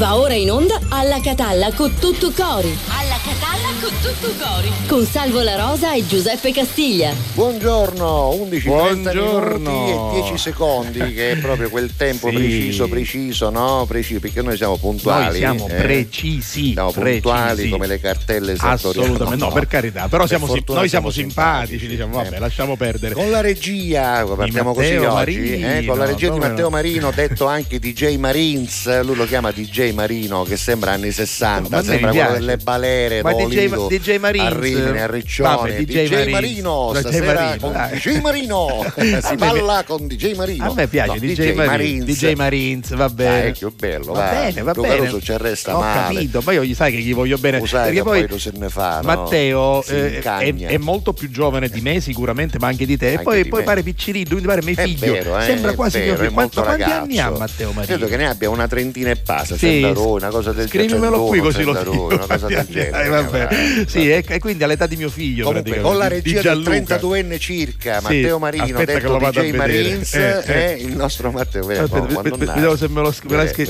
Va ora in onda Alla Catalla con tutto cori. Alla Catalla con tutto cori. Con Salvo La Rosa e Giuseppe Castiglia. Buongiorno, 11:30 minuti e 10 secondi, che è proprio quel tempo preciso, no? Preciso, perché noi siamo puntuali. Noi siamo precisi. Siamo puntuali come le cartelle esattoriali. Assolutamente, no, per carità, però noi siamo simpatici, diciamo, vabbè, lasciamo perdere. Con la regia, partiamo così oggi, con la regia di Matteo Marino, detto anche DJ Marines, lui lo chiama DJ Marino, che sembra anni 60, sembra quello delle balere, ma DJ Marines, a Rimini, a Riccione. Vabbè, DJ Marino, stasera con DJ Marino, si balla con DJ Marino. A me piace DJ Marines, va bene. Che bello, va bene. Ci resta Ho male. Capito, poi io sai che gli voglio bene. Perché poi lo se ne fa, no? Matteo è molto più giovane di me sicuramente, ma anche di te. E poi pare piccirillo, quindi pare mio figlio. Sembra quasi mio figlio. Quanti anni ha Matteo Marino? Credo che ne abbia una trentina e passa, una cosa del genere. Scrivimelo qui così lo dico. Una cosa del genere. Vabbè. Sì, e quindi all'età di mio figlio. Comunque, con la regia del 32enne circa, Matteo Marino, detto DJ Marines, è il nostro Matteo. Vedevo se me lo scrivo.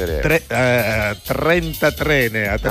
33 ne ha.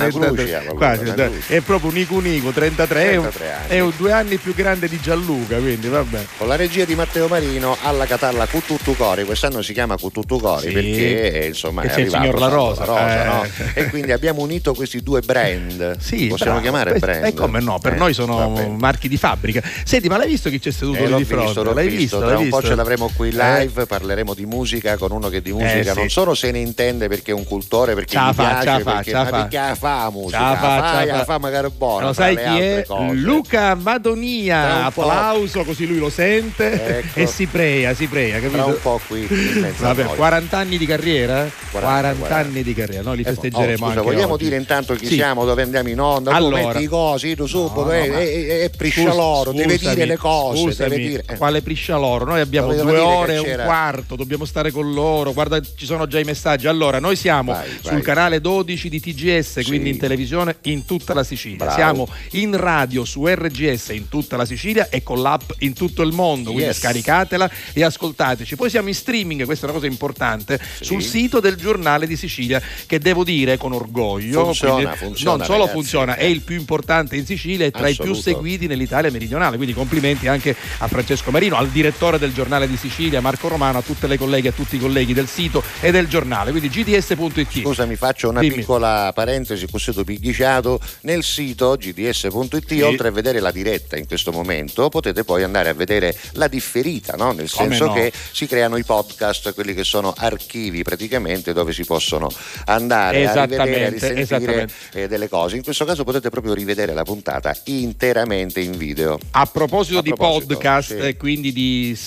È proprio un Nico 33 è 2 anni più grande di Gianluca, quindi vabbè. Con la regia di Matteo Marino, Alla Catalla Cututtu Cori, quest'anno si chiama Cututtu Cori perché insomma è arrivato il signor La Rosa, no? E quindi abbiamo unito questi due brand. Possiamo chiamare brand? E come no, per noi sono marchi di fabbrica. Senti, ma l'hai visto chi c'è seduto lì di fronte? L'hai visto? Tra un po' ce l'avremo qui live, parleremo di musica con uno che di musica non solo se ne intende perché è un cultore, perché gli piace, perché fa musica, fa magari buona. Lo sai chi è? Luca Madonia. Applauso, così lui lo sente e si prea, capito? Tra un po' qui in mezzo. Vabbè, 40 anni di carriera? 40 anni di carriera, noi li festeggeremo anche vogliamo oggi. dire intanto chi siamo, dove andiamo in onda, allora, tu metti i cosi, tu subito, è Priscialoro, deve dire le cose, deve dire. Quale Priscialoro? Noi abbiamo 2 ore e un quarto, dobbiamo stare con loro, guarda, ci sono già i messaggi. Allora, noi siamo sul canale 12 di TGS, quindi in televisione in tutta la Sicilia. Siamo in radio su RGS in tutta la Sicilia e con l'app in tutto il mondo, quindi scaricatela e ascoltateci. Poi siamo in streaming, questa è una cosa importante, sul sito del Giornale di Sicilia, che devo dire con orgoglio funziona, non solo ragazzi, funziona, è il più importante in Sicilia e tra i più seguiti nell'Italia meridionale, quindi complimenti anche a Francesco Marino, al direttore del Giornale di Sicilia Marco Romano, a tutte le colleghe e a tutti i colleghi del sito e del giornale, quindi gds.it. Scusami, faccio una piccola parentesi, così picchiciato. Nel sito gds.it, oltre a vedere la diretta in questo momento, potete poi andare a vedere la differita, no? Nel senso che si creano i podcast, quelli che sono archivi praticamente, dove si possono andare a rivedere, a risentire delle cose. In questo caso potete proprio rivedere la puntata interamente in video. A proposito di podcast, quindi di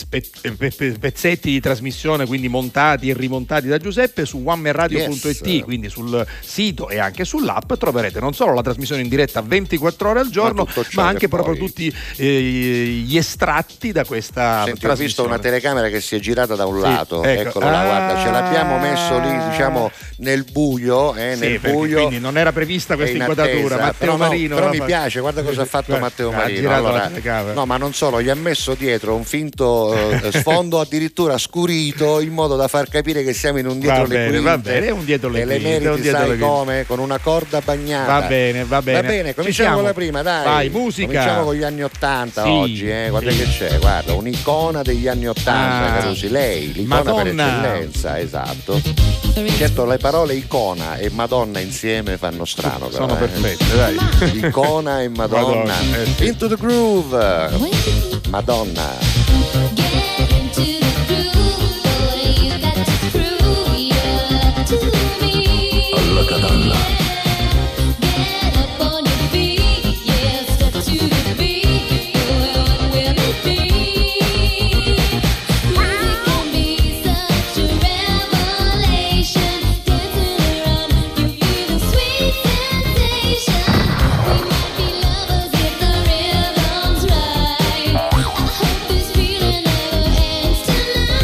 pezzetti di trasmissione, quindi montati e rimontati da Giuseppe, su onemanradio.it, quindi sul sito e anche sull'app troverete non solo la trasmissione in diretta 24 ore al giorno, ma anche proprio tutti gli estratti da questa trasmissione. Ho visto una telecamera che si è girata da un lato, eccola là, guarda, ce l'abbiamo messo lì, diciamo, nel buio, buio. Quindi non era prevista questa inquadratura. Matteo Marino, però mi piace, guarda cosa ha fatto Matteo Marino. Allora, no, ma non solo, gli ha messo dietro un finto sfondo addirittura scurito, in modo da far capire che siamo in un dietro le quinte. Va bene, è un dietro le quinte. E le meriti, sai come? Con una corda bagnata. Va bene, cominciamo con la prima, dai. Vai, musica. Cominciamo con gli anni 80 oggi, guarda che c'è, guarda, un'icona degli anni 80, Carusi, lei, l'icona Madonna. Per eccellenza, esatto. Certo, le parole icona e Madonna insieme fanno strano, però, sono perfette, dai. Icona e Madonna. Into the groove. Madonna. Alla Catalla.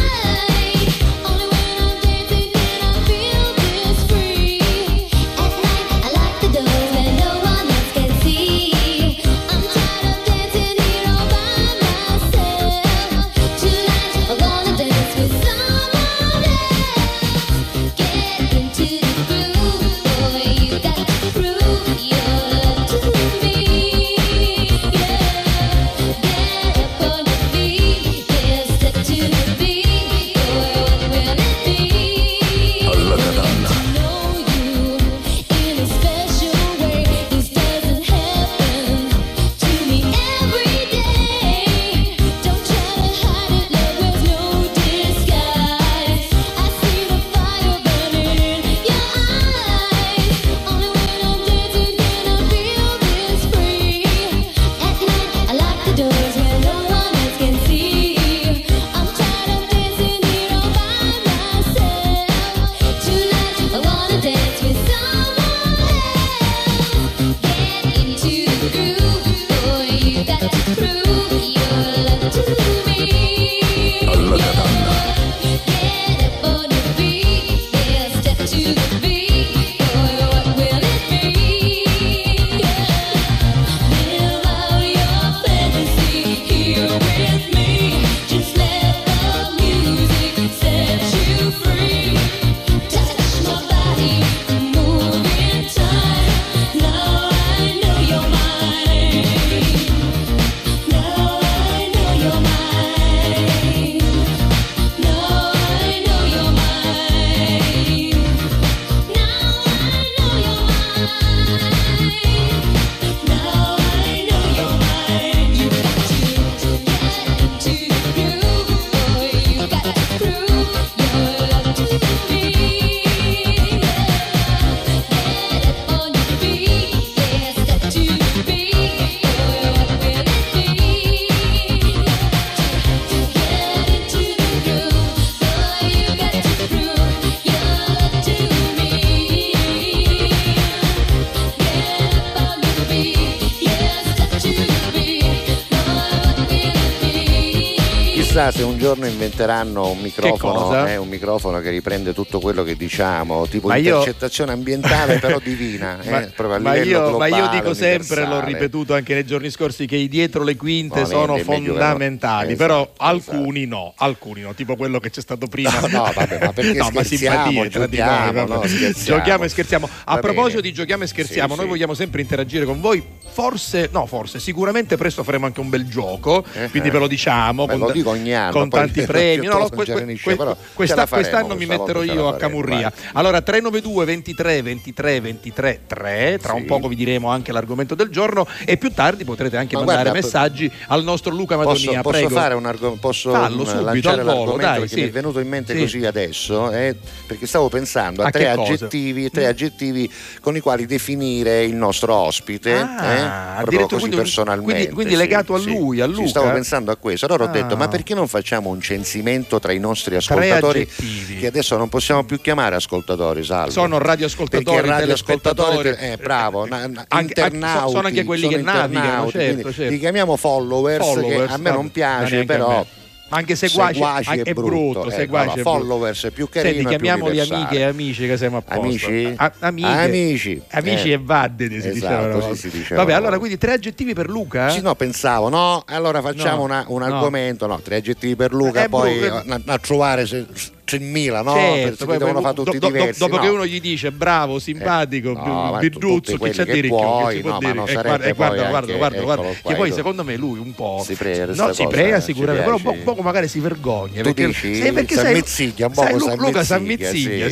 At night Se un giorno inventeranno un microfono che riprende tutto quello che diciamo, tipo intercettazione ambientale però divina, proprio a livello globale, ma io dico sempre, universale. L'ho ripetuto anche nei giorni scorsi, che i dietro le quinte sono fondamentali, però alcuni no, tipo quello che c'è stato prima. No, vabbè, ma perché scherziamo, giochiamo e scherziamo. A proposito di giochiamo e scherziamo, noi vogliamo sempre interagire con voi. Forse, sicuramente presto faremo anche un bel gioco, quindi ve lo diciamo. Lo dico ogni anno, con tanti premi. Quest'anno mi metterò io a Camurria. Allora 392 23 23 23 3, tra un poco vi diremo anche l'argomento del giorno e più tardi potrete anche mandare messaggi al nostro Luca Madonia. Posso fare lanciare l'argomento perché mi è venuto in mente così adesso, perché stavo pensando a tre aggettivi con i quali definire il nostro ospite, proprio così personalmente. Quindi legato a lui, a Luca. Stavo pensando a questo, allora ho detto ma perché non facciamo un censimento tra i nostri ascoltatori, che adesso non possiamo più chiamare ascoltatori, Salvo. Sono radioascoltatori, telespettatori, bravo, internauti, sono anche quelli che navigano, certo. Li chiamiamo followers, che a me non piace, però anche seguaci è brutto, seguaci followers è più carino. Senti, chiamiamoli amiche e amici che siamo a posto. Amici e vaddete si diceva. Vabbè, allora quindi 3 aggettivi per Luca? Sì, pensavo, allora facciamo un argomento, 3 aggettivi per Luca, poi a trovare 3.000, no? Certo, poi devono fare tutti diversi. Dopo che uno gli dice bravo, simpatico, birruzzo, chi c'è a dire più? Guarda, che poi secondo me lui un po' si prega sicuramente, però un poco magari si vergogna. Perché s'ammizzica, Luca s'ammizzica,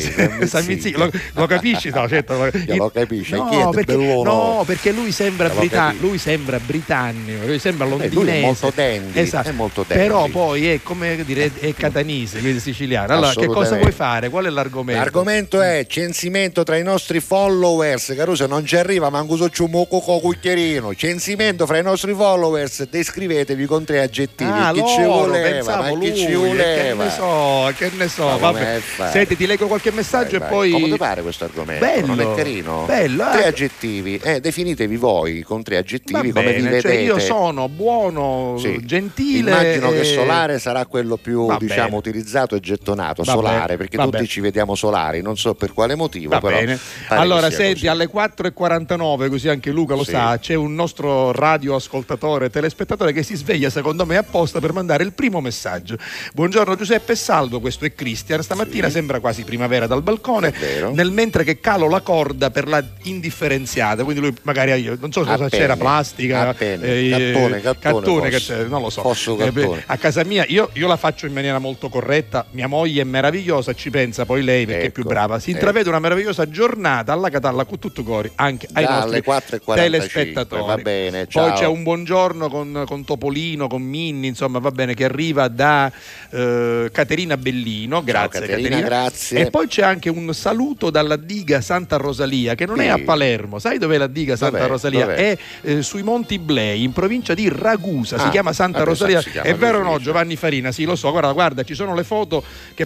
lo capisci? No, certo. Lo capisci? No, perché lui sembra britannico, lui sembra londinese. È molto dandy. Però poi è come dire è catanese, quindi siciliano. Allora, che cosa vuoi fare? Qual è l'argomento? L'argomento è censimento tra i nostri followers. Caruso, non ci arriva manco so un cucchierino. Censimento fra i nostri followers. Descrivetevi con 3 aggettivi. Chi ci voleva? Ma chi ci voleva? Che ne so. Vabbè. Senti, ti leggo qualche messaggio e poi. Come ti pare questo argomento? Bello. Non è carino? Bello. 3 aggettivi. Definitevi voi con 3 aggettivi. Come vi vedete? Io sono buono, gentile. Immagino che solare sarà quello più utilizzato e gettonato. Solare, perché tutti ci vediamo solari, non so per quale motivo. Però bene. Allora senti, alle 4:49, così anche Luca lo sa, c'è un nostro radioascoltatore, telespettatore che si sveglia secondo me apposta per mandare il primo messaggio. Buongiorno Giuseppe e Salvo, questo è Cristian. Stamattina sembra quasi primavera dal balcone, nel mentre che calo la corda per la indifferenziata, quindi lui magari non so cosa c'era, plastica, cattone, non lo so. A casa mia io la faccio in maniera molto corretta, mia moglie è meravigliosa, ci pensa poi lei perché è più brava. Si intravede una meravigliosa giornata alla Catalla con tutto cori anche ai nostri telespettatori. Va bene, ciao. Poi c'è un buongiorno con Topolino, con Minni, insomma va bene, che arriva da Caterina Bellino. Grazie Caterina. Grazie. E poi c'è anche un saluto dalla diga Santa Rosalia, che non è a Palermo. Sai dov'è la diga Santa Rosalia? È sui Monti Iblei, in provincia di Ragusa. Si chiama Santa Rosalia. È vero o no, Giovanni Farina? Sì, lo so. Guarda, ci sono le foto che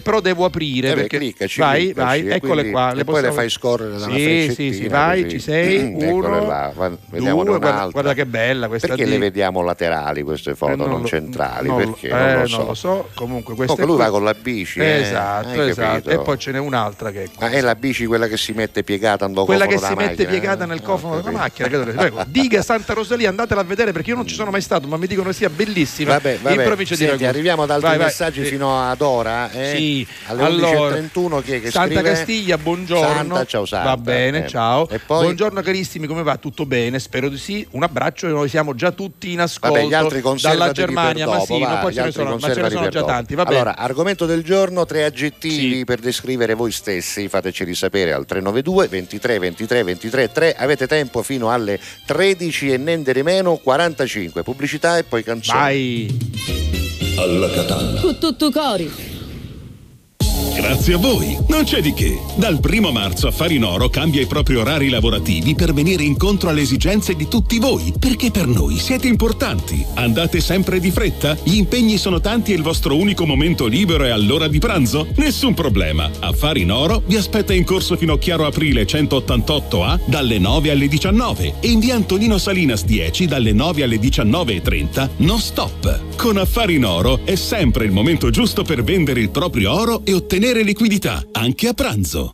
però devo aprire perché cliccaci, vai, eccole qua. E poi le fai scorrere da una freccettina. Sì, vai, così. ci sei. Uno, vediamo due, guarda che bella questa. Perché le vediamo laterali queste foto, non centrali? Perché? Non lo so. Comunque questa lui va con la bici. Esatto. E poi ce n'è un'altra che è è la bici quella che si mette piegata nel cofano della macchina. Quella che si mette piegata nel cofano della macchina. Prego. Diga Santa Rosalia, andatela a vedere perché io non ci sono mai stato, ma mi dicono che sia bellissima. In provincia di Ragusa. Arriviamo ad altri messaggi fino ad ora. Sì. Alle 11:31 chi è che Santa scrive? Castiglia, buongiorno. Santa, ciao Santa. Va bene, ciao. E poi? Buongiorno carissimi, come va? Tutto bene? Spero di sì. Un abbraccio e noi siamo già tutti in ascolto. Gli altri dalla Germania, dopo, ma sì, poi ce ne sono già tanti. Va allora, argomento del giorno, 3 aggettivi per descrivere voi stessi. Fateceli sapere al 392 23 23 23 3. Avete tempo fino alle 13 e niente di meno 45. Pubblicità e poi canzoni. Vai. Alla Catalla. Con tutto cori. Grazie a voi, non c'è di che. Dal 1 marzo Affari in Oro cambia i propri orari lavorativi per venire incontro alle esigenze di tutti voi, perché per noi siete importanti. Andate sempre di fretta? Gli impegni sono tanti e il vostro unico momento libero è all'ora di pranzo? Nessun problema. Affari in Oro vi aspetta in corso Finocchiaro Aprile 188A dalle 9 alle 19 e in via Antonino Salinas 10 dalle 9 alle 19:30 non stop. Con Affari in Oro è sempre il momento giusto per vendere il proprio oro e ottenere liquidità, anche a pranzo.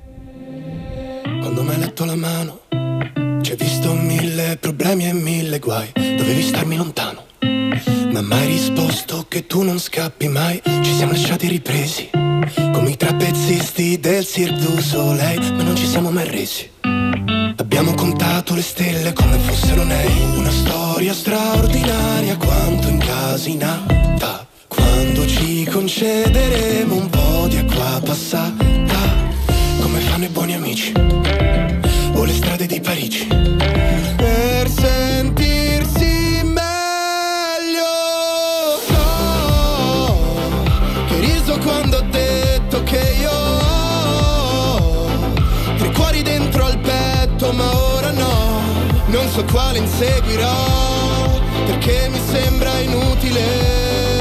Quando mi hai letto la mano, ci hai visto 1000 problemi e 1000 guai. Dovevi starmi lontano, ma mai risposto che tu non scappi mai. Ci siamo lasciati ripresi, come i trapezzisti del Cirque du Soleil, ma non ci siamo mai resi. Abbiamo contato le stelle come fossero nei. Una storia straordinaria quanto incasinata. Quando ci concederemo un po' di acqua passata, come fanno i buoni amici o le strade di Parigi, per sentirsi meglio. So che riso quando ho detto che io ho 3 cuori dentro al petto, ma ora no, non so quale inseguirò, perché mi sembra inutile.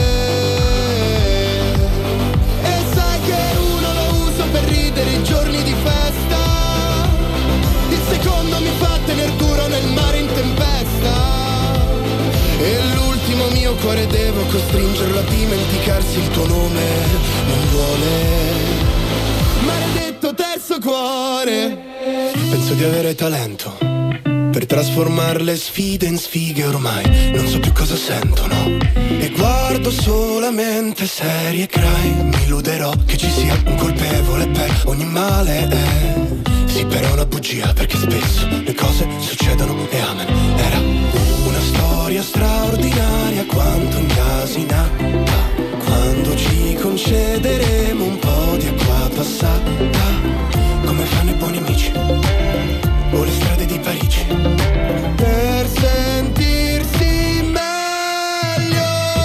I giorni di festa, il secondo mi fa tener duro nel mare in tempesta, e l'ultimo mio cuore devo costringerlo a dimenticarsi il tuo nome. Non vuole, maledetto terzo cuore. Penso di avere talento per trasformare le sfide in sfighe, ormai non so più cosa sento, no? E guardo solamente serie crime. Mi illuderò che ci sia un colpevole per ogni male, sì, però è una bugia, perché spesso le cose succedono e amen. Era una storia straordinaria quanto incasinata. Quando ci concederemo un po' di acqua passata, come fanno i buoni amici o le strade di Parigi, per sentirsi meglio.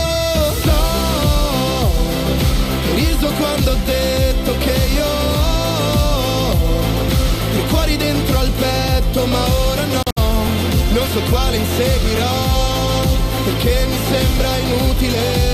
So che riso quando ho detto che io ho 3 cuori dentro al petto, ma ora no, non so quale inseguirò, perché mi sembra inutile.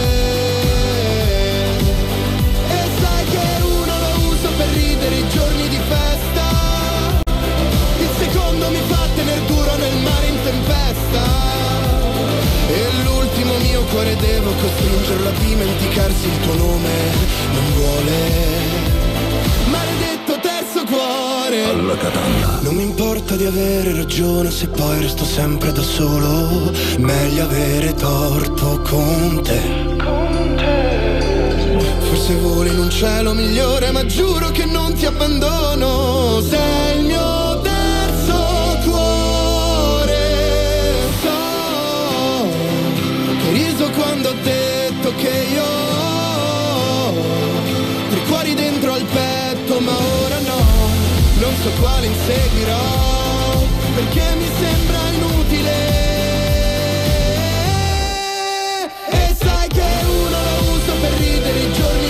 E sai che uno lo uso per ridere i giorni di festa, secondo mi fa tener duro nel mare in tempesta, e l'ultimo mio cuore devo costringerlo a dimenticarsi il tuo nome. Non vuole, maledetto terzo cuore. Alla Catalla. Non mi importa di avere ragione se poi resto sempre da solo, meglio avere torto con te. Forse voli in un cielo migliore, ma giuro che non ti abbandono. Sei il mio quando ho detto che io ho 3 cuori dentro al petto, ma ora no, non so quale inseguirò, perché mi sembra inutile. E sai che uno lo uso per ridere i giorni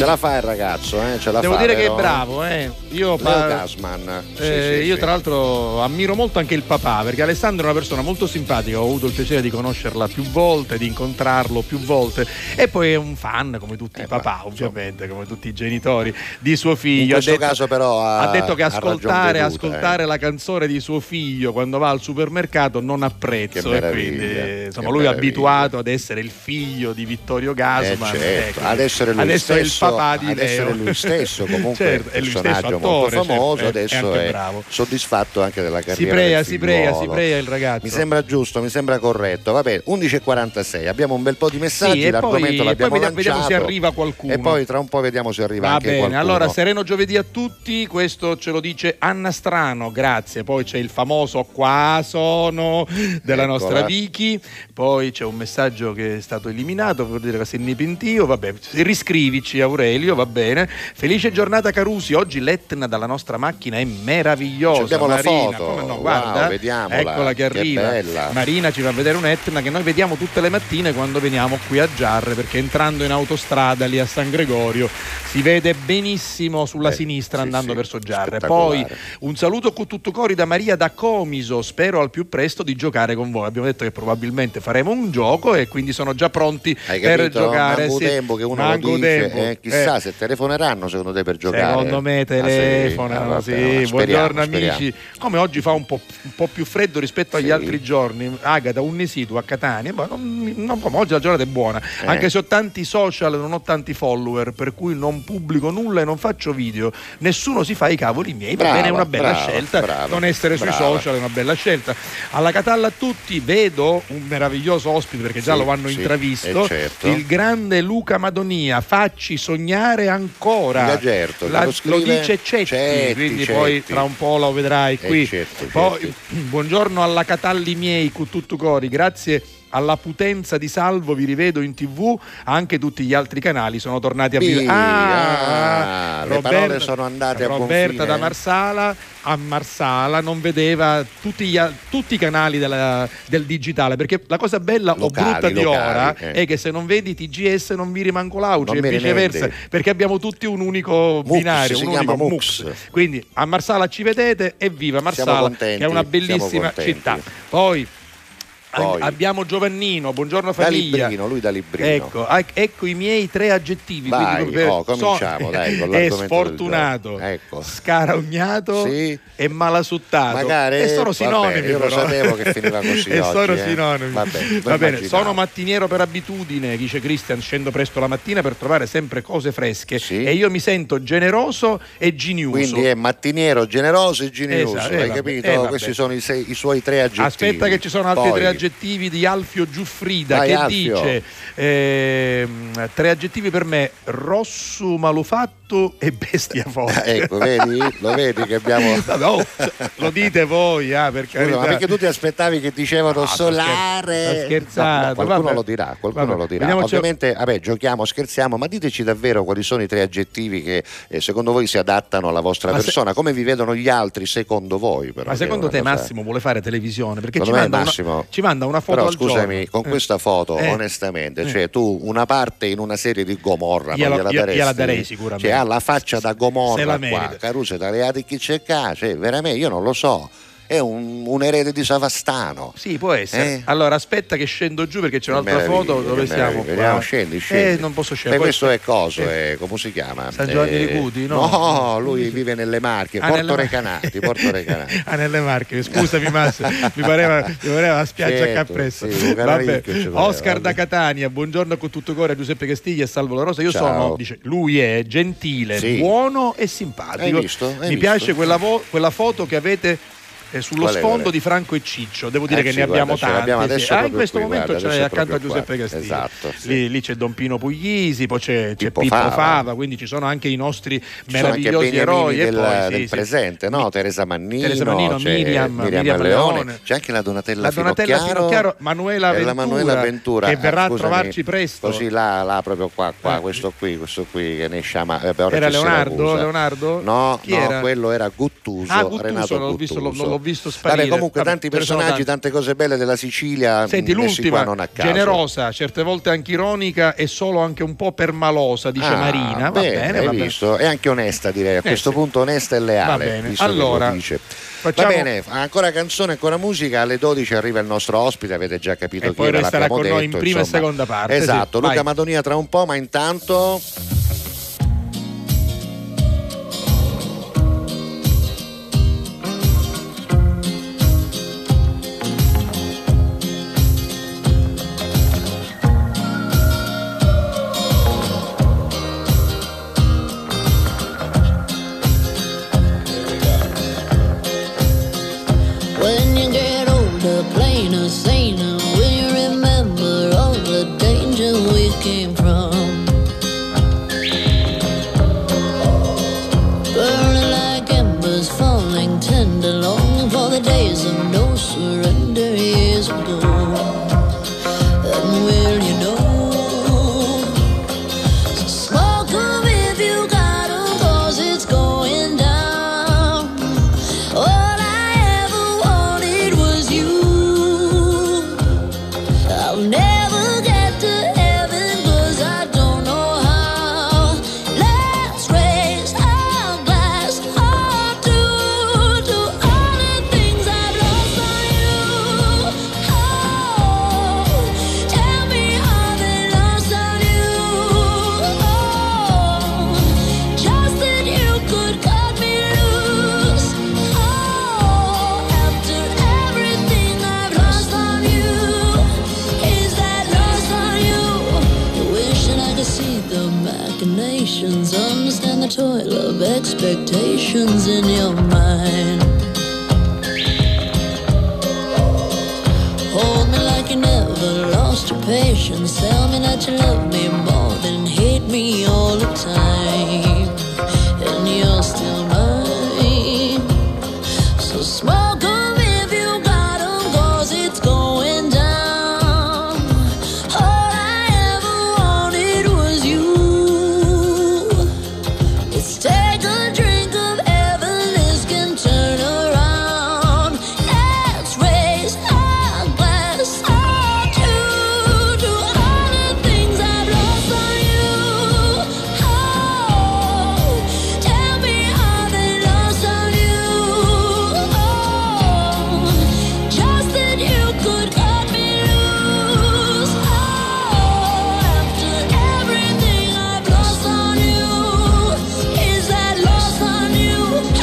Ce la fa il ragazzo, ce la Devo fa. dire vero? che è bravo, Io Gassman. io tra l'altro ammiro molto anche il papà, perché Alessandro è una persona molto simpatica, ho avuto il piacere di conoscerla più volte, di incontrarlo più volte, e poi è un fan come tutti i papà, ovviamente, come tutti i genitori di suo figlio. In questo caso però ha detto che ascoltare veduta, la canzone di suo figlio quando va al supermercato non ha prezzo, e quindi insomma lui è abituato ad essere il figlio di Vittorio Gassman, certo. Ad essere lui stesso, il papà di ad Leo. essere lui stesso comunque certo, è un personaggio molto famoso, adesso è soddisfatto anche della carriera si prea il ragazzo. Mi sembra giusto, mi sembra corretto. Va bene, 11:46, abbiamo un bel po' di messaggi, l'argomento l'abbiamo lanciato, vediamo se arriva qualcuno e poi tra un po' vediamo se arriva anche qualcuno. Allora, sereno giovedì a tutti, questo ce lo dice Anna Strano, grazie. Poi c'è il famoso "qua sono" della nostra Vicky, poi c'è un messaggio che è stato eliminato per dire che se ne pentio, vabbè, riscrivici Aurelio, va bene. Felice giornata Carusi, oggi l'Etna dalla nostra macchina è meravigliosa. Abbiamo la foto, come no, guarda, vediamola, eccola che arriva. Bella. Marina ci fa vedere un Etna che noi vediamo tutte le mattine quando veniamo qui a Giarre, perché entrando in autostrada lì a San Gregorio si vede benissimo sulla sinistra andando verso Giarre. Poi un saluto con tutto cori da Maria da Comiso, spero al più presto di giocare con voi. Abbiamo detto che probabilmente faremo un gioco e quindi sono già pronti per giocare. Manco tempo che uno lo dice, chissà se telefoneranno secondo te per giocare. Secondo me telefonano, buongiorno amici. Come oggi fa un po' più freddo rispetto agli altri giorni, Agata, un residuo a Catania, oggi la giornata è buona, anche se ho tanti social, non ho tanti follower, per cui non pubblico nulla e non faccio video, nessuno si fa i cavoli miei, va bene, è una bella scelta, non essere sui social è una bella scelta. Alla Catalla a tutti, vedo un meraviglioso ospite perché già lo hanno intravisto, il grande Luca Madonia, facci sognare ancora, lo dice Cetti, quindi poi tra un po' lo vedrai qui. Poi buongiorno alla Catalli miei con tutto cori, grazie alla potenza di Salvo vi rivedo in TV, anche tutti gli altri canali sono tornati a vivere. Le parole sono andate a buon fine. Roberta da Marsala a Marsala non vedeva tutti i canali del digitale, perché la cosa bella o brutta di ora è che se non vedi TGS non viri manco l'Auci e viceversa, perché abbiamo tutti un unico binario, un unico MUX. Quindi a Marsala ci vedete, evviva Marsala, che è una bellissima città. Poi abbiamo Giovannino, buongiorno famiglia. Lui da Librino. Ecco i miei 3 aggettivi. Cominciamo dai con l'argomento. È sfortunato, scarognato e malasuttato. Magari e sono sinonimi. Io lo sapevo che finiva così. E oggi, sono sinonimi. Va bene, sono mattiniero per abitudine, dice Christian, scendo presto la mattina per trovare sempre cose fresche e io mi sento generoso e ginioso. Quindi è mattiniero, generoso e ginioso, hai capito? Questi sono i suoi 3 aggettivi. Aspetta che ci sono altri 3 aggettivi di Alfio Giuffrida. Vai, che Alfio. Dice 3 aggettivi per me: rosso malufatto e bestia forte. Ecco, lo vedi che abbiamo lo dite voi, per carità. Ma perché tu ti aspettavi che dicevano solare? Scherzato. Qualcuno lo dirà, ovviamente giochiamo, scherziamo, ma diteci davvero quali sono i 3 aggettivi che secondo voi si adattano alla vostra persona, come vi vedono gli altri secondo voi. Però, ma secondo te Massimo vuole fare televisione? Perché ci manda una foto però al scusami, giorno. con questa foto onestamente, cioè tu una parte in una serie di Gomorra gliela darei sicuramente, cioè ha la faccia da Gomorra qua, merita. Caruso tagliati chi c'è qua, cioè veramente io non lo so. È un erede di Savastano. Sì, può essere. Allora aspetta che scendo giù perché c'è un'altra foto dove siamo. Vediamo, scendi. Non posso scendere. Questo è come si chiama? San Giovanni di Cuti? No, lui vive nelle Marche, Porto Recanati. Nelle Marche, scusami Massimo, mi pareva la spiaggia a Capresso. Oscar da Catania, buongiorno con tutto cuore a Giuseppe Castiglia e Salvo La Rosa. Io sono, dice, lui è gentile, buono e simpatico. Hai visto? Mi piace quella foto che avete sullo sfondo di Franco e Ciccio, devo dire che ne abbiamo tanti. In questo momento c'è accanto a Giuseppe Castiglia. Lì c'è Don Pino Puglisi, poi c'è Pippo Fava, quindi ci sono anche i nostri meravigliosi eroi del presente, no? Teresa Mannino, Miriam Leone, c'è anche la Donatella Finocchiaro, Manuela Ventura, che verrà a trovarci presto. Così là proprio qua, questo qui che ne sciama. Era Leonardo? No, quello era Guttuso, Renato l'ho visto sparire. Vabbè, comunque tanti personaggi, tante cose belle della Sicilia. Senti, l'ultima, non a caso. Generosa, certe volte anche ironica e solo anche un po' permalosa, dice Marina. Va bene, hai visto? E anche onesta, direi, a questo punto onesta e leale. Va bene, allora dice. Va bene, ancora canzone, ancora musica, alle 12 arriva il nostro ospite, avete già capito e chi era, resterà con detto, noi in prima e seconda parte. Esatto, sì, Luca Madonia tra un po', ma intanto... When you get older, plainer, saner, will you remember all the danger we came from? Burning like embers, falling tender, longing for the days of no surrender years ago. And will you know? So smoke 'em if you got 'em, 'cause it's going down. All I ever wanted was you. I'll never get to heaven 'cause I don't know how. Let's raise our glass or two to all the things I've lost on you. Oh, tell me how they lost on you. Oh, just that you could cut me loose. Oh, after everything I've lost on you, is that lost on you? Wishing I could see the machinations, understand the toil of expectations in your mind. Hold me like you never lost your patience. Tell me that you love me more than hate me all the time. And you're still mine. So smoke 'em if you got 'em, 'cause it's going down. All I ever wanted was you. Let's take a drink of heaven, this can turn around. Let's raise our glass or two to all the things I've lost on you. Oh, tell me how they lost on you. Oh, just that you could cut me loose. Oh, after everything I've lost on you, is that lost on you?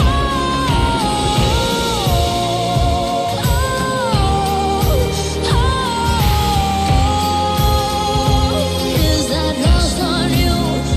Is that lost on you?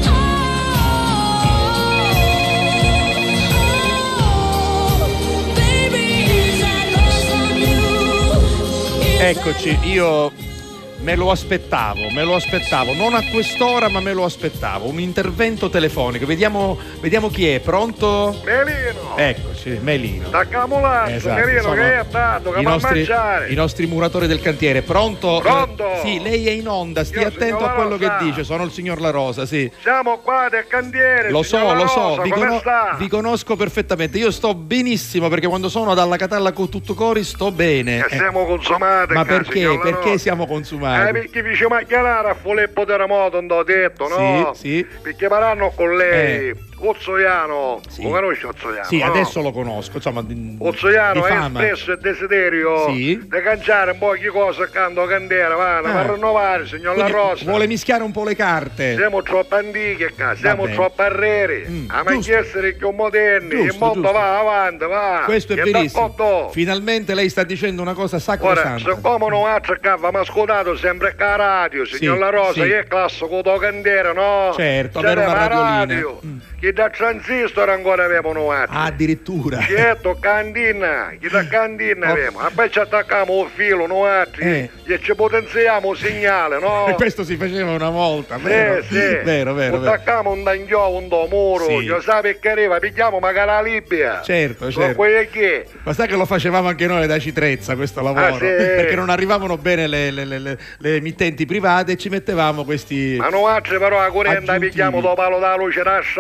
Baby, is that lost on you? Eccoci, io me lo aspettavo, non a quest'ora ma me lo aspettavo, un intervento telefonico, vediamo chi è, pronto? Melino! Eccoci, Melino. Da Camolazzo, Esatto, Melino, sono che è dato, che va a mangiare. I nostri muratori del cantiere, pronto? Pronto? Sì, lei è in onda, stia Io, attento signor a quello La Rosa. che dice, sono il signor La Rosa, sì. Siamo qua del cantiere, Lo signor La so, Rosa, come sta? vi conosco perfettamente, io sto benissimo perché quando sono dalla Catalla con tutto cori sto bene. Che siamo consumati. Ma qua, perché? signor La Perché Rosa. siamo consumati? Perché dice macchianare a Filippo Terremoto, non ho detto, no? Sì. Perché paranno con lei. Ozzoiano, Sì. lo conosci Ozzoiano? Sì, no? adesso lo conosco, insomma, Ozzoiano di ha fama. espresso il desiderio Sì. di cangiare un po' di cose accanto a Candela, va a rinnovare, signor La Quindi Rosa. vuole mischiare un po' le carte. Siamo troppo antichi qua, siamo bene. troppo arreri, a giusto. essere più moderni, il Giusto, mondo giusto. va avanti, va. Questo è Che verissimo. d'accordo? Finalmente lei sta dicendo una cosa Ora, sacrosanta. siccome non ha cercato, ma ascoltato sempre a radio, signor Sì, La Rosa, sì. che è classico da Candela, no? Certo, C'è avere una la radiolina. radio, che da transistor ancora avevano altri. Addirittura. Certo, cantina, che da cantina abbiamo. E poi ci attacchiamo il filo, noi altri, e ci potenziamo il segnale, no? E questo si faceva una volta, vero? Sì. Vero. Attacchiamo un danghio, un muro, Sì. io sai che arriva, pigliamo magari la Libia. Certo. Con quelli che... Ma sai che lo facevamo anche noi da Citrezza questo lavoro? sì. Perché non arrivavano bene le emittenti private e ci mettevamo questi. Ma noi altri però la corrente aggiuntivi. pigliamo dopo palo della luce da strada, No,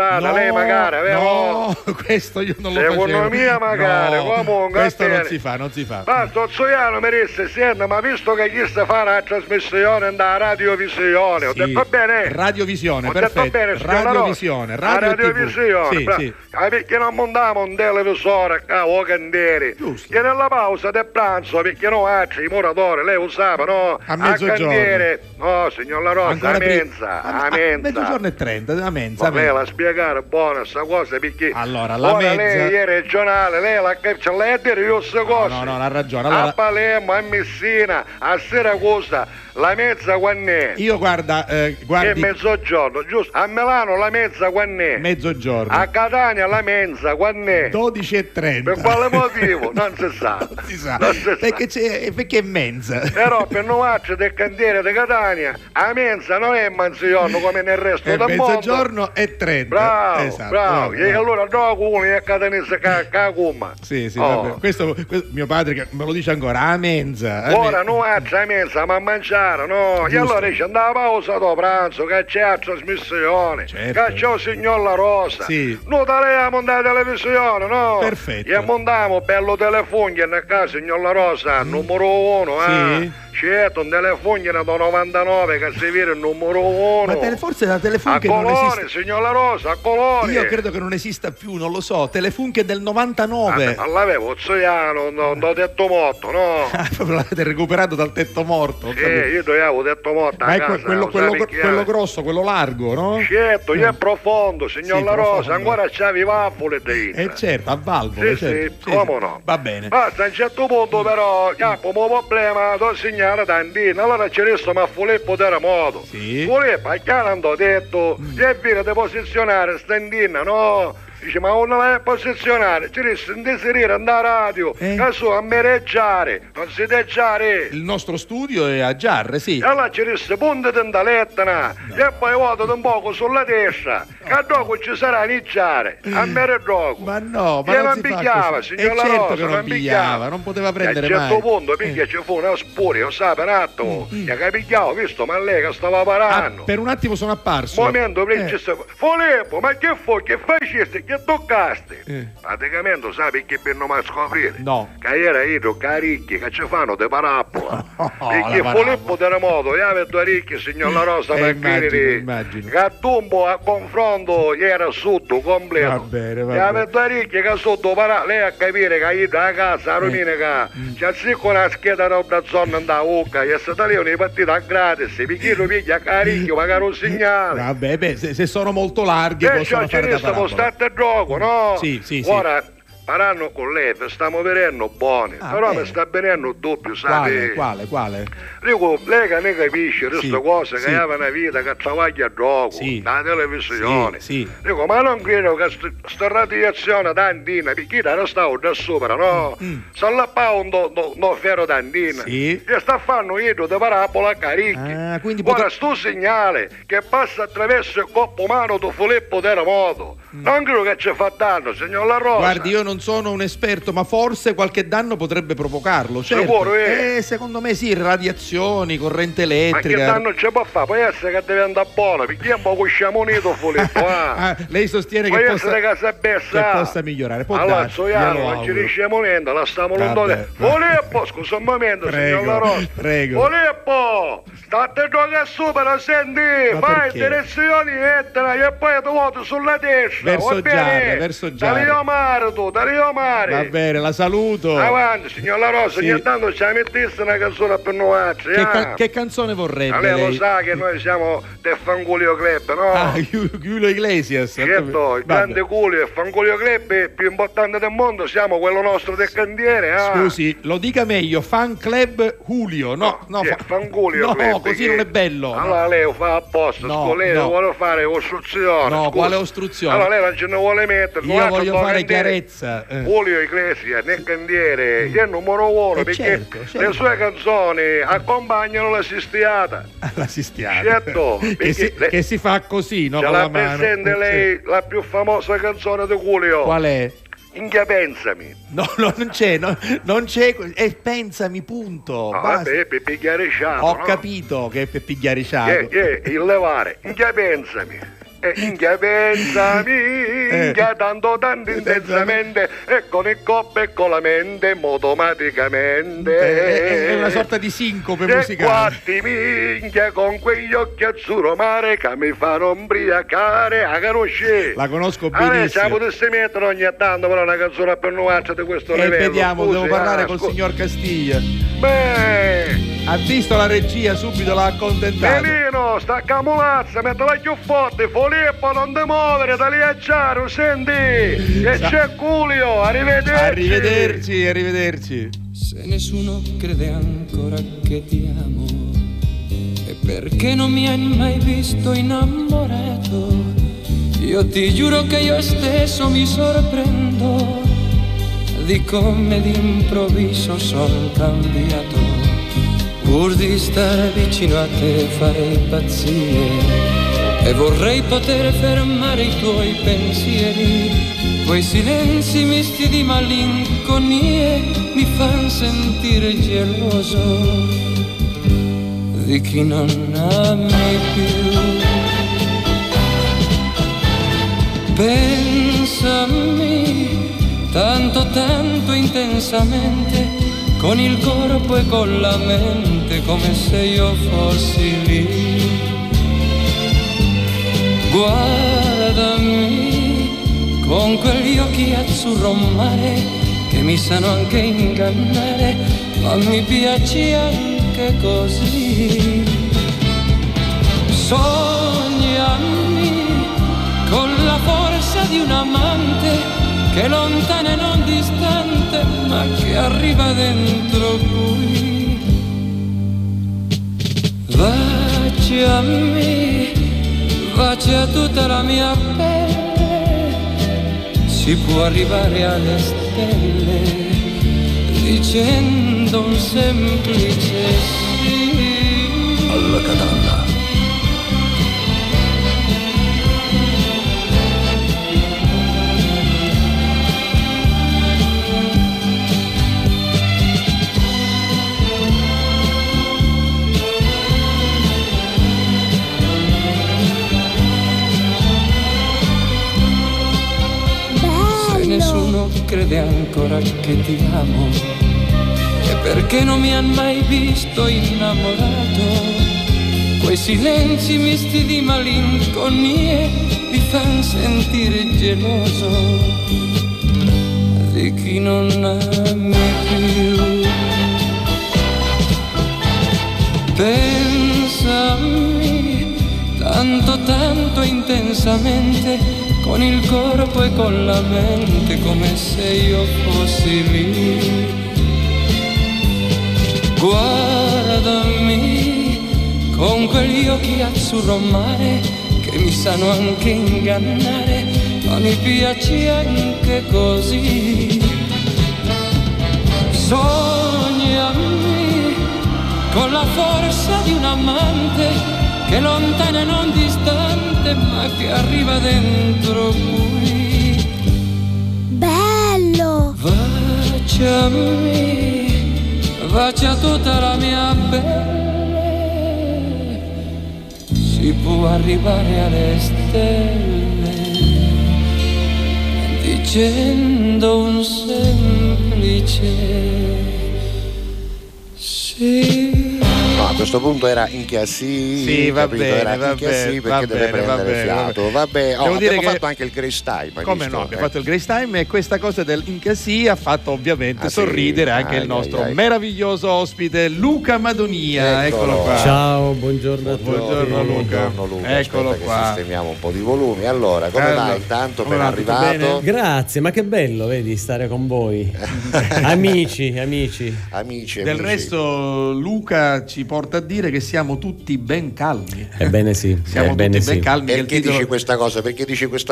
lei magari, vero? No, questo io non lo facevo. Secondo me magari, comunque. Questo non si fa. Ma Tozzoiano mi disse, senta, ma visto che chi sta fa la trasmissione da radiovisione, ho detto bene. Radiovisione, ho perfetto. Detto bene, radiovisione, radiovisione. Sì. Perché non montiamo un televisore a o candiere. Che nella pausa del pranzo, perché noi altri i muratori, lei usava, no? A mezzogiorno. Candiere. No, signor La Rosa, a mensa. A mezzogiorno e 30, a mensa. Ma lei la spiegare buona sta cosa, perché allora, la ora mezza... lei è regionale, lei lei a dire io queste cose. No, ha ragione. Allora... A Palermo, a Messina, a Siracusa, la mezza quann'è? Io guarda, guardi... È mezzogiorno, giusto? A Milano la mezza quann'è? Mezzogiorno. A Catania la mezza quann'è? 12:30. Per quale motivo? Non si sa. Non si sa. Perché è mensa. Però per noi altri del cantiere di Catania, a mensa non è mezzogiorno come nel resto del mondo. Mezzogiorno e 30. Bravo, esatto, bravo. E allora dopo uno è catanese cacuma. Sì, vabbè. Questo mio padre che me lo dice ancora, a mensa. Ora noi altri a mensa, ma a mangiare, no? E allora dice andava a pausa dopo pranzo, che c'è la trasmissione, che c'è il signor La Rosa. Sì. Noi tagliamo da televisione, no? Perfetto. E montiamo bello telefonio nel caso signor La Rosa, numero 1, Sì. Certo, un telefonino da 99 che si vede il numero 1. Ma forse la Telefunken non esiste. A colore, esiste. signor La Rosa, a colore. Io credo che non esista più, non lo so. Telefunken del 99. Ma l'avevo Zoiano, non ho detto morto, no? Proprio l'avete recuperato dal tetto morto. Sì, io avevo detto morto. Ma a è casa, quello grosso, quello largo, no? Certo, io è profondo, signor Sì, La Rosa, profondo. ancora c'avevi i vaffole dentro. Certo, a valvole. Sì, certo. sì, come no? Va bene. Basta, a un certo punto però, capo, un problema, do segnale tantino. Allora ci resto ma Filippo terremoto. Sì. Filippo, a chiaro hanno detto, e viene di posizionare stendina, no? Dice, ma non la vai a posizionare, ci riesce a inserire andare a radio, che so, a mereggiare, non si deggiare. Il nostro studio è a Giarre, sì. E allora ci riesce punta di lettera, e poi vuoto un poco sulla destra, che dopo ci sarà iniziare, a mere dopo. Ma no, ma che non non si pigliava, fa signor La certo Rosa, che non pigliava, non poteva prendere mai. A un certo punto, perché ci fu una spuria, sa, per un attimo, che pigliavo, visto, ma lei che stava parando. Per un attimo sono apparso. Momento, Filippo, ma che fu, che facesti, che toccaste? Praticamente sai che per non mai scoprire? No. Che era io caricchi che ci fanno de parabola. Perché Filippo terremoto, e aveva due ricchi, signor La Rosa, immagino. che a tumbo a confronto era sotto completo. Va bene. E aveva due ricchi che sotto lei a capire che io da casa a Romina c'è sicco una scheda da zona da Ucca e se tagliano i partiti a gratis perché lo piglia caricchio magari un segnale. Vabbè, se sono molto larghi possono fare da parabola. State gioco, no? Sì. Ora faranno con lei, stiamo venendo buoni, però mi sta venendo il doppio, sai? Quale? Dico, lei che ne capisce queste cose, che aveva una vita che travaglia a gioco, la televisione. Dico, ma non credo che sta radiazione d'andina, perché da stavo da sopra, no? Se la pa un ferro d'andina, e sta fanno io di parabola a caricchi. Ora sto segnale che passa attraverso il corpo umano di Filippo terremoto, non credo che ci fa danno, signor La Rosa. Guardi, io non sono un esperto, ma forse qualche danno potrebbe provocarlo. Certo. Sicuro, secondo me sì, radiazioni, corrente elettrica. Ma che danno ci può fare? Può essere che deve andare buono, perché è un po' sciamonito Filippo. Lei sostiene che possa migliorare. Può allora, darsi, non ci riusciamo niente, la stiamo lontano. Filippo, scusa un momento, signor La Rosa. Prego. Filippo, state giocando sopra, senti, fai direzioni e poi ti vuoto sulla destra. Verso Giarre. Dario Mare. Va bene, la saluto. Avanti, signor La Rosa, ogni tanto ci mettesse una canzone per noi. Che canzone vorrebbe? Lei lo sa che noi siamo del Fangulio Club, no? Giulio Iglesias. Certo, il grande Culio, il Fangulio Club è il più importante del mondo, siamo quello nostro del cantiere. Scusi, lo dica meglio, Fan Club Julio, no, Fangulio Club. No, così non è bello. Allora lei lo fa apposta, lei vuole fare ostruzione. No, quale ostruzione? Allora lei non ce ne vuole mettere. Io voglio fare chiarezza. Julio Iglesias nel cantiere è il numero uno perché le sue canzoni accompagnano la sistiata. La sistiata? Certo. Che si fa così, no? Ce l'ha presente lei la più famosa canzone di Julio? Qual è? Inghia pensami. No, non c'è, pensami, punto. Vabbè, per pigliare sciato. Ho capito che è per pigliare sciato. Il levare, inghia pensami. Inghia pensami, inghia tanto intensamente, e con il corpo e con la mente, automaticamente. È una sorta di sincope musicale. E quatti minchia con quegli occhi azzurro mare che mi fanno imbriacare, la conosci? La conosco benissimo. Ci potessi mettere ogni tanto però una canzone per nuarci di questo livello. Vediamo, devo parlare col signor Castiglia. Beh, ha visto la regia, subito l'ha accontentato. Melino, sta camulazza, mettila più forte, Filippo, non ti muovere, da lì a Giaro, senti, e c'è Culio, arrivederci. Arrivederci. Se nessuno crede ancora che ti amo, e perché non mi hai mai visto innamorato, io ti giuro che io stesso mi sorprendo di come d'improvviso sono cambiato. Pur di stare vicino a te farei pazzie e vorrei poter fermare i tuoi pensieri. Quei silenzi misti di malinconie mi fan sentire geloso di chi non ami più. Pensami tanto tanto intensamente, con il corpo e con la mente, come se io fossi lì. Guardami con quegli occhi azzurro mare che mi sanno anche ingannare, ma mi piace anche così. Sognami con la forza di un amante che lontana e non distante, ma che arriva dentro qui. Baciami, bacia tutta la mia pelle, si può arrivare alle stelle dicendo un semplice sì. Alla Catalla. Nessuno crede ancora che ti amo, e perché non mi han mai visto innamorato. Quei silenzi misti di malinconie mi fan sentire geloso di chi non ami più. Pensami tanto tanto intensamente, con il corpo e con la mente, come se io fossi lì. Guardami con quegli occhi azzurro mare che mi sanno anche ingannare, ma mi piace anche così. Sognami con la forza di un amante che lontana e non distante, ma che arriva dentro qui. Bello! Baciami, bacia tutta la mia pelle, si può arrivare alle stelle dicendo un semplice sì. No, a questo punto era Inchiasì. Sì, va capito? bene, era va Inchiasì perché deve prendere fiato. Vabbè, abbiamo fatto anche il Grace Time. Come no, abbiamo fatto il Grace Time, e questa cosa dell'Inchiasì ha fatto ovviamente sorridere anche il nostro meraviglioso ospite Luca Madonia. Eccolo qua. Ciao, buongiorno a tutti. Buongiorno Luca. Eccolo qua. Sistemiamo un po' di volumi. Allora, come va intanto per arrivato? Grazie, ma che bello, vedi, stare con voi. Amici. Del resto Luca ci porta a dire che siamo tutti ben calmi. Ebbene sì. Siamo tutti ben calmi. Perché dici questa cosa? Perché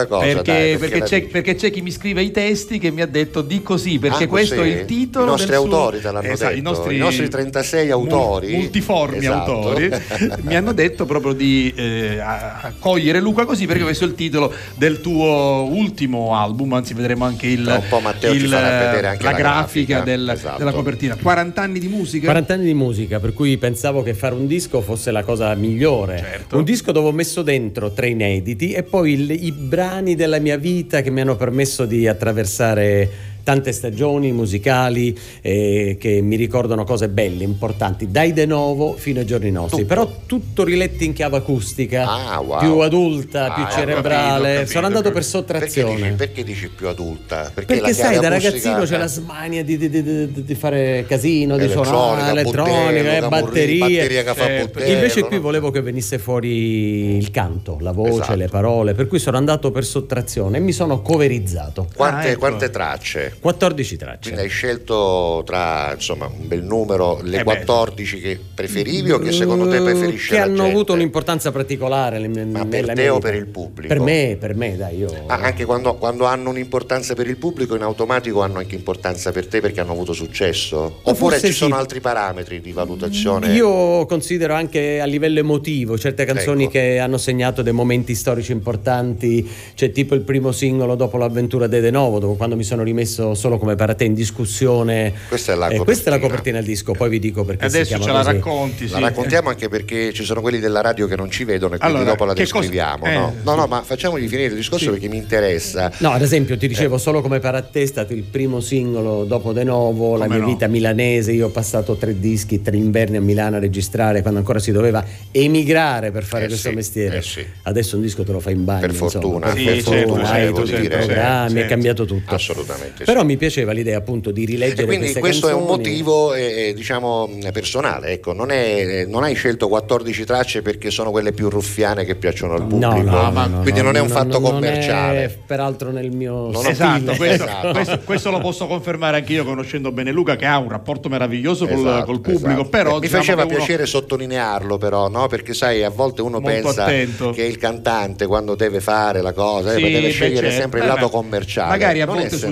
c'è chi mi scrive i testi che mi ha detto di così, perché questo è il titolo. I nostri autori te l'hanno detto. I nostri 36 autori multiformi autori mi hanno detto proprio di accogliere Luca così, perché questo è il titolo del tuo ultimo album, anzi vedremo anche un po' Matteo ci farà vedere anche la grafica della copertina. 40 anni di musica? 40 anni di musica, per cui pensavo che che fare un disco fosse la cosa migliore. Certo. Un disco dove ho messo dentro 3 inediti e poi i brani della mia vita che mi hanno permesso di attraversare tante stagioni musicali che mi ricordano cose belle, importanti, dai De Novo fino ai giorni nostri, però tutto riletto in chiave acustica, più adulta, più cerebrale. Capito. Sono andato per sottrazione. Perché dici più adulta? Perché sai, da ragazzino c'è la smania di fare casino, di suonare elettronica, batterie. Che fa Buttello, invece qui volevo che venisse fuori il canto, la voce, le parole, per cui sono andato per sottrazione e mi sono coverizzato. Quante tracce? 14 tracce. Quindi hai scelto tra, insomma, un bel numero, le 14 che preferivi o che secondo te preferisce che la hanno gente? avuto un'importanza particolare. Ma per te o per il pubblico? Per me, dai, io. Anche quando hanno un'importanza per il pubblico, in automatico hanno anche importanza per te perché hanno avuto successo? Oppure ci sono altri parametri di valutazione? Io considero anche a livello emotivo certe canzoni che hanno segnato dei momenti storici importanti. C'è tipo il primo singolo dopo l'avventura de De Novo, dove quando mi sono rimesso solo come per te in discussione. Questa è la copertina del disco, poi vi dico perché adesso si chiama ce così. la racconti. La raccontiamo anche perché ci sono quelli della radio che non ci vedono e quindi dopo la descriviamo. No, ma facciamogli finire il discorso perché mi interessa. No, ad esempio ti dicevo solo come per te è stato il primo singolo dopo De Novo, la mia vita milanese. Io ho passato 3 dischi, 3 inverni a Milano a registrare quando ancora si doveva emigrare per fare questo mestiere. Adesso un disco te lo fai in bagno, per fortuna, hai tutti i programmi, è cambiato tutto. Assolutamente. Però mi piaceva l'idea appunto di rileggere quindi questo canzoni. È un motivo diciamo personale, ecco, non hai scelto 14 tracce perché sono quelle più ruffiane che piacciono al pubblico, quindi non è un fatto commerciale. Non è peraltro nel mio stile. Esatto, questo lo posso confermare anche io, conoscendo bene Luca, che ha un rapporto meraviglioso col pubblico. Però mi faceva piacere sottolinearlo, però, no? Perché sai, a volte uno pensa che il cantante quando deve fare la cosa deve scegliere sempre il lato commerciale. Magari a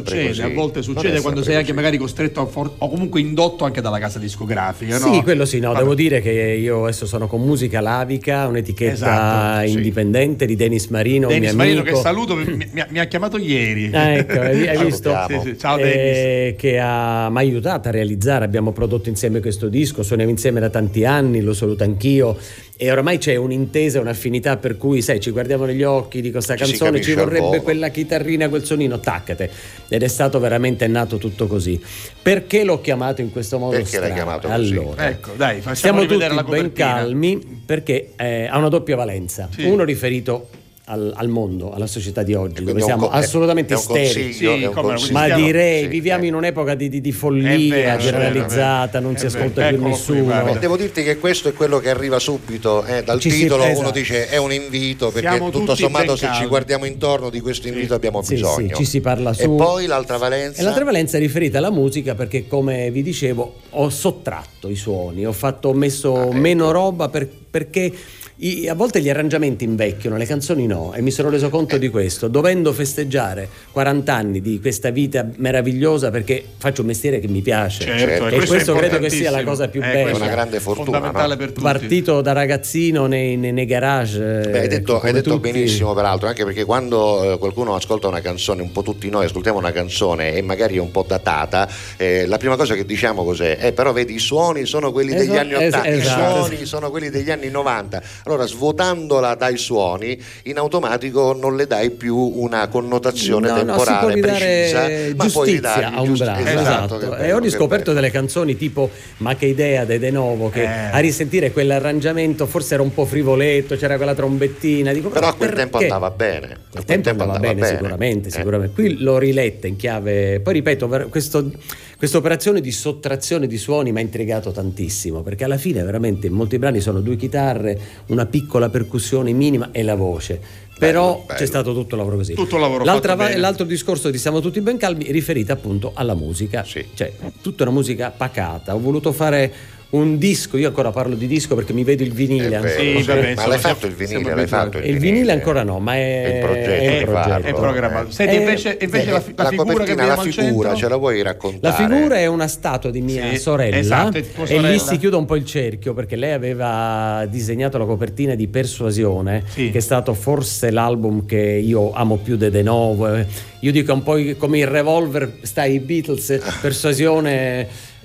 volte succede quando sei anche magari costretto o comunque indotto anche dalla casa discografica, no? Sì, quello sì, no. Devo dire che io adesso sono con Musica Lavica, un'etichetta indipendente di Denis Marino, Denis mio amico. Marino, che saluto, mi ha chiamato ieri. Ecco, hai visto? Sì. Ciao Denis. Che mi ha aiutato a realizzare. Abbiamo prodotto insieme questo disco, suoniamo insieme da tanti anni, lo saluto anch'io. E oramai c'è un'intesa, un'affinità per cui, sai, ci guardiamo negli occhi di questa canzone, ci vorrebbe quella chitarrina, quel suonino, taccate. Ed è stato veramente nato tutto così. Perché l'ho chiamato in questo modo? Perché l'hai chiamato così? Allora, ecco, dai, siamo tutti la ben calmi perché ha una doppia valenza. Uno riferito al mondo, alla società di oggi, dove siamo assolutamente isterici, ma direi viviamo in un'epoca di follia generalizzata, non si ascolta più nessuno. Devo dirti che questo è quello che arriva subito dal titolo, uno dice è un invito, perché siamo tutto sommato se ci guardiamo intorno di questo invito abbiamo bisogno. Ci si parla su. E poi l'altra valenza? E l'altra valenza è riferita alla musica, perché come vi dicevo ho sottratto i suoni, ho messo meno roba perché a volte gli arrangiamenti invecchiano, le canzoni no, e mi sono reso conto di questo, dovendo festeggiare 40 anni di questa vita meravigliosa, perché faccio un mestiere che mi piace, e questo credo che sia la cosa più bella, è una grande fortuna, fondamentale per tutti. Partito da ragazzino nei garage. Hai detto benissimo, peraltro, anche perché quando qualcuno ascolta una canzone, un po' tutti noi ascoltiamo una canzone e magari è un po' datata, la prima cosa che diciamo cos'è? Però vedi, i suoni sono quelli degli anni 80, i suoni sono quelli degli anni 90. Allora, svuotandola dai suoni, in automatico non le dai più una connotazione temporale precisa, ma giustizia a un brano. Esatto. E ho riscoperto delle canzoni tipo Ma che idea de De Novo, che a risentire quell'arrangiamento forse era un po' frivoletto, c'era quella trombettina, dico, però a quel tempo andava bene. A quel tempo andava bene. Sicuramente. Qui l'ho riletta in chiave, poi ripeto, questa operazione di sottrazione di suoni mi ha intrigato tantissimo, perché alla fine veramente in molti brani sono 2 chitarre, una piccola percussione minima e la voce. Però c'è stato tutto il lavoro così. Tutto il lavoro l'altro discorso di Siamo tutti ben calmi riferita appunto alla musica. Cioè, tutta una musica pacata. Ho voluto fare un disco, io ancora parlo di disco perché mi vedo il vinile ma l'hai fatto il vinile? Il vinile ancora no, ma è il progetto, è programmato. Senti, invece la figura che abbiamo al centro, ce la vuoi raccontare? La figura è una statua di mia sorella, e lì si chiude un po' il cerchio, perché lei aveva disegnato la copertina di Persuasione, che è stato forse l'album che io amo più De Novo. Io dico un po' come il Revolver sta ai Beatles, Persuasione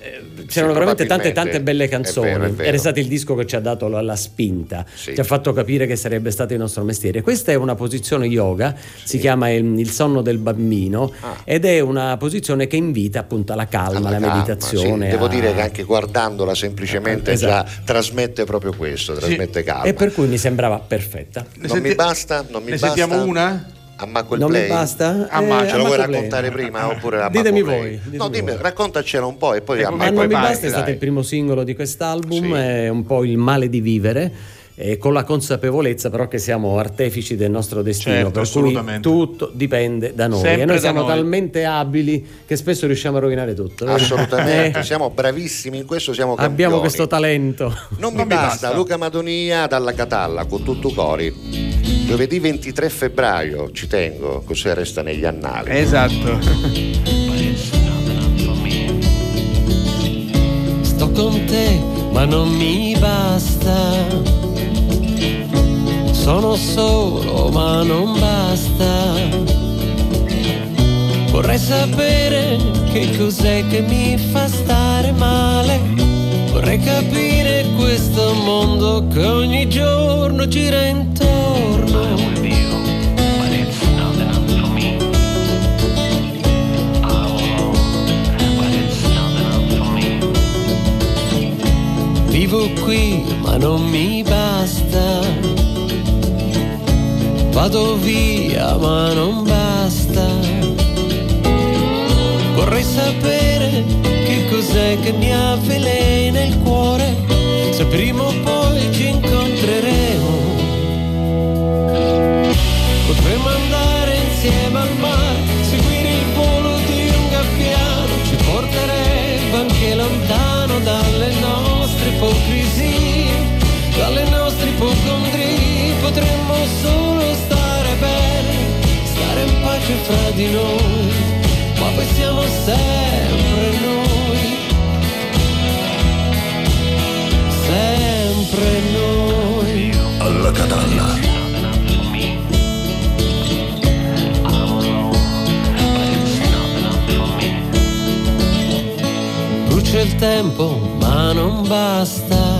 c'erano veramente tante belle canzoni. È vero. Era stato il disco che ci ha dato la spinta, ci ha fatto capire che sarebbe stato il nostro mestiere. Questa è una posizione yoga, si chiama il sonno del bambino, ed è una posizione che invita appunto alla calma, alla meditazione. Devo dire che anche guardandola semplicemente già trasmette proprio questo, trasmette calma. E per cui mi sembrava perfetta. Non mi basta. Sentiamo una? Amma quel non play. Mi basta? Ce lo vuoi raccontare prima oppure la ditemi voi. Raccontacela un po' e poi Ma non mi basta è stato il primo singolo di quest'album, è un po' il male di vivere. Con la consapevolezza però che siamo artefici del nostro destino, per cui tutto dipende da noi. Sempre, e noi siamo talmente abili che spesso riusciamo a rovinare tutto. Assolutamente, siamo bravissimi in questo, siamo campioni. Abbiamo questo talento. Non mi basta. Luca Madonia dalla Catalla con tutto cori. Giovedì 23 febbraio, ci tengo, così resta negli annali. Esatto. Sto con te, ma non mi basta. Sono solo, ma non basta. Vorrei sapere che cos'è che mi fa stare male. Vorrei capire questo mondo che ogni giorno gira intorno. Vivo qui, ma non mi basta. Vado via, ma non basta. Vorrei sapere che cos'è che mi avvelena il cuore, se prima o poi ci incontreremo. Potremmo andare insieme al mare, seguire il volo di un gabbiano, ci porterebbe anche lontano dalle nostre ipocrisie, dalle nostre ipocondrie. Potremmo solo stare bene, stare in pace fra di noi, ma poi siamo sempre noi, sempre noi. Alla Catalla. Brucia il tempo, ma non basta.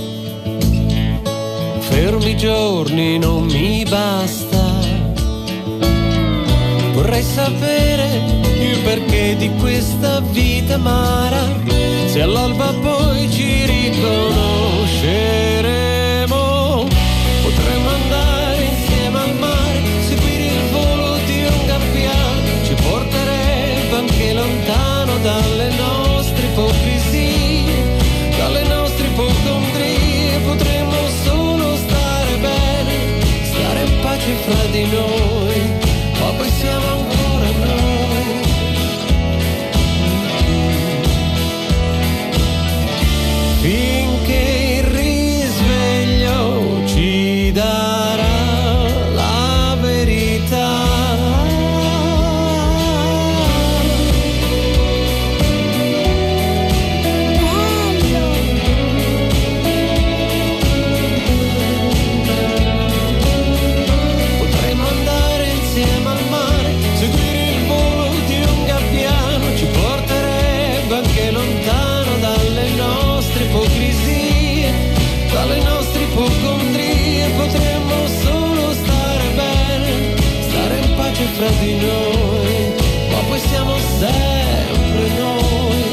Fermi i giorni, non mi basta. Vorrei sapere il perché di questa vita amara, se all'alba poi ci riconosceremo. Potremmo andare insieme al mare, seguire il volo di un gabbiano, ci porterebbe anche lontano dalle nostre ipocrisie, dalle nostre ipocondrie. Potremmo solo stare bene, stare in pace fra di noi, ma poi siamo ancora noi. Finché il risveglio ci darà la verità. Potremmo andare insieme al mare, seguire il volo di un gabbiano, ci porterebbe anche lontano dalle nostre ipocrisie, dalle nostre ipocondrie. Potremmo solo stare bene, stare in pace fra di noi, ma poi siamo sempre noi,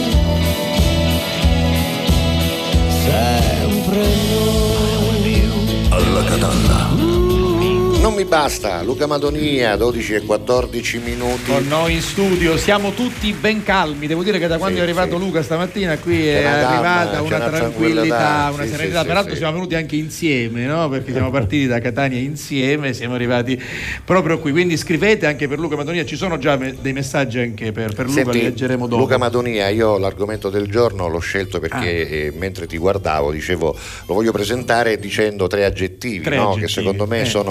sempre noi. Alla Catalla. Non mi basta, Luca Madonia, 12 e 14 minuti. Con noi in studio siamo tutti ben calmi. Devo dire che da quando è arrivato Luca stamattina qui è arrivata una tranquillità, una serenità. Peraltro siamo venuti anche insieme, no? Perché siamo partiti da Catania insieme, siamo arrivati proprio qui. Quindi scrivete anche per Luca Madonia, ci sono già dei messaggi anche per Luca, li leggeremo dopo. Luca Madonia, io l'argomento del giorno l'ho scelto perché mentre ti guardavo dicevo lo voglio presentare dicendo tre aggettivi, che secondo me sono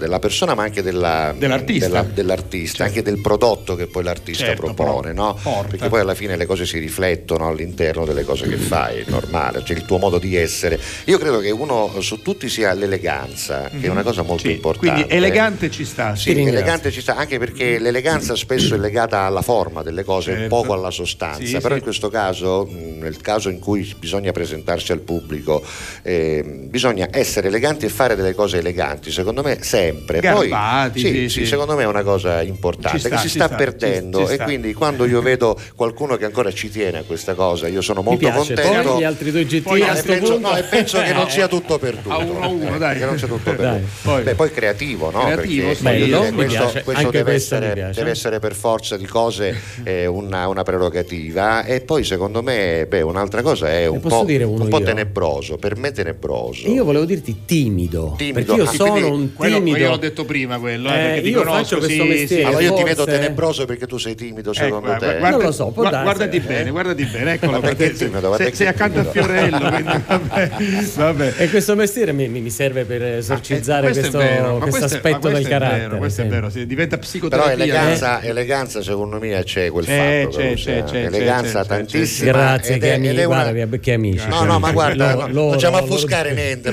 della persona, ma anche dell'artista, anche del prodotto che poi l'artista propone, no? Perché poi alla fine le cose si riflettono all'interno delle cose che fai, è normale, cioè il tuo modo di essere. Io credo che uno su tutti sia l'eleganza, che è una cosa molto importante. Quindi elegante ci sta. Sì, elegante ci sta, anche perché l'eleganza spesso è legata alla forma delle cose, poco alla sostanza, però in questo caso, nel caso in cui bisogna presentarsi al pubblico, bisogna essere eleganti e fare delle cose eleganti, secondo me sempre. Garbati, poi secondo me è una cosa importante che si sta perdendo, e quindi quando io vedo qualcuno che ancora ci tiene a questa cosa, io sono molto contento. Poi gli altri due GT penso che non sia tutto perduto. A uno, dai. Che non sia tutto perduto. Poi creativo, no? Creativo, perché questo deve essere per forza di cose una prerogativa. E poi secondo me un'altra cosa è un po' tenebroso, per me tenebroso. Io volevo dirti timido. Perché io sono un timido. Io l'ho detto prima quello, perché io faccio questo mestiere. Allora io ti vedo tenebroso perché tu sei timido, secondo te? Non lo so, guardati bene, eccola, perché sei accanto a Fiorello, quindi vabbè. E questo mestiere mi serve per esorcizzare questo aspetto del carattere. Questo è vero, diventa psicoterapia. Però eleganza secondo me c'è quel fatto. Eleganza tantissima. Grazie, che amici. No, ma guarda, non ci affoscare niente,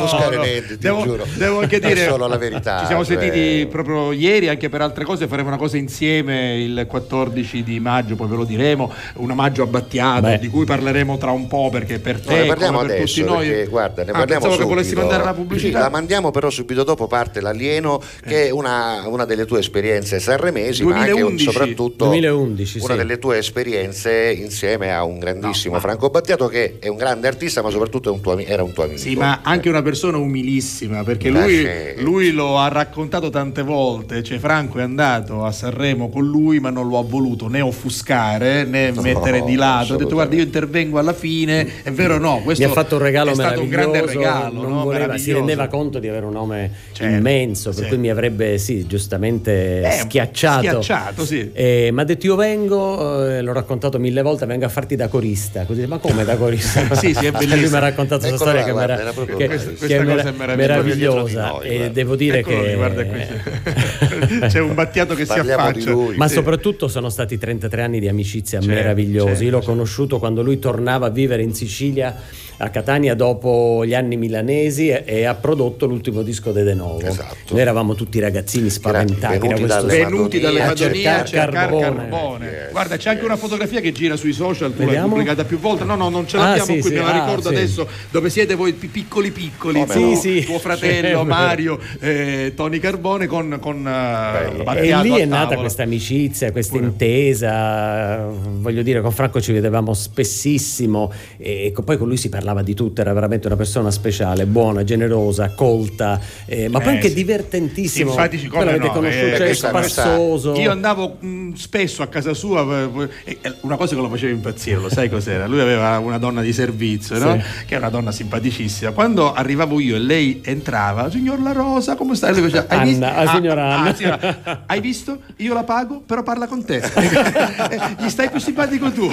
ti giuro. Devo anche dire, solo la verità. Ci siamo sentiti proprio ieri, anche per altre cose faremo una cosa insieme il 14 di maggio, poi ve lo diremo, un omaggio a Battiato, di cui parleremo tra un po', perché per te, ne parliamo come per adesso, tutti noi, perché, guarda, ne parliamo subito. Che volessi mandare la pubblicità. Sì, la mandiamo, però subito dopo parte l'Alieno, che è una delle tue esperienze sanremesi, 2011. ma anche soprattutto 2011, una delle tue esperienze insieme a un grandissimo Franco Battiato, che è un grande artista, ma soprattutto era un tuo amico. Sì, ma anche una persona umilissima, perché lui lo ha raccontato tante volte. Cioè, Franco è andato a Sanremo con lui, ma non lo ha voluto né offuscare né mettere di lato. Ha detto: guarda, io intervengo alla fine. È vero o no? Questo mi ha fatto un regalo è stato un grande regalo. Non voleva, si rendeva conto di avere un nome immenso, per cui mi avrebbe giustamente schiacciato. Sì. Ma ha detto: io vengo, l'ho raccontato 1000 volte, vengo a farti da corista. Così, ma come da corista? sì, è bellissimo. Lui mi ha raccontato questa storia che è meravigliosa, e devo dire che guarda qui c'è un Battiato che si affaccia. Ma soprattutto sono stati 33 anni di amicizia meravigliosi. Io l'ho conosciuto quando lui tornava a vivere in Sicilia, a Catania, dopo gli anni milanesi, e ha prodotto l'ultimo disco de Nuovo. Esatto. Noi eravamo tutti ragazzini spaventati, venuti dalle Madonie a cercare carbone. Guarda, c'è anche una fotografia che gira sui social, tu l'hai pubblicata più volte. No, non ce l'abbiamo qui, me la ricordo adesso, dove siete voi piccoli, tuo fratello Mario, Tony Carbone con Battiato. E lì è nata questa amicizia, questa intesa. Voglio dire, con Franco ci vedevamo spessissimo, e poi con lui si parlava di tutto. Era veramente una persona speciale, buona, generosa, colta, ma poi anche divertentissimo. Infatti, come l'avete conosciuto, spassoso. Io andavo spesso a casa sua, una cosa che lo faceva impazzire, lo sai cos'era? Lui aveva una donna di servizio, no? Che è una donna simpaticissima. Quando arrivavo io e lei entrava: signor La Rosa, come stai? Lui faceva: signora Anna. Hai visto? Io la pago, però parla con te. Gli stai più simpatico tu.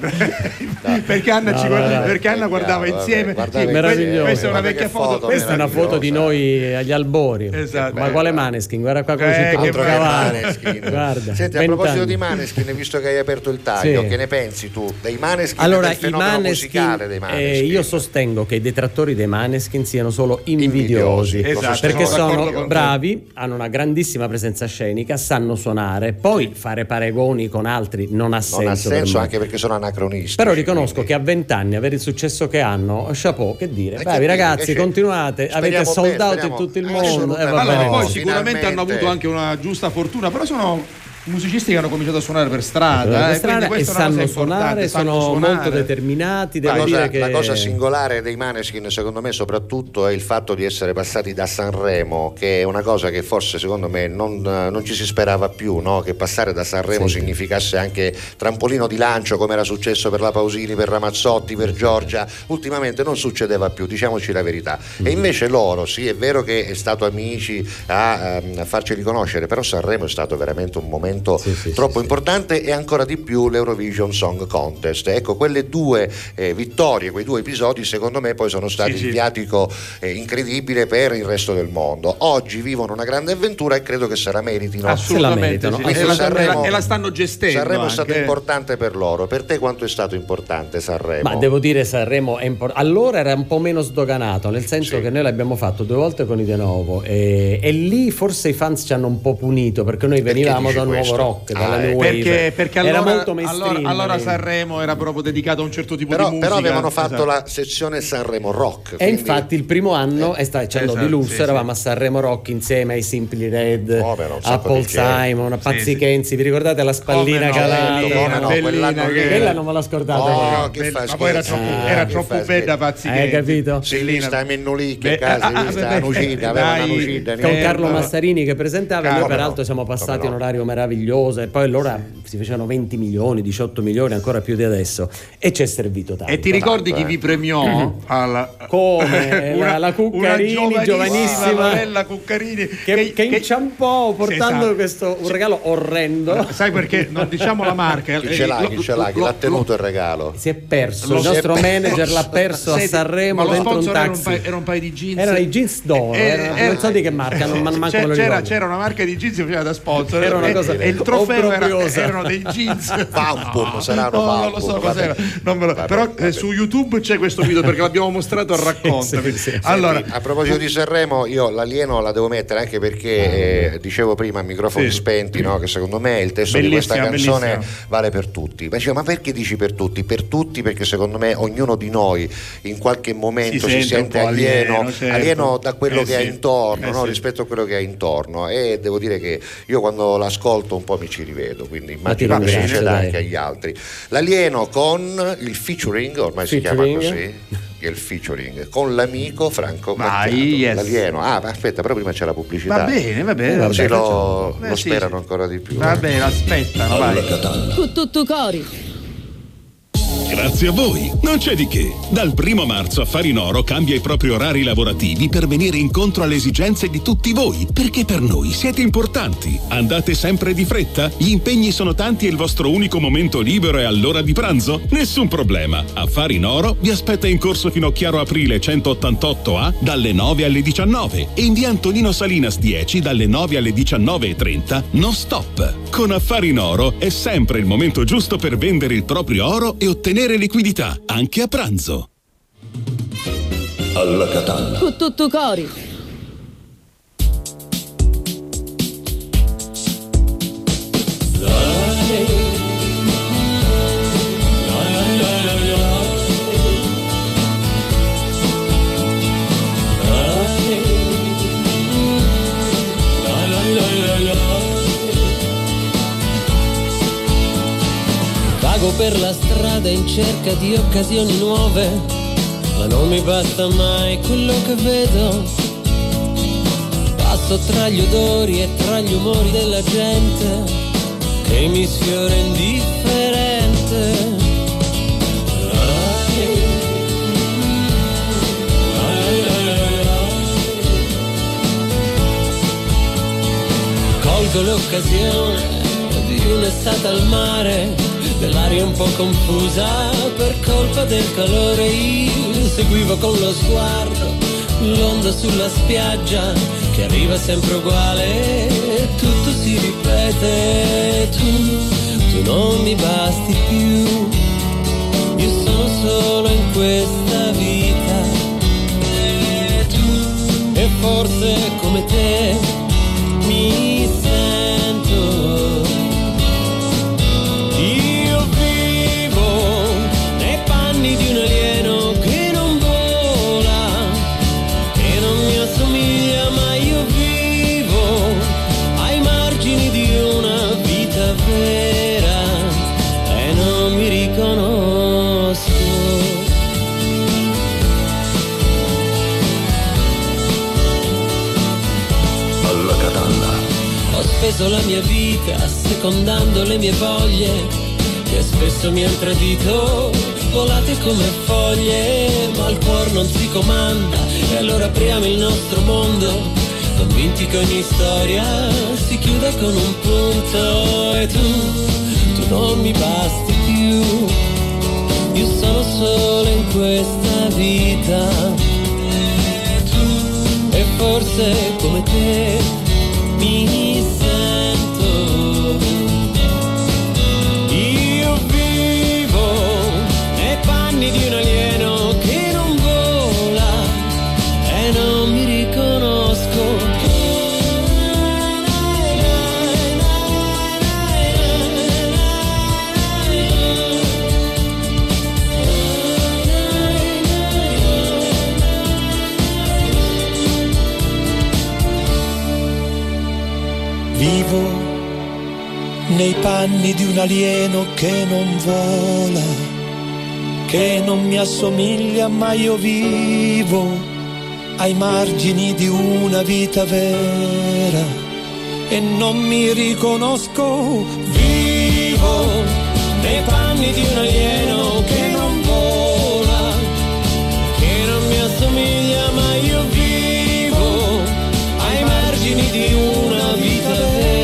Perché Anna guardava insieme. Meraviglioso. Questa è una vecchia foto. Questa è una foto di noi agli albori. Esatto. Ma quale Maneskin? Guarda qua come ci Guarda. Senti, a proposito di Maneskin, visto che hai aperto il taglio, che ne pensi tu dei Maneskin? Allora, del fenomeno musicale dei Maneskin? Io sostengo che i detrattori dei Maneskin siano solo invidiosi. Perché sono bravi, hanno una grandissima presenza scenica, sanno suonare. Poi fare paragoni con altri non ha senso, anche perché sono anacronisti. Però riconosco che a 20 anni avere il successo che hanno, chapeau, che dire, bravi ragazzi, continuate, avete sold out in tutto il mondo. Poi sicuramente hanno avuto anche una giusta fortuna, però sono musicisti che hanno cominciato a suonare per strada, e sanno suonare, sono molto determinati. La cosa singolare dei Maneskin, secondo me, soprattutto è il fatto di essere passati da Sanremo, che è una cosa che forse secondo me non ci si sperava più, no? Che passare da Sanremo significasse anche trampolino di lancio, come era successo per la Pausini, per Ramazzotti, per Giorgia. Ultimamente non succedeva più, diciamoci la verità. E invece loro, sì, è vero che è stato Amici a farceli conoscere, però Sanremo è stato veramente un momento momento troppo importante, e ancora di più l'Eurovision Song Contest. Ecco, quelle due vittorie, quei due episodi, secondo me poi sono stati il viatico incredibile per il resto del mondo. Oggi vivono una grande avventura e credo che se la meritino. Assolutamente, Sanremo, e la stanno gestendo. Sanremo anche. È stato importante per loro. Per te quanto è stato importante Sanremo? Ma devo dire, Sanremo è allora era un po' meno sdoganato, nel senso che noi l'abbiamo fatto 2 volte con i De Novo, e lì forse i fans ci hanno un po' punito, perché noi venivamo da Nuovo Rock, dalla New Wave, perché era allora, molto mainstream. allora Sanremo era proprio dedicato a un certo tipo di musica. Però avevano fatto la sezione Sanremo Rock. E infatti il primo anno ci hanno di lusso, eravamo a Sanremo Rock insieme ai Simply Red, a Paul Simon, a Pazzi Kenzi. Vi ricordate la spallina calata? Quella non me la scordate. Ma poi era troppo bella Pazzi Kenzi. Hai capito? Sì, lì sta Mennolì che casa nucida, aveva una nucida con Carlo Massarini che presentava, e noi peraltro siamo passati un orario meraviglioso, e poi allora si facevano 20 milioni, 18 milioni, ancora più di adesso, e ci è servito tanto. E ti ricordi chi vi premiò? Come la Cuccarini, giovanissima Lorella Cuccarini, che inciampò portando un regalo orrendo. Sai perché? Non diciamo la marca. Chi ce l'ha? Chi l'ha tenuto il regalo? Si è perso, il nostro manager l'ha perso a Sanremo dentro un taxi. Era un paio di jeans. Erano i jeans d'oro, non so di che marca, non manco me lo ricordo. C'era una marca di jeans che faceva da sponsor. Era una cosa, e il trofeo erano dei jeans Vampum, saranno Vampum. Non lo so cos'era. Però su YouTube c'è questo video perché l'abbiamo mostrato a Racconta. Allora, a proposito di Sanremo, io l'alieno la devo mettere anche perché dicevo prima a microfoni spenti, no, che secondo me il testo di questa canzone vale per tutti. Ma perché dici per tutti? Per tutti, perché secondo me ognuno di noi in qualche momento si sente alieno da quello che ha intorno, no? Rispetto a quello che ha intorno, e devo dire che io quando l'ascolto un po' mi ci rivedo, quindi immagino che succeda anche agli altri. L'alieno con il featuring, ormai si chiama così, il featuring con l'amico Franco Battiato, l'alieno. Aspetta, però prima c'è la pubblicità. Va bene. Così lo sperano ancora di più. Va bene, aspettano, vai. Con tutto cori. Grazie a voi, non c'è di che. Dal 1 marzo Affari in Oro cambia i propri orari lavorativi per venire incontro alle esigenze di tutti voi, perché per noi siete importanti. Andate sempre di fretta? Gli impegni sono tanti e il vostro unico momento libero è all'ora di pranzo? Nessun problema. Affari in Oro vi aspetta in corso Finocchiaro Aprile 188A dalle 9 alle 19 e in via Antonino Salinas 10 dalle 9 alle 19:30 non stop. Con Affari in Oro è sempre il momento giusto per vendere il proprio oro e ottenere liquidità anche a pranzo. Alla Catalla. Con tutto cori. Vago per la strada in cerca di occasioni nuove, ma non mi basta mai quello che vedo. Passo tra gli odori e tra gli umori della gente che mi sfiora indifferente. Colgo l'occasione di un'estate al mare, dell'aria un po' confusa per colpa del calore. Io seguivo con lo sguardo l'onda sulla spiaggia che arriva sempre uguale e tutto si ripete. Tu non mi basti più, io sono solo in questa vita, e forse come te mi sento. Di un alieno che non vola, che non mi assomiglia, ma io vivo ai margini di una vita vera e non mi riconosco. Alla Catalla. Ho speso la mia vita assecondando le mie voglie, che spesso mi han tradito. Volate come foglie, ma il cuore non si comanda, e allora apriamo il nostro mondo con Convinti che ogni storia si chiuda con un punto e tu non mi basti più. Io sono solo in questa vita e forse come te mi sento. Io vivo nei panni di un alieno che non vola e non mi riconosco. Vivo nei panni di un alieno che non vola, che non mi assomiglia, ma io vivo ai margini di una vita vera e non mi riconosco. Vivo nei panni di un alieno che non vola, che non mi assomiglia, ma io vivo ai margini di una vita vera.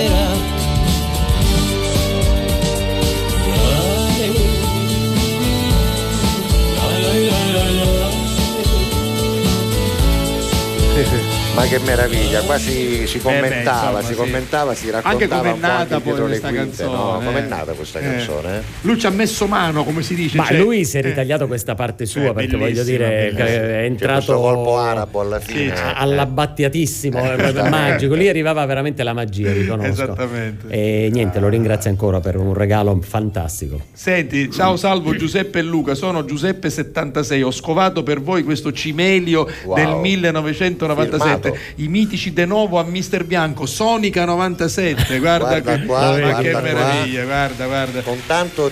Ma che meraviglia, quasi si commentava, si raccontava anche com'è nata poi questa canzone. No? Com'è nata questa canzone? Lui ci ha messo mano, come si dice. Ma lui si è ritagliato questa parte sua, perché voglio dire è entrato colpo arabo alla fine. All'abbattiatissimo, magico. Lì arrivava veramente la magia, riconosco. Esattamente. E niente, lo ringrazio ancora per un regalo fantastico. Senti, ciao Salvo, Giuseppe e Luca, sono Giuseppe 76, ho scovato per voi questo cimelio del 1997. Firmato. I mitici De Novo a Mister Bianco, Sonica 97, guarda che meraviglia, guarda. Con tanto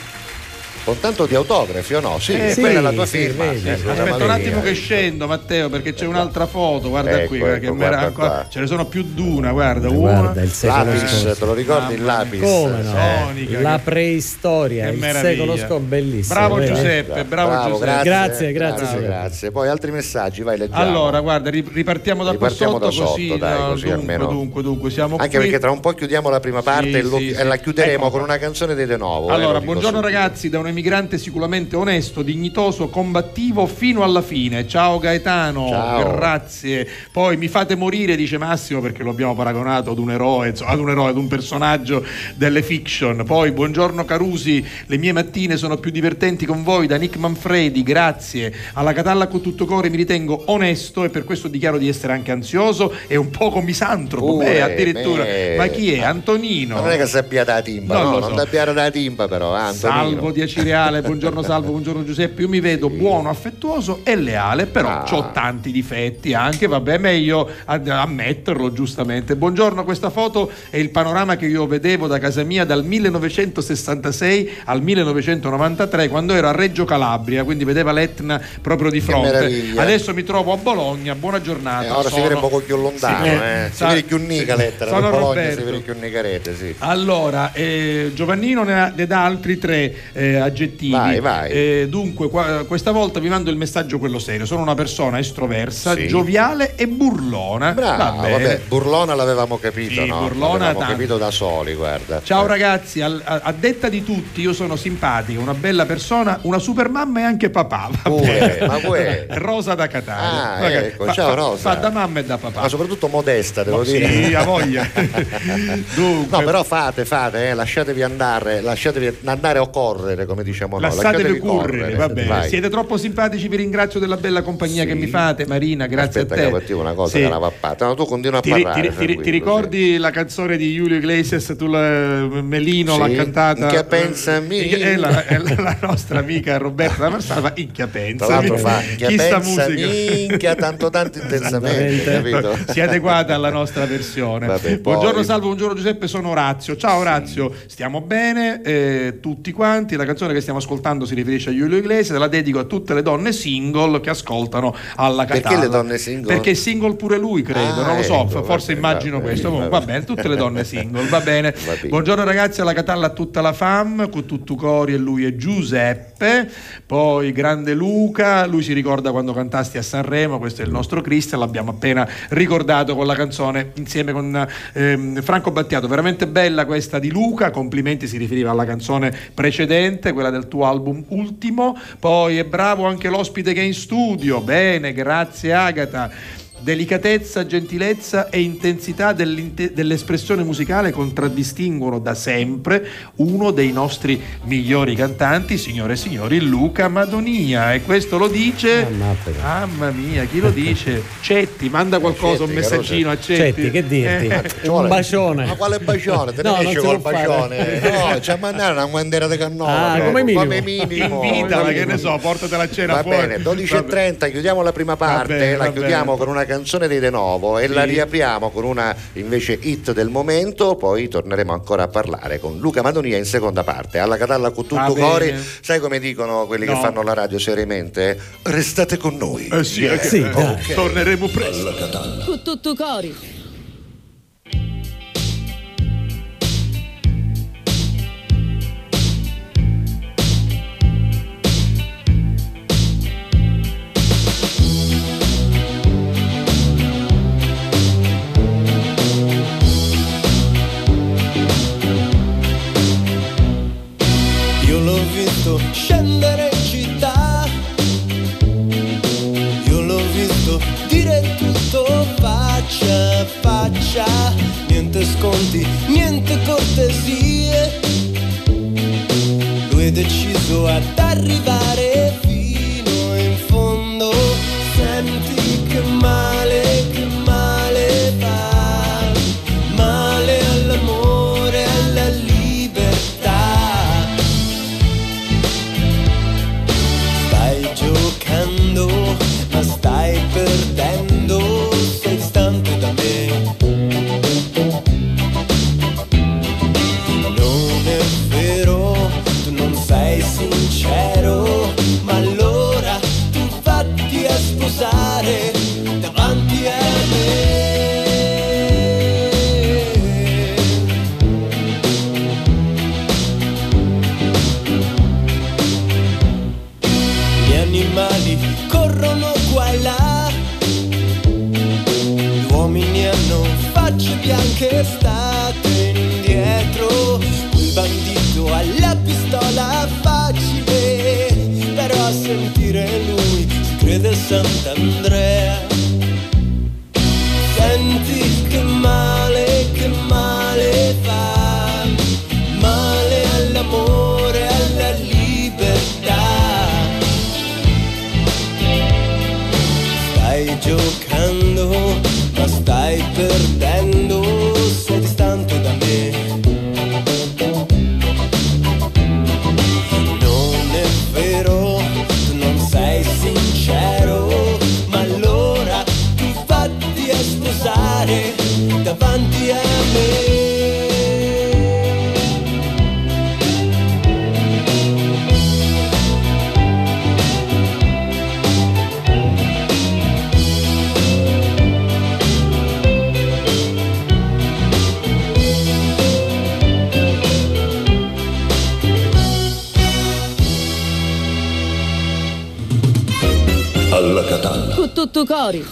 di autografi o no? Sì, quella è la tua firma. Aspetta un attimo che scendo, Matteo, perché c'è un'altra foto, guarda qui, qua. ce ne sono più di una, guarda il secolo Lapis, scorso. te lo ricordi il Lapis? Come no? Sonica, la preistoria, il secolo scorso, bellissimo. Bravo Giuseppe, bravo Giuseppe. Grazie. Poi altri messaggi, vai, leggiamo. Allora, guarda, ripartiamo da qua sotto, così almeno. Dunque siamo anche qui. Perché tra un po' chiudiamo la prima parte e la chiuderemo con una canzone di De Novo. Allora, buongiorno ragazzi, da un emigrante sicuramente onesto, dignitoso, combattivo fino alla fine. Ciao Gaetano, grazie. Poi mi fate morire, dice Massimo, perché lo abbiamo paragonato ad un eroe, ad un personaggio delle fiction. Poi buongiorno Carusi, le mie mattine sono più divertenti con voi, da Nick Manfredi, grazie. Alla Catalla con tutto cuore mi ritengo onesto e per questo dichiaro di essere anche ansioso e un poco misantropo. Addirittura. Ma chi è? Antonino. Ma non è che sappia da timba, non abbiamo da timba però, Antonino. Salvo di Acireale, buongiorno Salvo, buongiorno Giuseppe, io mi vedo buono, affettuoso e leale, però ho tanti difetti anche, vabbè, meglio ammetterlo giustamente. Buongiorno, questa foto è il panorama che io vedevo da casa mia dal 1966 al 1993, quando ero a Reggio Calabria, quindi vedeva l'Etna proprio di fronte. Adesso mi trovo a Bologna, buona giornata. Ora si vede un po' più lontano, si vede più unica lettera, sono Bologna Roberto. si vede più unica rete, sì. Allora, Giovannino ne dà altri 3 aggettivi. Vai. Dunque, questa volta vi mando il messaggio quello serio. Sono una persona estroversa, gioviale e burlona. Bravo, vabbè, burlona l'avevamo capito, no? Burlona l'avevamo capito da soli, guarda. Ciao ragazzi, a detta di tutti io sono simpatica, una bella persona, una super mamma e anche papà. Rosa da Catania. Ecco, ciao Rosa. Fa da mamma e da papà. Ma soprattutto modesta, devo dire. Sì, a voglia. Dunque, no, però fate, lasciatevi andare o correre, come diciamo noi. Lasciatevi correre, va bene. Siete troppo simpatici, vi ringrazio della bella compagnia che mi fate, Marina, grazie a te. Aspetta che una cosa che è una pappata. No, tu continua a parlare. Ti ricordi la canzone di Julio Iglesias, tu Melino l'ha cantata? Che pensa è la nostra amica Roberta da Marsala, Inchia pensa. Tra l'altro fa Inchia pensa minchia tanto intensamente, capito? Si è adeguata alla nostra versione. Vabbè, buongiorno Salvo, buongiorno Giuseppe, sono Orazio. Ciao Orazio, stiamo bene tutti quanti. La canzone canzone che stiamo ascoltando si riferisce a Julio Iglesias, la dedico a tutte le donne single che ascoltano alla Catalla. Perché le donne single? Perché è single pure lui, credo, non lo so, forse immagino questo. Va bene, tutte le donne single, va bene. Buongiorno ragazzi, alla Catalla a tutta la fam, con tutto cori, e lui è Giuseppe. Poi grande Luca, lui si ricorda quando cantasti a Sanremo, questo è il nostro Cristian, l'abbiamo appena ricordato con la canzone insieme con Franco Battiato. Veramente bella questa di Luca, complimenti, si riferiva alla canzone precedente, quella del tuo album ultimo. Poi è bravo anche l'ospite che è in studio, bene, grazie Agata. Delicatezza, gentilezza e intensità dell'espressione musicale contraddistinguono da sempre uno dei nostri migliori cantanti, signore e signori, Luca Madonia. E questo lo dice, mamma mia, chi lo dice? Cetti, manda qualcosa, un messaggino a Cetti. Cetti, che dirti? Un bacione. Ma quale bacione? Te ne esce col bacione? No, c'è a mandare una bandiera di cannone. Come minimo. Invitala, che ne so, portatela a cena fuori. Va bene, 12:30, chiudiamo la prima parte, la chiudiamo con una canzone dei De Novo e la riapriamo con una invece hit del momento, poi torneremo ancora a parlare con Luca Madonia in seconda parte. Alla Catalla con tutto cori, sai come dicono quelli che fanno la radio seriamente? Restate con noi. Sì, okay. Torneremo presto. Con tutto cori. Scendere in città, io l'ho visto dire tutto faccia a faccia, niente sconti, niente cortesie, lui è deciso ad arrivare fino in fondo, senti che male fa, male all'amore, alla libertà. Giocando, ma stai perdendo, sei distante da me. Non è vero, tu non sei sincero, ma allora tu vatti a sposare davanti a me. Animali corrono qua e là, gli uomini hanno facce bianche state indietro, il bandito ha la pistola facile, però a sentire lui si crede Sant'Andrea. Senti che male fa, male all'amore, alla libertà. Stai giocando, ma stai perdendo, sei distante da me. Non è vero, tu non sei sincero, ma allora tu vatti a sposare davanti a me. Alla Catalla. Con tutto cori.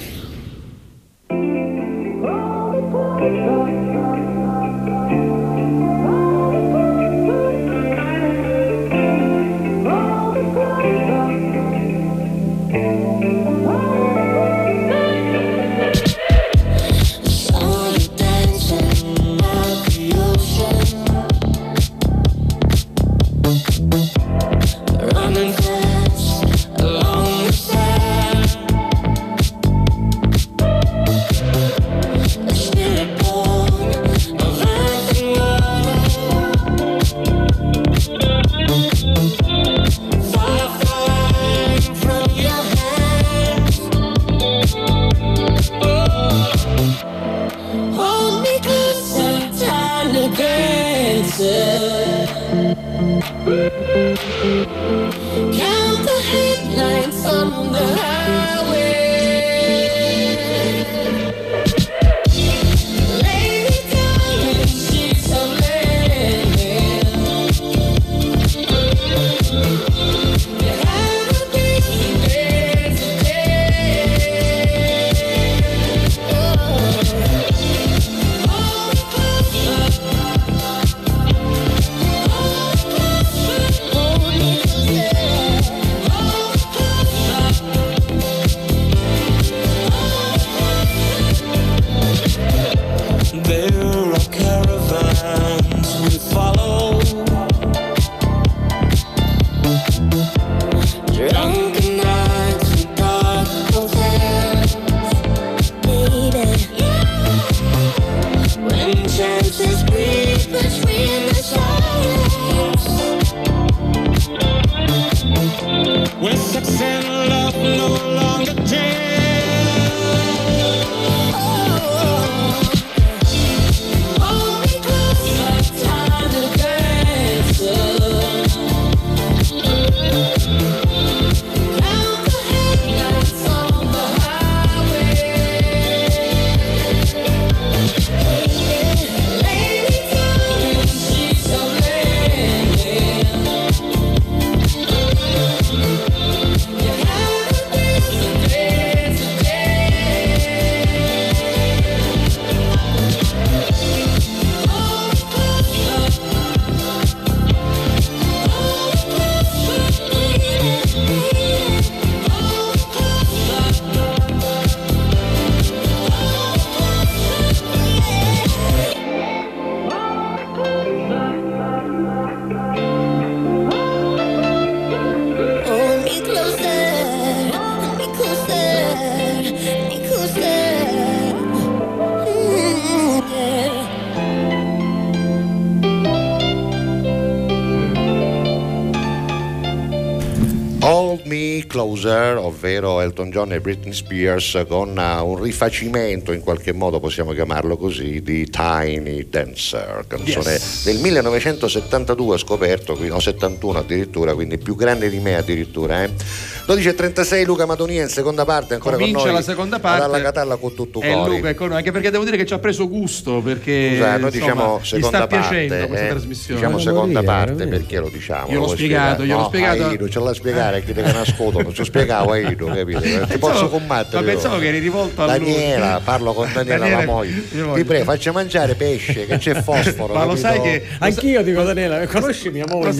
Spirit born. on the highway. Closer, ovvero Elton John e Britney Spears, con un rifacimento, in qualche modo possiamo chiamarlo così, di Tiny Dancer, canzone del 1972, ho scoperto, o 71 addirittura, quindi più grande di me addirittura. 12:36, Luca Madonia in seconda parte, ancora comincia con noi. La seconda parte alla Catalla con tutto cori. Luca, ecco, anche perché devo dire che ci ha preso gusto, perché scusa, noi diciamo seconda sta parte, piacendo questa trasmissione. Diciamo seconda parte perché lo diciamo. Gliel'ho spiegato. Aido, ce l'ha spiegare chi te che nascono, non ci spiegavo Aido, capito? Ti posso combattere. Ma pensavo che eri rivolto a Daniela, parlo con Daniela la moglie. Ti prego, faccia mangiare pesce che c'è fosforo. Ma lo sai che anch'io dico Daniela, conosci mia moglie?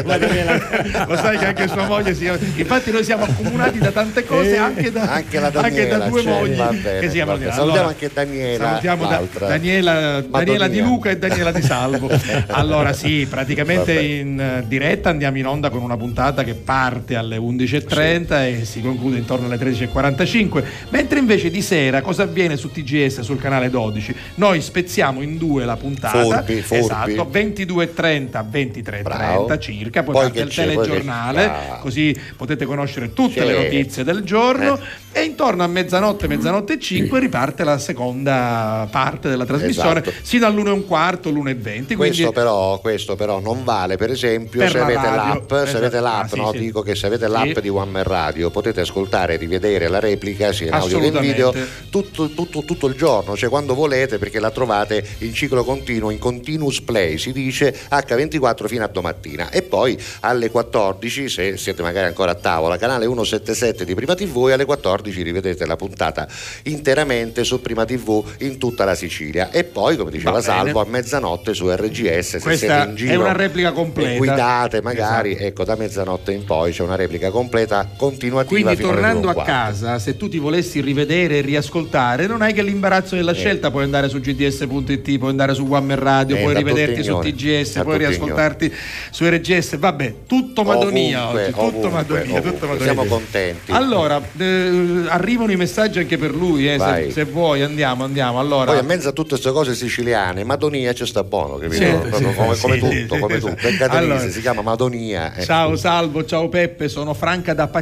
Lo sai che anche sua moglie infatti noi siamo accomunati da tante cose, anche da due mogli che si chiamano. Salutiamo anche Daniela. Salutiamo Daniela di Luca e Daniela di Salvo. Allora sì, praticamente in diretta andiamo in onda con una puntata che parte alle 11:30 e si conclude intorno alle 13:45, mentre invece di sera cosa avviene su TGS, sul canale 12? Noi spezziamo in due la puntata, furbi. Esatto, 22:30 a 23:30 circa, poi parte il telegiornale, così potete conoscere tutte le notizie del giorno e intorno a mezzanotte e 5 riparte la seconda parte della trasmissione, sino all'1:15, l'1:20. Questo però non vale, per esempio, per se avete radio, l'app, se avete l'app, dico che se avete l'app di One Man Radio potete ascoltare e rivedere la replica sia in audio che in video tutto il giorno, cioè quando volete, perché la trovate in ciclo continuo, in continuous play, si dice H24 fino a domattina. E poi alle 14, se siete magari ancora a tavola, canale 177 di Prima TV, e alle 14 rivedete la puntata interamente su Prima TV in tutta la Sicilia. E poi, come diceva Salvo, a mezzanotte su RGS, se siete in giro è una replica completa, guidate magari, ecco, da mezzanotte in poi c'è una replica completa continuativa. Quindi fino tornando a casa, se tu ti volessi rivedere e riascoltare, non hai che l'imbarazzo della scelta, puoi andare su gds.it, puoi andare su One Man Radio, puoi rivederti su TGS, puoi riascoltarti su RGS, vabbè, tutto Madonia oggi, tutto Madonia. Siamo contenti. Allora, arrivano i messaggi anche per lui, se vuoi andiamo. Allora, poi in mezzo a tutte queste cose siciliane, Madonia ci sta buono, capito? Come tutto. Il catanese si chiama Madonia. Ciao Salvo, ciao Peppe, sono Franca da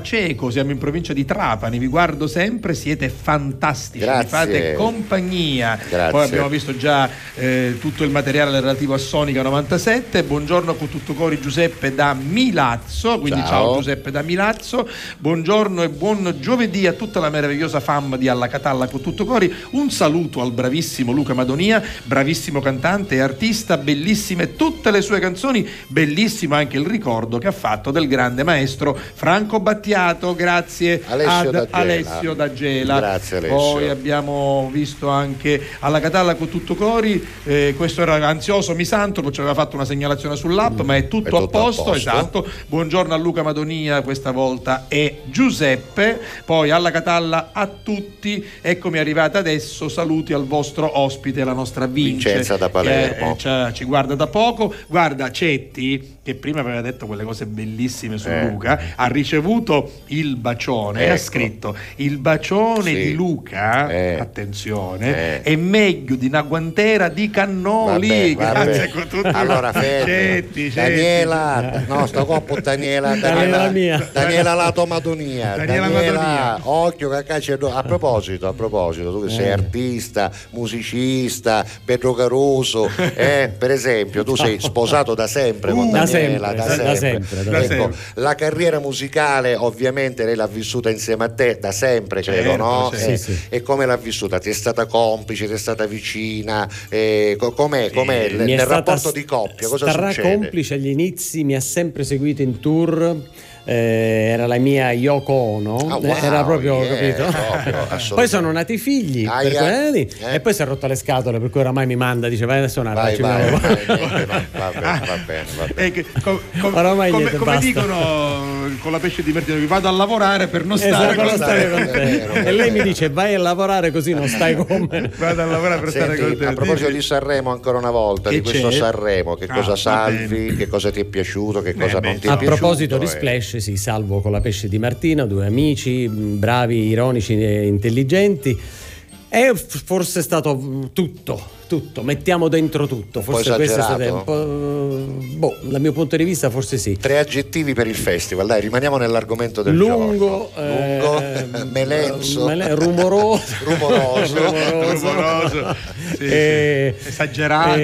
Paceco, siamo in provincia di Trapani, vi guardo sempre, siete fantastici, Grazie. mi fate compagnia. Grazie. Poi abbiamo visto già tutto il materiale relativo a Sonica 97. Buongiorno con tutto cori Giuseppe da Milazzo, quindi ciao Giuseppe da Milazzo, buongiorno e buon giovedì a tutta la meravigliosa fam di Alla Catalla con tutto cori. Un saluto al bravissimo Luca Madonia, bravissimo cantante e artista, bellissime tutte le sue canzoni, bellissimo anche il ricordo che ha fatto del grande maestro Franco Battiato. Grazie Alessio D'Agela. Grazie Alessio. Poi abbiamo visto anche Alla Catalla con tutto cori, questo era ansioso Misantropo, ci aveva fatto una segnalazione sull'app, ma è tutto a posto. Esatto. Buongiorno a Luca Madonia questa volta e Giuseppe. Poi Alla Catalla a tutti, eccomi arrivata adesso, saluti al vostro ospite, la nostra Vincenza da Palermo, ci guarda da poco. Guarda Cetti, che prima aveva detto quelle cose bellissime su Luca, ha ricevuto il bacione, ha scritto il bacione di Luca, attenzione, è meglio di una guantera di cannoli. Grazie con tutto. Allora Cetti. Daniela, no, sto coppo Daniela la tua Madonia. Daniela, occhio che c'è. A proposito, tu che sei artista, musicista, Pedro Caruso, per esempio, tu sei sposato da sempre con Daniela, da sempre. La carriera musicale ovviamente lei l'ha vissuta insieme a te da sempre, credo, no? Sì. E come l'ha vissuta? Ti è stata complice, ti è stata vicina? Com'è nel rapporto di coppia? Cosa succede? Complice agli inizi, mi ha sempre seguito in tour. Era la mia Yoko Ono, era proprio, capito? Poi sono nati i figli e poi si è rotta le scatole, per cui oramai mi manda, dice vai a suonare, va bene. Come dicono con la pesce di Martino, vi vado a lavorare per non stare con te. E lei mi dice vai a lavorare così non stai con me. Vado a lavorare per stare con te. A proposito di Sanremo, ancora una volta, di questo Sanremo, che cosa salvi, che cosa ti è piaciuto, che cosa non ti è piaciuto? A proposito di Splash, sì, salvo con la pesce di Martina, due amici bravi, ironici e intelligenti. E forse è stato tutto, mettiamo dentro tutto. Forse questo è stato un po'. Dal mio punto di vista, forse sì. 3 aggettivi per il festival, dai, rimaniamo nell'argomento del lungo, melenzo, rumoroso. Sì. Esagerato.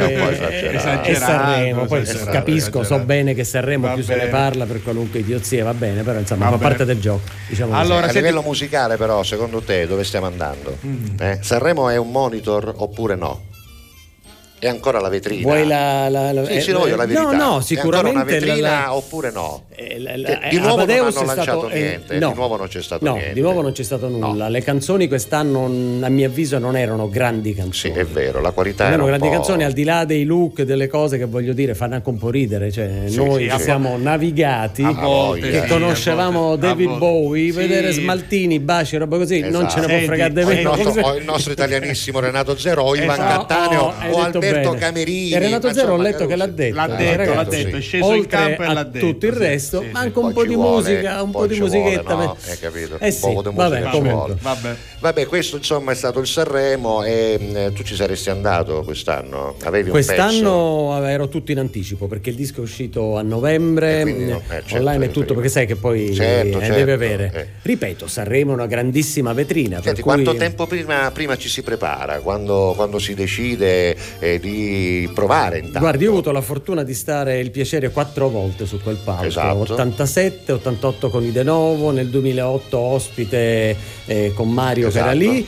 E Sanremo. Poi capisco, so bene che Sanremo più se ne parla per qualunque idiozia, va bene, però insomma fa parte del gioco. Diciamo allora, a livello musicale, però, secondo te dove stiamo andando? Sanremo è un monitor oppure no? È ancora la vetrina? Vuoi sì, voglio la verità. No, sicuramente. È ancora una vetrina oppure no? Di nuovo Amadeus non hanno lanciato niente. No, di nuovo non c'è stato niente. Di nuovo non c'è stato nulla. No. Le canzoni quest'anno, a mio avviso, non erano grandi canzoni. Sì, è vero, la qualità non era un grandi po'... canzoni, al di là dei look, delle cose che voglio dire, fanno anche un po' ridere. Cioè, noi siamo navigati, che conoscevamo David Bowie, vedere Smaltini, baci, roba così, non ce ne può fregare di meno. O il nostro italianissimo Renato Zero, o Ivan Cattaneo, o Alberto Camerini. E Renato Zero ho letto che l'ha detto. L'ha detto, è sceso in campo e l'ha detto. Tutto il resto, ma anche un po' di musica, un po' di musichetta. Hai capito? Un po' di musica ci vuole. Vabbè, questo insomma è stato il Sanremo. E tu ci saresti andato quest'anno? Avevi quest'anno ero tutto in anticipo perché il disco è uscito a novembre, online e tutto, perché sai che poi deve avere. Ripeto, Sanremo è una grandissima vetrina. Senti, quanto tempo prima ci si prepara? Quando si decide di provare intanto? Guardi, io ho avuto la fortuna di stare il piacere 4 volte su quel palco. 87, 88 con i De Novo, nel 2008 ospite con Mario che era lì,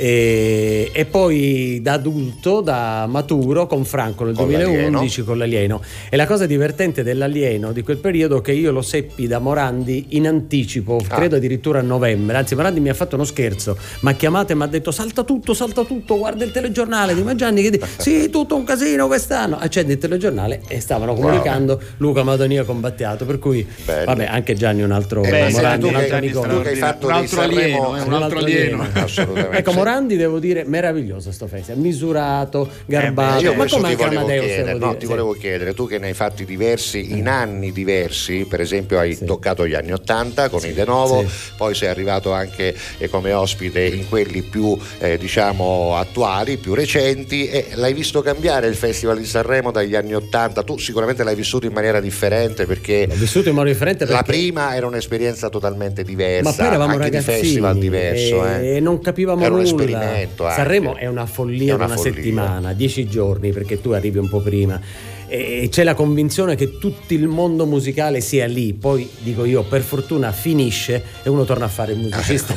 e poi da adulto, da maturo con Franco nel 2011 con l'Alieno. E la cosa divertente dell'Alieno di quel periodo è che io lo seppi da Morandi in anticipo, credo addirittura a novembre. Anzi, Morandi mi ha fatto uno scherzo, mi ha chiamato e mi ha detto salta tutto, guarda il telegiornale di Maggianni che dice sì, tutto un casino quest'anno. Accendi il telegiornale e stavano comunicando Luca Madonia con Battiato, per cui vabbè, anche Gianni un altro Morandi, un altro amico, tu che hai fatto un altro alieno, assolutamente. Ecco, Morandi devo dire meraviglioso sto festival, misurato, garbato, ma come anche Amadeus ti volevo chiedere, tu che ne hai fatti diversi in anni diversi, per esempio hai toccato gli anni 80 con i De Novo, poi sei arrivato anche come ospite in quelli più diciamo attuali, più recenti, e l'hai visto cambiare cambiare il Festival di Sanremo dagli anni '80? Tu sicuramente l'hai vissuto in maniera differente, perché l'ho vissuto in modo differente perché la prima era un'esperienza totalmente diversa, ma poi eravamo anche ragazzini, di festival diverso e non capivamo era nulla. un esperimento anche. Sanremo è una follia, una settimana, 10 giorni, perché tu arrivi un po' prima e c'è la convinzione che tutto il mondo musicale sia lì. Poi dico io, per fortuna finisce e uno torna a fare il musicista.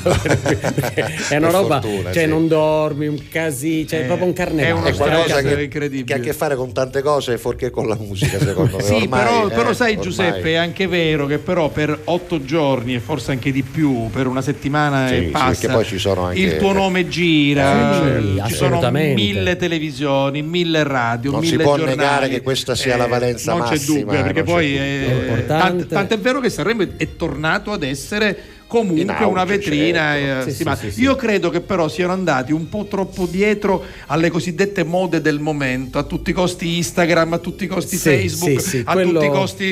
È una roba, fortuna, cioè sì. Non dormi, un casino, cioè è proprio un carnevale. È qualcosa incredibile, che ha a che fare con tante cose fuorché con la musica, secondo me. Sì, ormai, però sai ormai. Giuseppe, è anche vero che però per 8 giorni e forse anche di più, per una settimana sì, e passa, perché poi ci sono anche... il tuo nome gira, certo. ci sono Assolutamente. 1000 televisioni, 1000 radio, non 1000 si può giornali. negare che questa sia la valenza non massima, c'è dubbio, perché poi importante. tant'è vero che Sanremo è tornato ad essere comunque in auge, una vetrina, certo. Sì. Io credo che però siano andati un po' troppo dietro alle cosiddette mode del momento, a tutti i costi Instagram, a tutti i costi Facebook, a tutti i costi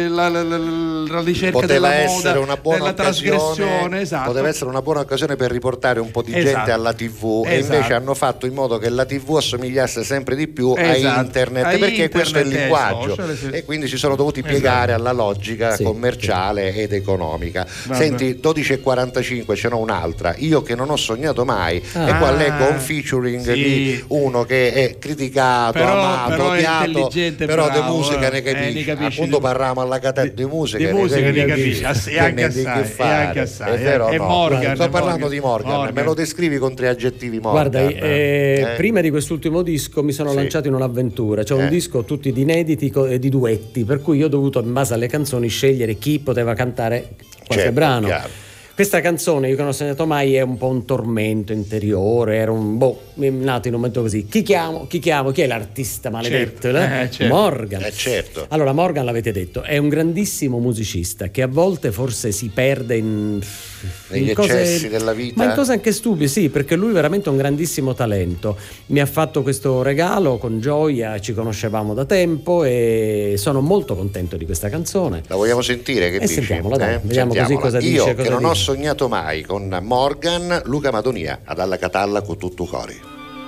la ricerca poteva della essere moda, una buona della trasgressione, esatto. Poteva essere una buona occasione per riportare un po' di gente alla TV, e invece hanno fatto in modo che la TV assomigliasse sempre di più a internet, perché questo è il linguaggio, e quindi si sono dovuti piegare alla logica commerciale ed economica. Senti, 12:45, ce n'ho un'altra, io che non ho sognato mai, e qua leggo un featuring di uno che è criticato, amato, odiato, però di musica ne capisce, appunto parliamo alla catena di musica ne capisce, e anche assai, è vero, è no? Morgan, sto parlando di Morgan, me lo descrivi con 3 aggettivi, Morgan? Guarda, prima di quest'ultimo disco mi sono lanciato in un'avventura, cioè un disco tutti di inediti e di duetti, per cui io ho dovuto in base alle canzoni scegliere chi poteva cantare qualche brano. Chiaro. Questa canzone, io che non ho segnato mai, è un po' un tormento interiore, era è nato in un momento così. Chi chiamo? Chi è l'artista maledetto? Certo. Morgan. Certo. Allora, Morgan, l'avete detto, è un grandissimo musicista che a volte forse si perde negli eccessi della vita, ma in cose anche stupide, sì, perché lui è veramente un grandissimo talento. Mi ha fatto questo regalo con gioia, ci conoscevamo da tempo e sono molto contento di questa canzone. La vogliamo sentire? Che dici? Sentiamola, dai. Vediamo così cosa dice. Io che non ho sognato mai, con Morgan, Luca Madonia ad Alla Catalla con tutto cori.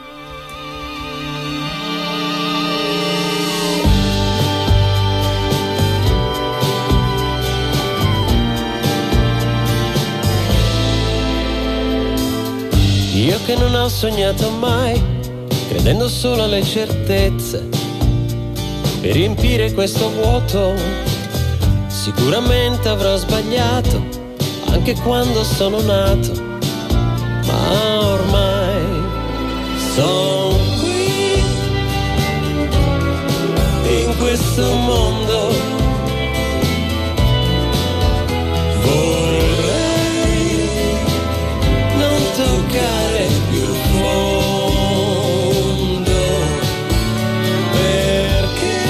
Io che non ho sognato mai, credendo solo alle certezze, per riempire questo vuoto, sicuramente avrò sbagliato, anche quando sono nato, ma ormai sono qui, in questo mondo, vorrei non toccare più il fondo, perché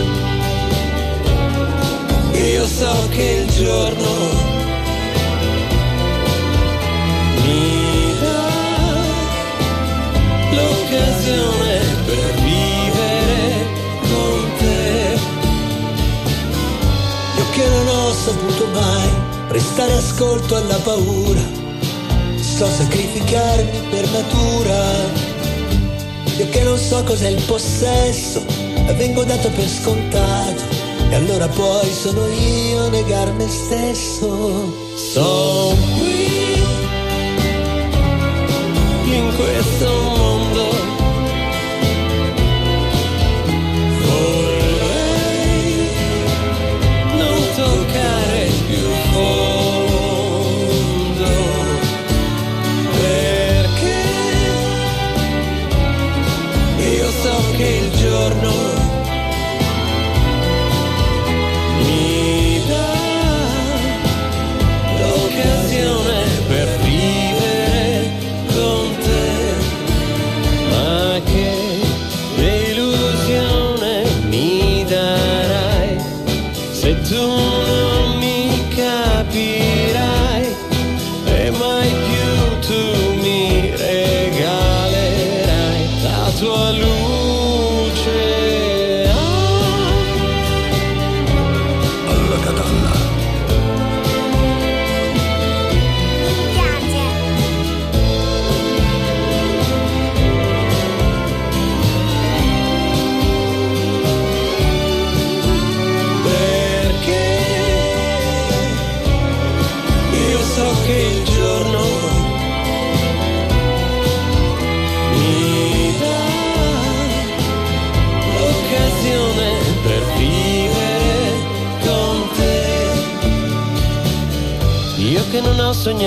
io so che il giorno l'occasione per vivere con te. Io che non ho saputo mai prestare ascolto alla paura, so sacrificarmi per natura. Io che non so cos'è il possesso e vengo dato per scontato, e allora poi sono io a negar me stesso. Sono qui in questo mondo, vorrei non toccare più il fondo, perché io so che il giorno mi dà l'occasione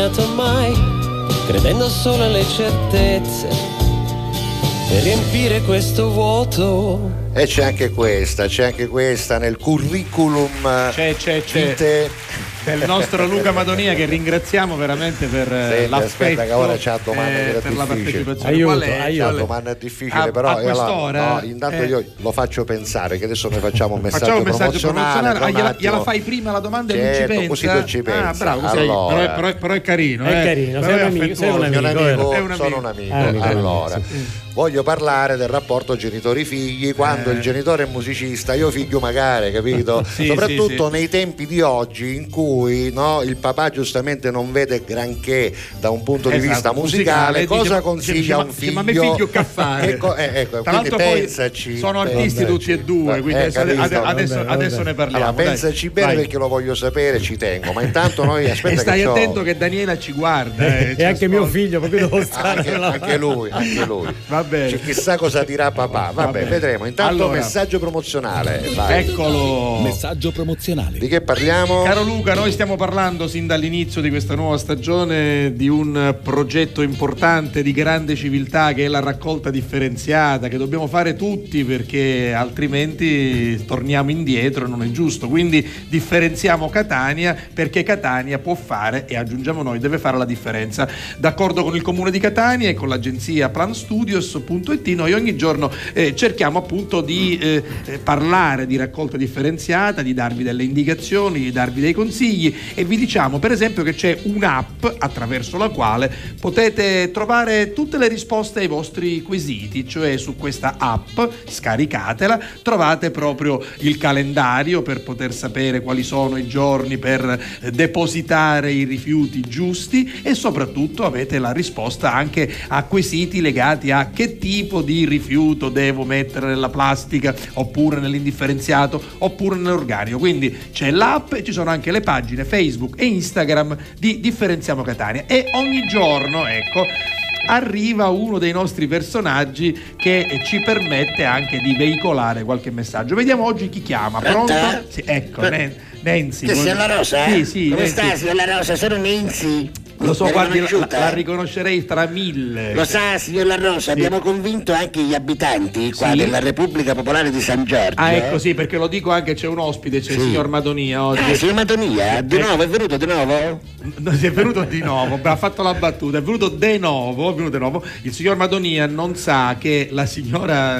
sognato mai, credendo solo alle certezze, per riempire questo vuoto. E c'è anche questa nel curriculum c'è del nostro Luca Madonia, che ringraziamo veramente per l'affetto. Aspetta che ora c'ha domanda per la partecipazione. Aiuto. La domanda è difficile, però a quest'ora, intanto io lo faccio pensare che adesso noi facciamo un messaggio promozionale. Gliela fai prima la domanda e non ci pensa. Così tu ci pensi. Bravo, così allora. però è carino. È carino, sono un amico. Allora, voglio parlare del rapporto genitori-figli. Quando il genitore è musicista, io figlio magari, capito? Soprattutto nei tempi di oggi in cui il papà giustamente non vede granché da un punto di vista musicale, cosa consiglia un figlio? Ma mio figlio che fare? Tra l'altro pensaci, poi sono artisti tutti e due, quindi adesso ne parliamo. Allora, pensaci bene, perché lo voglio sapere, ci tengo. Ma intanto noi aspetta, e stai attento che Daniela ci guarda. E anche mio figlio, proprio devo stare. Anche lui. Va bene. Chissà cosa dirà papà. Vabbè, vedremo. Intanto messaggio promozionale. Vai. Eccolo. Messaggio promozionale. Di che parliamo? Caro Luca, noi stiamo parlando sin dall'inizio di questa nuova stagione di un progetto importante di grande civiltà, che è la raccolta differenziata, che dobbiamo fare tutti, perché altrimenti torniamo indietro e non è giusto. Quindi differenziamo Catania, perché Catania può fare, e aggiungiamo noi, deve fare la differenza. D'accordo con il Comune di Catania e con l'agenzia planstudios.it, noi ogni giorno cerchiamo appunto di parlare di raccolta differenziata, di darvi delle indicazioni, di darvi dei consigli, e vi diciamo per esempio che c'è un'app attraverso la quale potete trovare tutte le risposte ai vostri quesiti. Cioè, su questa app, scaricatela, trovate proprio il calendario per poter sapere quali sono i giorni per depositare i rifiuti giusti, e soprattutto avete la risposta anche a quesiti legati a che tipo di rifiuto devo mettere nella plastica, oppure nell'indifferenziato, oppure nell'organico. Quindi c'è l'app e ci sono anche le pagine Facebook e Instagram di Differenziamo Catania, e ogni giorno arriva uno dei nostri personaggi che ci permette anche di veicolare qualche messaggio. Vediamo oggi chi chiama. Pronto? Sì, ecco, Nancy. Che sei la Rosa? Sì. Come stai, signor La Rosa? Sono Nancy. Lo so, guardi, la riconoscerei tra mille. Lo sa, signor La Rosa, abbiamo convinto anche gli abitanti qua della Repubblica Popolare di San Giorgio. Ecco, sì, perché lo dico anche, c'è un ospite, c'è il signor Madonia oggi. Signor Madonia, di nuovo, è venuto di nuovo? È venuto di nuovo, ha fatto la battuta, è venuto di nuovo. Il signor Madonia non sa che la signorina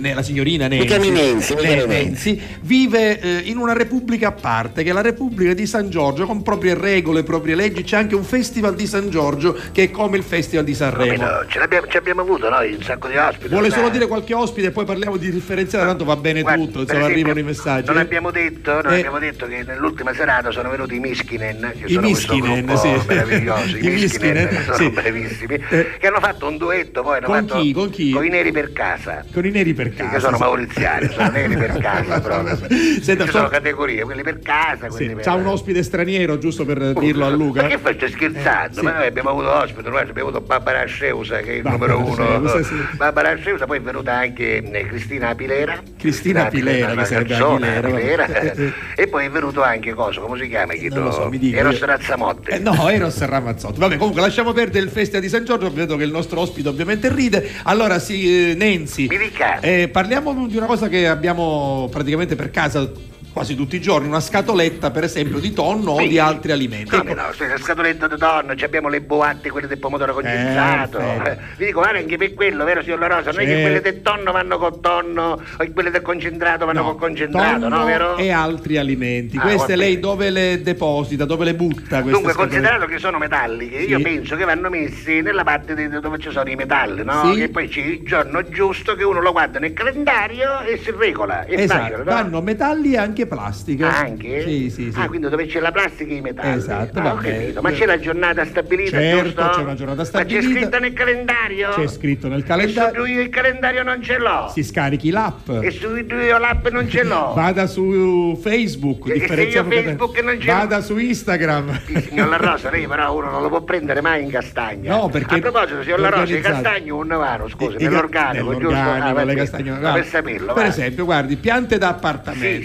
Nancy vive in una repubblica a parte, che è la Repubblica di San Giorgio, con proprie regole, proprie leggi. C'è anche un festival di San Giorgio che è come il Festival di Sanremo. Ci abbiamo avuto noi un sacco di ospiti. Vuole solo dire qualche ospite e poi parliamo di differenziata, tanto va bene tutto, insomma, arrivano i messaggi. Non abbiamo detto che nell'ultima serata sono venuti i Miskinen, che sono meravigliosi, i Miskinen sono brevissimi, che hanno fatto un duetto poi con chi? Con i Neri per Casa. Con i Neri per Casa. Che sono mauriziani, sono neri per casa proprio. Ci sono categorie, quelli per casa, quelli per... C'ha un ospite straniero, giusto per dirlo a Luca. Ma che faccio, scherzando? Ma noi abbiamo avuto ospite, noi abbiamo avuto Barbara Sceusa, che è il numero uno. Barbara Sceusa, poi è venuta anche Cristina Pilera, che sarebbe Pilera. E poi è venuto anche come si chiama? Eros Ramazzotti. No, Eros Ramazzotti. Vabbè, comunque lasciamo perdere il Festival di San Giorgio, vedo che il nostro ospite ovviamente ride. Allora Nancy, parliamo di una cosa che abbiamo praticamente per casa quasi tutti i giorni, una scatoletta per esempio di tonno o di altri alimenti. Come no, la scatoletta di tonno, abbiamo le boatte, quelle del pomodoro condensato. Vi dico, guarda, anche per quello, vero signor La Rosa? Non è che quelle del tonno vanno col tonno o quelle del concentrato vanno col concentrato, no, vero? E altri alimenti. Queste lei dove le deposita, dove le butta? Dunque, considerato che sono metalliche, io penso che vanno messi nella parte dove ci sono i metalli, no? Che poi c'è il giorno giusto che uno lo guarda nel calendario e si regola. Esatto, vanno metalli e anche plastica. Anche? Sì. Quindi dove c'è la plastica e i metalli. Esatto, ho capito. Ma c'è la giornata stabilita, certo, giusto? C'è una giornata stabilita. Ma c'è scritto nel calendario? C'è scritto nel calendario. E io il calendario non ce l'ho. Si scarichi l'app. E io l'app non ce l'ho. Vada su Facebook. E se io Facebook non ce l'ho. Vada su Instagram. Signor La Rosa, lei però uno non lo può prendere mai in castagna. No, perché a proposito, signor La Rosa, i castagni un navaro, scusi, nell'organico, giusto? Le castagne, per saperlo. Per esempio, guardi, piante da appartamento. Sì.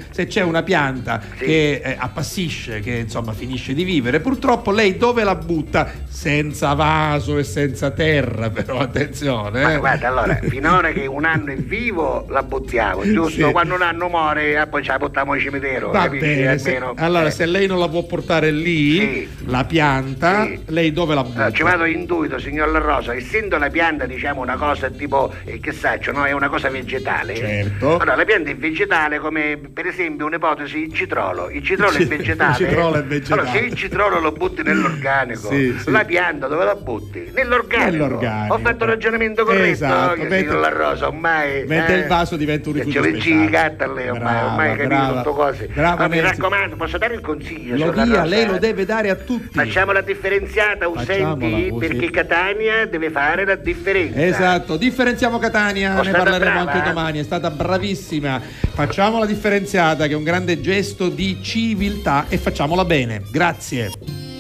se c'è una pianta che appassisce, che insomma finisce di vivere, purtroppo lei dove la butta? Senza vaso e senza terra, però attenzione. Ma guarda, allora, finora che un anno è vivo la buttiamo, giusto? Sì. Quando un anno muore poi ce la portiamo al cimitero. Va capisci? bene, Almeno, allora se lei non la può portare lì, la pianta, lei dove la butta? Ci vado intuito, signor La Rosa, essendo la pianta diciamo una cosa tipo, che saccio, no? È una cosa vegetale. Certo. Allora la pianta è vegetale come per esempio un'ipotesi il citrolo. Il citrolo è vegetale. Il citrolo è vegetale. Allora se il citrolo lo butti nell'organico, la pianta dove la butti? Nell'organico. Ho fatto il ragionamento corretto, esatto, signor La Rosa, ormai mentre il vaso diventa un rifugio speciale. Ormai capito tutto cose. Ma mi raccomando, posso dare il consiglio? Lo dia, lei lo deve dare a tutti. Facciamo la differenziata, usenti, perché Catania deve fare la differenza. Esatto, differenziamo Catania, ne parleremo anche domani, è stata bravissima. Facciamo la differenziata, che è un grande gesto di civiltà, e facciamola bene. Grazie.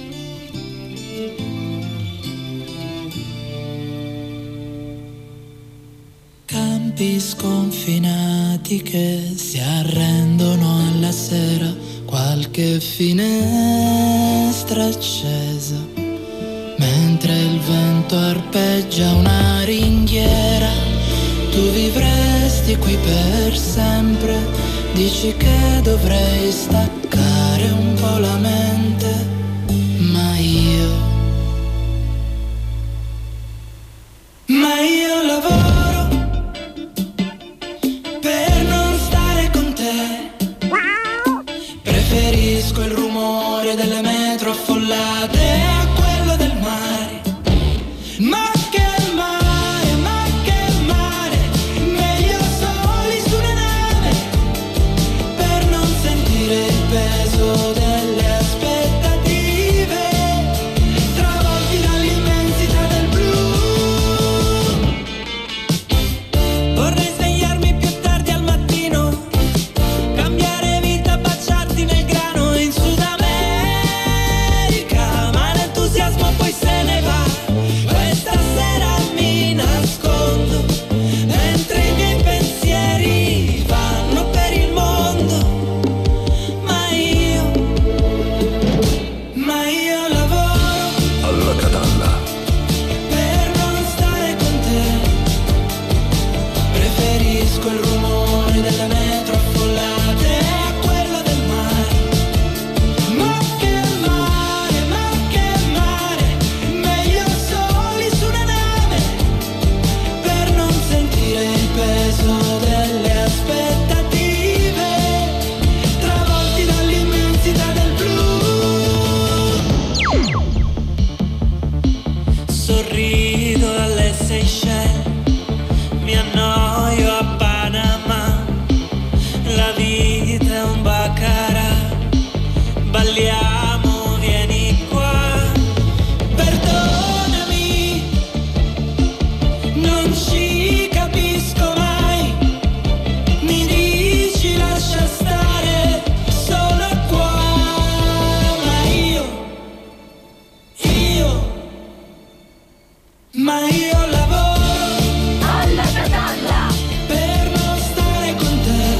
Campi sconfinati che si arrendono alla sera, qualche finestra accesa, mentre il vento arpeggia una ringhiera. Tu vivresti qui per sempre, dici che dovrei staccare un po' la mente, ma io lavoro per non stare con te. Preferisco il rumore delle metro affollate a quello del mare. Ma che mare, meglio soli su una nave, per non sentire il peso delle aspettative, travolti dall'immensità del blu. Vorrei svegliarmi più tardi al mattino, cambiare vita, baciarti nel grano in Sud America, ma l'entusiasmo poi se ne va. Questa sera mi nascondo, mentre i miei pensieri vanno per il mondo, ma io lavoro alla Catalla. per non stare con te. Preferisco il rumore delle metro affollate a quello del mare. Ma che mare, meglio soli su una nave, per non sentire il peso delle aspettative, travolti dall'immensità del blu. Sorrido alle Seychelles, mi annoio a Panama, la vita è un baccarat, balliamo, vieni qua, perdonami, non ci capisco mai, mi dici lascia stare, sono qua, ma io lavoro alla Catalla per non stare con te.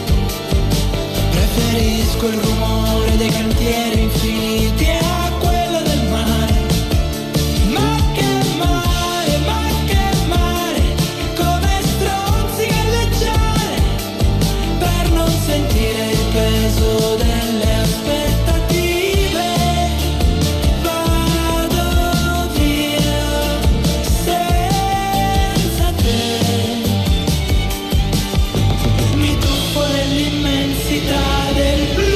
Preferisco il rumore dei cantieri infiniti a quello del mare. Ma che mare, come stronzi galleggiare, per non sentire il peso delle aspettative. Vado via senza te, mi tuffo nell'immensità del blu.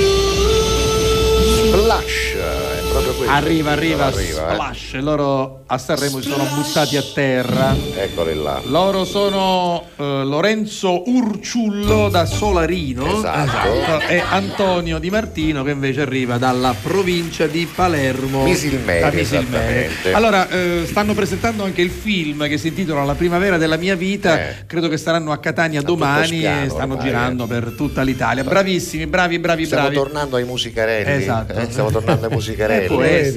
Splash, è proprio questo. Arriva Splash, loro a Sanremo si sono buttati a terra. Eccoli là. Loro sono Lorenzo Urciullo da Solarino, Esatto. e Antonio Di Martino, che invece arriva dalla provincia di Palermo. Misilmeri, esattamente. Allora, stanno presentando anche il film che si intitola La primavera della mia vita. Credo che saranno a Catania domani spiano, e stanno ormai, girando per tutta l'Italia. Bravissimi, bravi. Stiamo tornando ai musicarelli. Esatto. Stiamo tornando ai musicarelli. Può essere.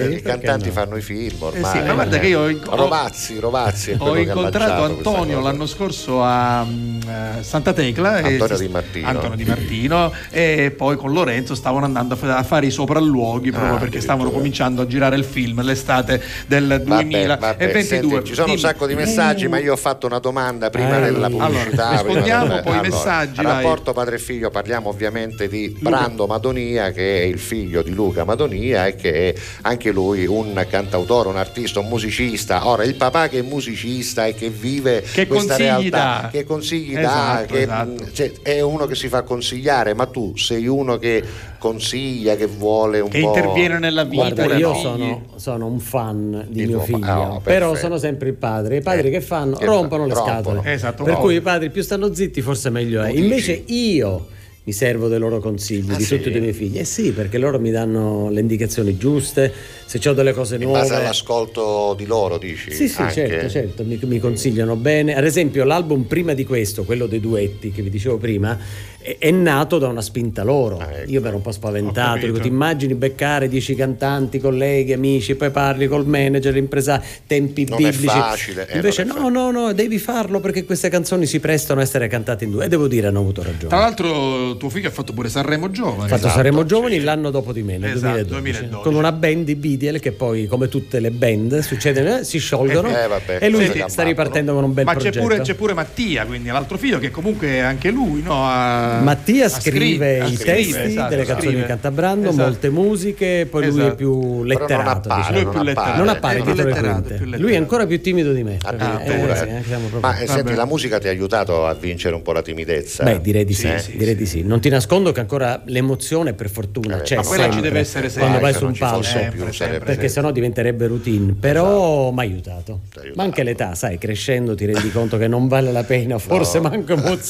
i cantanti fanno i film ormai. Ma guarda che io Rovazzi ho incontrato Antonio l'anno scorso a Santa Tecla, Antonio Di Martino, e poi con Lorenzo stavano andando a fare i sopralluoghi proprio perché stavano cominciando a girare il film l'estate del 2022. Senti, ci sono un sacco di messaggi, ma io ho fatto una domanda prima della pubblicità. Rispondiamo poi i messaggi. Rapporto padre e figlio, parliamo ovviamente di Brando Madonia, che è il figlio di Luca Madonia e che è anche lui un cantautore, un artista, un musicista. Ora il papà che è musicista e che vive questa realtà, che consigli dà, cioè, è uno che si fa consigliare, ma tu sei uno che consiglia, che vuole un po', interviene nella vita. Guarda, io sono un fan di mio figlio, però sono sempre il padre. I padri che fanno? Rompono le scatole. Per cui i padri più stanno zitti forse meglio è. Invece io mi servo dei loro consigli, di tutti i miei figli. Sì, perché loro mi danno le indicazioni giuste, se ho delle cose nuove. In base all'ascolto di loro, dici? Sì, certo, mi consigliano bene. Ad esempio l'album prima di questo, quello dei duetti che vi dicevo prima, è nato da una spinta loro. Io mi ero un po' spaventato, dico, ti immagini beccare 10 cantanti, colleghi, amici, poi parli col manager, impresari, tempi non biblici. Non è facile. Invece no, devi farlo perché queste canzoni si prestano a essere cantate in due, e devo dire hanno avuto ragione. Tra l'altro tuo figlio ha fatto pure Sanremo Giovani. Ha fatto Sanremo Giovani l'anno dopo di me, nel 2012, con una band di Bidiel che poi, come tutte le band, succede, si sciolgono e lui sta ripartendo con un bel progetto. Ma c'è pure Mattia, quindi l'altro figlio, che comunque anche lui Mattia scrive i testi delle canzoni di Cantabrando, molte musiche, poi lui è più letterato, non appare dietro le quinte. Lui è ancora più timido di me. Ma senti, la musica ti ha aiutato a vincere un po' la timidezza? Beh, direi di sì. Non ti nascondo che ancora l'emozione, per fortuna, c'è, ma quella ci deve essere quando vai su un palco, perché sennò diventerebbe routine. Però mi ha aiutato. Ma anche l'età, sai, crescendo ti rendi conto che non vale la pena, forse manco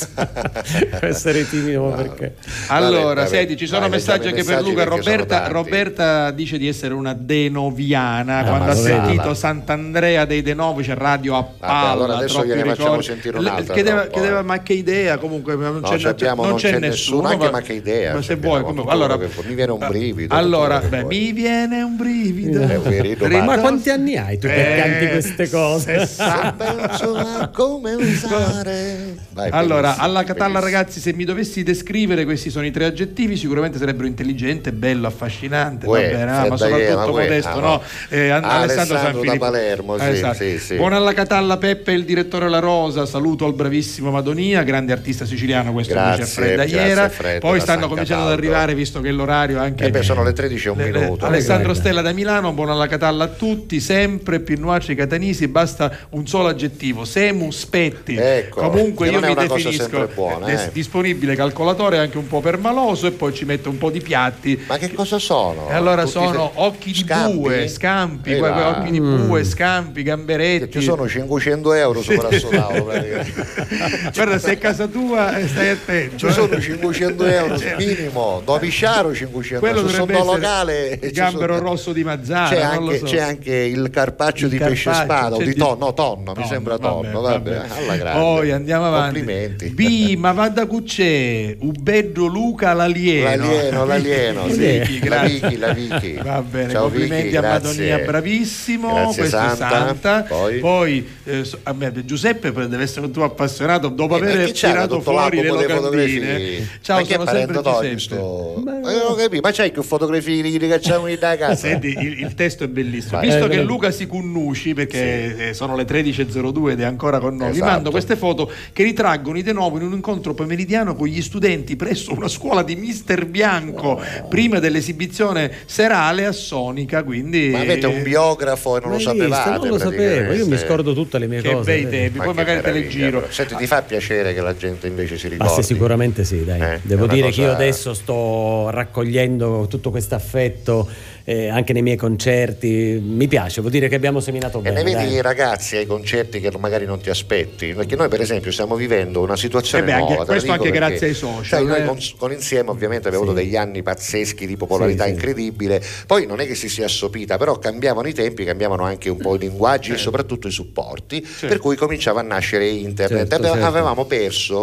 essere timido. Perché? Allora, senti, ci sono messaggi anche per Luca. Roberta dice di essere una denoviana quando ha sentito Sant'Andrea dei Denovi, c'è radio a palla. Allora adesso gliene facciamo sentire un'altra. Chiedeva ma che idea, comunque non c'è nessuno, anche ma che idea, ma se vuoi allora mi viene un brivido. Allora mi viene un brivido. Ma quanti anni hai tu che canti queste cose? Penso a come usare. Allora, alla Catalla, ragazzi, se mi dovessi descrivere, questi sono i 3 aggettivi, sicuramente sarebbero intelligente, bello, affascinante, ma soprattutto modesto, no? Alessandro Sanfilippo da Palermo, sì. Buon alla Catalla Peppe, il direttore La Rosa, saluto al bravissimo Madonia, grande artista siciliano, questo dice Fredda Iera. Poi stanno cominciando ad arrivare, visto che l'orario anche sono le 13 e un minuto. Alessandro Stella da Milano, buon alla Catalla a tutti, sempre Pinnuacci Catanisi, basta un solo aggettivo, Semu Spetti. Comunque io mi definisco disponibile, calcolatore anche un po' permaloso, e poi ci metto un po' di piatti. Ma che cosa sono? E allora sono occhi di bue, scampi, occhi di bue, scampi, gamberetti. Ci sono 500 euro sopra il suo tavolo. Guarda, se è casa tua stai attento. Ci sono 500 euro minimo, Dovisciaro 500 euro, sono locale. Il gambero rosso di Mazzara, c'è anche il carpaccio di pesce spada o di tonno, mi sembra tonno. Vabbè. Alla grande. Poi andiamo avanti. Complimenti. Ma va da cuccè Ubeddo Luca l'alieno. Sì. La Vicky. Va bene, ciao, complimenti Vicky, a Madonia, bravissimo. Grazie, questo Santa. Poi Giuseppe deve essere un tuo appassionato, dopo aver tirato fuori le locandine. Ciao, sono sempre Giuseppe. Non capito, ma c'hai che fotografie che cacciamo da casa? Senti, il testo è bellissimo. Visto che Luca si cunnuci, perché sono le 13.02 ed è ancora con noi, vi mando queste foto che ritraggono i De Novo in un incontro pomeridiano con gli studenti presso una scuola di Mister Bianco, prima dell'esibizione serale a Sonica. Quindi ma avete un biografo e non lo sapevate? Non lo sapevo, io mi scordo tutte le mie cose. Che bei tempi, poi magari te le giro. Senti, ti fa piacere che la gente invece si ricordi? Ma sicuramente sì, dai. Devo dire che io adesso sto raccogliendo tutto questo affetto anche nei miei concerti, mi piace, vuol dire che abbiamo seminato bene. E ne vedi i ragazzi ai concerti che magari non ti aspetti, perché noi per esempio stiamo vivendo una situazione nuova. Questo anche grazie ai social. Noi con Insieme ovviamente abbiamo avuto degli anni pazzeschi di popolarità incredibile, poi non è che si sia assopita, però cambiavano i tempi, cambiavano anche un po' i linguaggi e soprattutto i supporti, per cui cominciava a nascere internet. Avevamo perso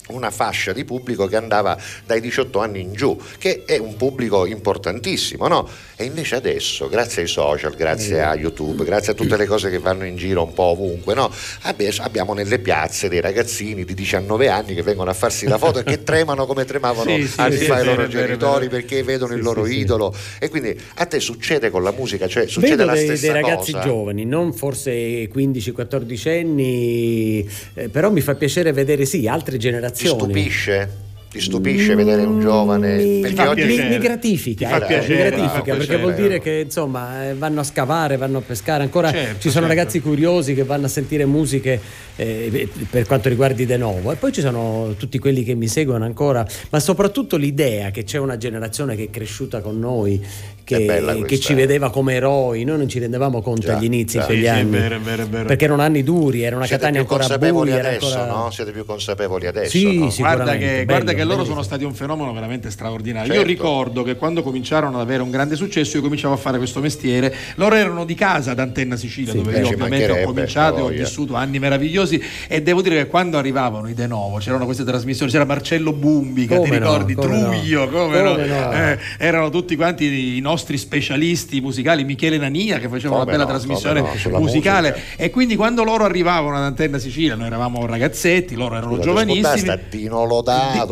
una fascia di pubblico che andava dai 18 anni in giù, che è un pubblico importantissimo, no? E invece adesso, grazie ai social, grazie a YouTube, grazie a tutte le cose che vanno in giro un po' ovunque, no? abbiamo nelle piazze dei ragazzini di 19 anni che vengono a farsi la foto e che tremano come tremavano anni fa i loro genitori, perché vedono il loro idolo. E quindi a te succede con la musica, cioè succede vedo la stessa dei ragazzi cosa? giovani, non forse 15-14 anni, però mi fa piacere vedere altre generazioni. Ti stupisce vedere un giovane? Perché oggi mi gratifica, perché vuol dire che insomma vanno a scavare, vanno a pescare ancora. Ci sono ragazzi curiosi che vanno a sentire musiche per quanto riguarda De Novo, e poi ci sono tutti quelli che mi seguono ancora, ma soprattutto l'idea che c'è una generazione che è cresciuta con noi, che ci vedeva come eroi. Noi non ci rendevamo conto agli inizi in quegli anni, è vero. Perché erano anni duri, era una Catania ancora buia. Adesso, no? Siete più consapevoli adesso? Sì, no? Guarda che loro sono stati un fenomeno veramente straordinario. Io ricordo che quando cominciarono ad avere un grande successo, io cominciavo a fare questo mestiere. Loro erano di casa ad Antenna Sicilia, dove io ovviamente ho cominciato e ho vissuto anni meravigliosi, e devo dire che quando arrivavano i De Novo c'erano queste trasmissioni, c'era Marcello Bumbica, ti ricordi? Truglio, erano tutti quanti i nostri specialisti musicali, Michele Nania che faceva una bella trasmissione musicale musica. E quindi quando loro arrivavano ad Antenna Sicilia, noi eravamo ragazzetti, loro erano giovanissimi. Dino Lodato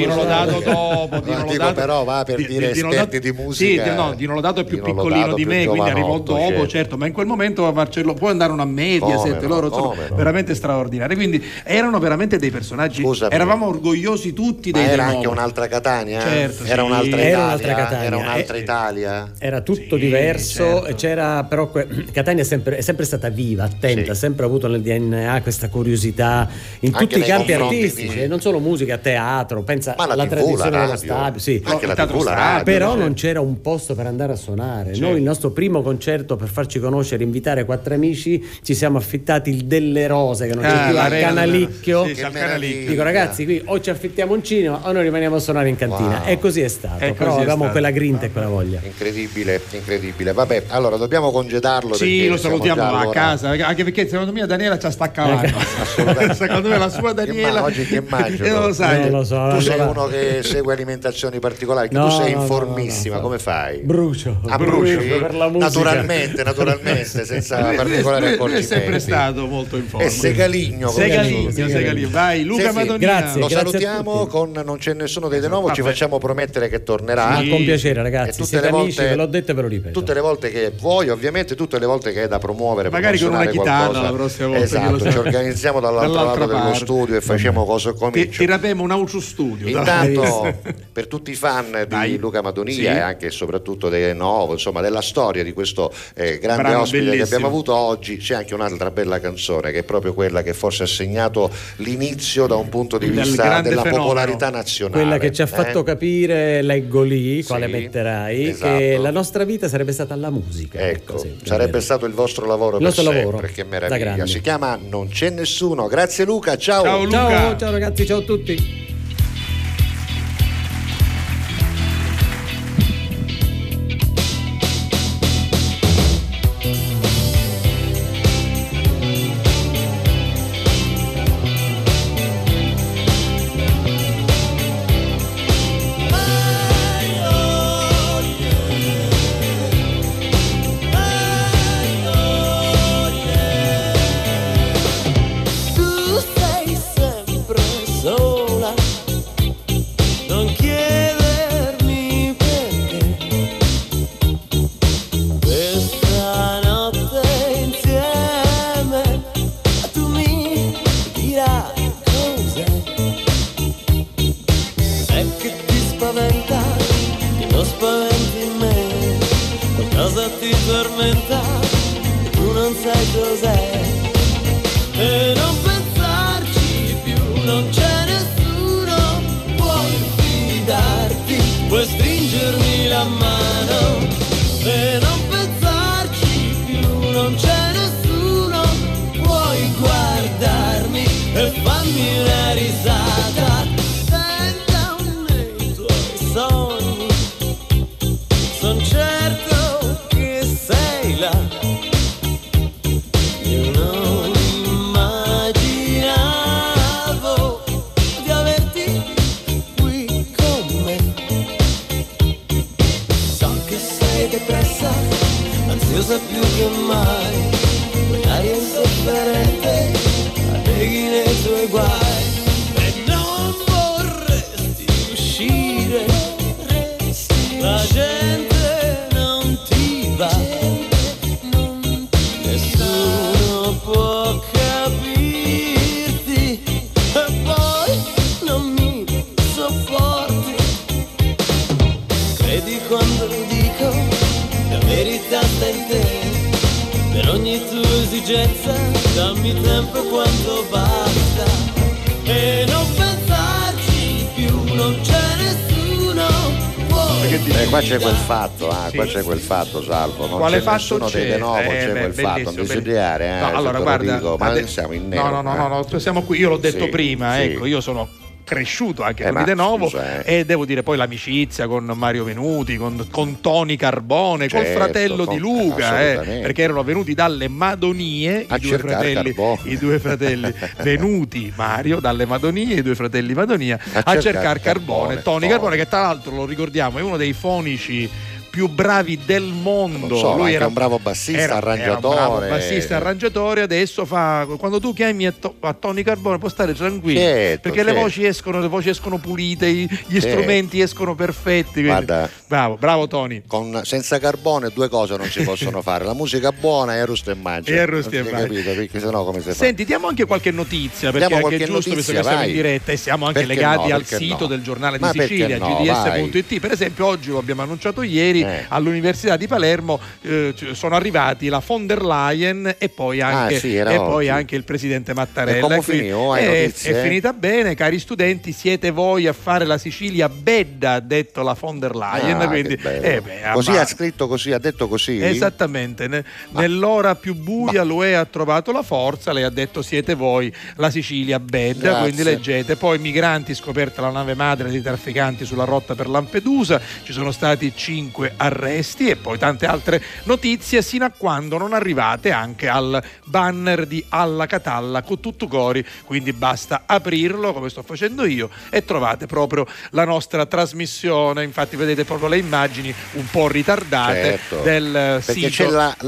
dopo Dino Lodato, però va per dire esperti di musica. Dino Lodato è più piccolino di me, quindi arrivò dopo, certo, ma in quel momento Marcello può andare una Mediaset, loro sono veramente straordinari, quindi erano veramente dei personaggi. Scusami, eravamo orgogliosi tutti dei era anche un'altra Catania? Certo, era un'altra Italia, era un'altra Italia. Era tutto diverso, certo. C'era però Catania è sempre stata viva, attenta, ha sempre avuto nel DNA questa curiosità in anche tutti i campi artistici, non solo musica, teatro, pensa alla tradizione dello stadio, anche la TV, la radio, però non c'era un posto per andare a suonare. Certo. Noi il nostro primo concerto, per farci conoscere, invitare 4 amici, ci siamo affittati il Delle Rose, che non c'è più, al Canalicchio. Dico, ragazzi, qui o ci affittiamo un cinema o noi rimaniamo a suonare in cantina. E così è stato, però avevamo quella grinta e quella voglia. Incredibile. Vabbè, allora dobbiamo congedarlo. Sì, lo salutiamo a casa, anche perché secondo me Daniela ci sta cavando. Assolutamente. Secondo me la sua Daniela oggi che immagino. Non lo so. Tu sei uno che segue alimentazioni particolari, tu sei informissima, come fai? Brucio per la musica. Naturalmente, senza particolari accorgimenti. È sempre stato molto in forma. E Segaligno. Vai, Luca Madonia. Grazie. Lo salutiamo con Non c'è nessuno dei De Novo, ci facciamo promettere che tornerà. Con piacere, ragazzi. Siete amici, ve l'ho detto e ve lo ripeto. Tutte le volte che vuoi, ovviamente, tutte le volte che è da promuovere, magari con una chitarra la prossima volta. Esatto, ci organizziamo dall'altro lato dello studio e facciamo cose come ti rapemo un altro studio. Intanto per tutti i fan di Luca Madonia e anche e soprattutto De Novo, insomma, della storia di questo grande ospite che abbiamo avuto oggi, c'è anche un'altra bella canzone che è proprio quella che forse ha segnato l'inizio da un punto di vista della popolarità nazionale, quella che ci ha fatto capire, leggo lì quale metterai, che la nostra vita sarebbe stata la musica, ecco, sarebbe stato il vostro lavoro, sempre, che meraviglia. Si chiama Non c'è nessuno. Grazie Luca, ciao Luca. Ciao ragazzi, ciao a tutti. Io non immagino saggezza, dammi tempo quanto basta e non pensarci più, non c'è nessuno. Qua c'è quel fatto, qua c'è quel fatto, Salvo. Non quale c'è fatto nessuno c'è? dei De Novo, c'è quel fatto, non bisogna no, allora guarda, dico, ma siamo in nero. No, siamo qui, io l'ho detto prima, ecco, io sono cresciuto anche con i De Novo, e devo dire poi l'amicizia con Mario Venuti, con Tony Carbone, col fratello di Luca, perché erano venuti dalle Madonie i due fratelli venuti Mario dalle Madonie, i due fratelli Madonia a cercare carbone. Tony Carbone, che tra l'altro lo ricordiamo è uno dei fonici più bravi del mondo. Lui era un bravo bassista, arrangiatore. Adesso quando tu chiami a Tony Carbone può stare tranquillo, perché le voci escono pulite, gli strumenti escono perfetti. Guarda, bravo Tony. Senza Carbone due cose non si possono fare: la musica buona e Eros e Mangia. Capito? Perché sennò come si fa? Senti, diamo anche qualche notizia, perché è anche giusto, visto che siamo in diretta e siamo anche legati al sito del Giornale di Sicilia, gds.it. Per esempio, oggi lo abbiamo annunciato ieri, all'Università di Palermo sono arrivati la von der Leyen e poi anche il presidente Mattarella. E come è finita bene, cari studenti, siete voi a fare la Sicilia bella, ha detto la von der Leyen. Quindi, così ha scritto così, ha detto così. Esattamente, nell'ora più buia l'UE ha trovato la forza, lei ha detto siete voi la Sicilia bella, quindi leggete. Poi migranti, scoperta la nave madre dei trafficanti sulla rotta per Lampedusa, ci sono stati 5 arresti e poi tante altre notizie, sino a quando non arrivate anche al banner di Alla Catalla con tutto cori. Quindi basta aprirlo come sto facendo io e trovate proprio la nostra trasmissione. Infatti vedete proprio le immagini un po' ritardate del sito, perché c'è la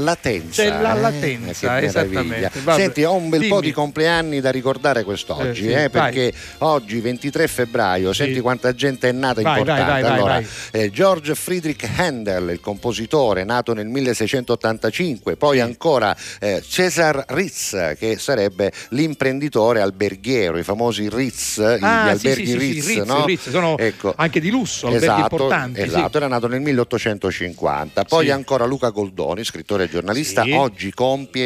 latenza, esattamente. Senti, ho un bel po' di compleanni da ricordare quest'oggi, perché oggi 23 febbraio senti quanta gente è nata importante. George Friedrich Handel, il compositore, nato nel 1685, poi ancora Cesar Ritz, che sarebbe l'imprenditore alberghiero, i famosi Ritz, gli alberghi Ritz, no? Ritz sono anche di lusso, alberghi importanti. Esatto, era nato nel 1850. Poi ancora Luca Goldoni, scrittore e giornalista, oggi compie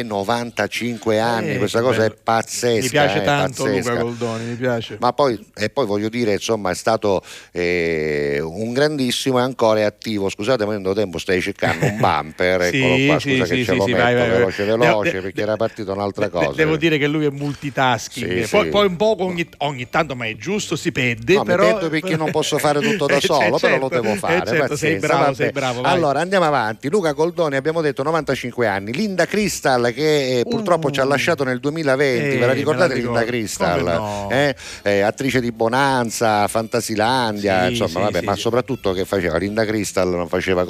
95 anni, questa cosa è pazzesca. Mi piace tanto Luca Goldoni, mi piace. Ma poi voglio dire, insomma, è stato un grandissimo e ancora è attivo. Scusate, ma io non tempo stai cercando un bumper, eccolo qua, scusa che ce lo metto veloce perché era partita un'altra cosa. Devo dire che lui è multitasking, poi un po' ogni tanto, ma è giusto, si perde. No, però mi perdo perché non posso fare tutto da solo, però lo devo fare. Sei bravo. Vai. Allora andiamo avanti. Luca Goldoni, abbiamo detto 95 anni. Linda Crystal, che purtroppo ci ha lasciato nel 2020, ve la ricordate Linda Crystal? No? Attrice di Bonanza, Fantasilandia, ma soprattutto che faceva Linda Crystal, non faceva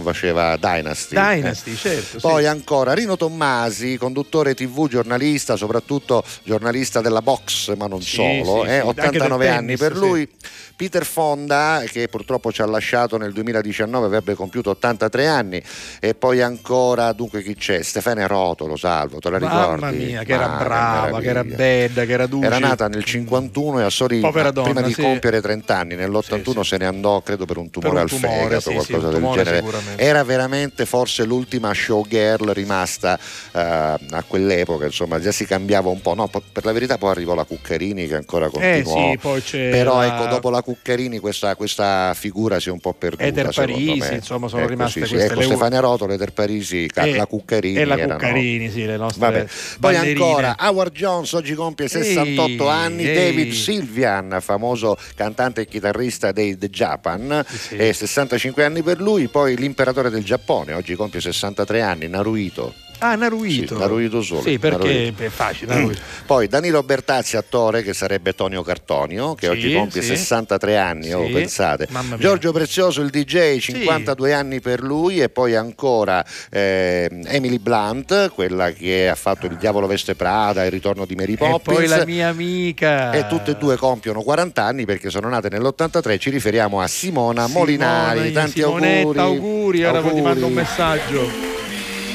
Dynasty, certo. Poi ancora Rino Tommasi, conduttore TV, giornalista, soprattutto giornalista della box, ma non solo, 89 anni per lui. Peter Fonda, che purtroppo ci ha lasciato nel 2019, avrebbe compiuto 83 anni. E poi ancora, dunque, chi c'è? Stefania Rotolo, Salvo, te la ricordi? Mamma mia, che era brava, che era bella, che era duce. Era nata nel 51 e a Sori prima di compiere 30 anni. Nell'81 se ne andò, credo, per un tumore al fegato, qualcosa del genere. Era veramente forse l'ultima showgirl rimasta a quell'epoca, insomma, già si cambiava un po'. No, per la verità poi arrivò la Cuccarini, che ancora continuò. Poi c'è però ecco, dopo la Cuccarini questa figura si è un po' perduta. Eder Parisi, insomma, sono rimaste queste le Stefania Rotolo, Eder Parisi, la Cuccarini e la Cuccarini, le nostre poi ancora Howard Jones, oggi compie 68 anni. David Sylvian, famoso cantante e chitarrista dei The Japan, 65 anni per lui. Poi l'imperatore del Giappone, oggi compie 63 anni, Naruhito. Naruhito. Sì, Naruhito solo. Sì, perché è facile. Naruhito. Poi Danilo Bertazzi, attore, che sarebbe Tonio Cartonio, che oggi compie 63 anni, pensate. Giorgio Prezioso, il DJ, 52 anni per lui. E poi ancora Emily Blunt, quella che ha fatto Il Diavolo Veste Prada, Il Ritorno di Mary Poppins. E poi la mia amica. E tutte e due compiono 40 anni, perché sono nate nell'83. Ci riferiamo a Simona Molinari. Tanti auguri. Ora ti mando un messaggio.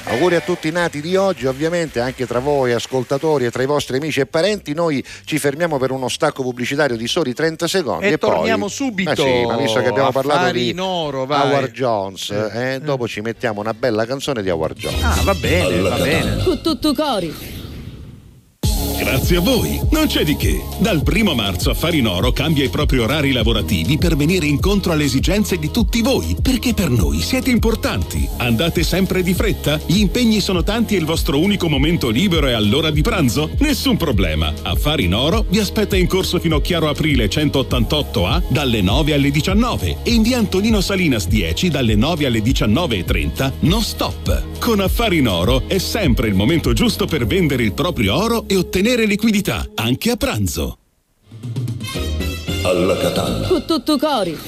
Auguri a tutti i nati di oggi, ovviamente anche tra voi ascoltatori e tra i vostri amici e parenti. Noi ci fermiamo per uno stacco pubblicitario di soli 30 secondi e torniamo poi, subito. Sì, ma visto che abbiamo parlato di Noro, Howard Jones, dopo ci mettiamo una bella canzone di Howard Jones. Va bene, va bene. Con tutto cori. Grazie a voi, non c'è di che. Dal 1 marzo Affari in Oro cambia i propri orari lavorativi per venire incontro alle esigenze di tutti voi, perché per noi siete importanti. Andate sempre di fretta? Gli impegni sono tanti e il vostro unico momento libero è all'ora di pranzo? Nessun problema. Affari in Oro vi aspetta in corso Finocchiaro Aprile 188A dalle 9 alle 19 e in via Antonino Salinas 10 dalle 9 alle 19:30 no stop. Con Affari in Oro è sempre il momento giusto per vendere il proprio oro e ottenere liquidità, anche a pranzo. Alla Catalla. Con tutto cori.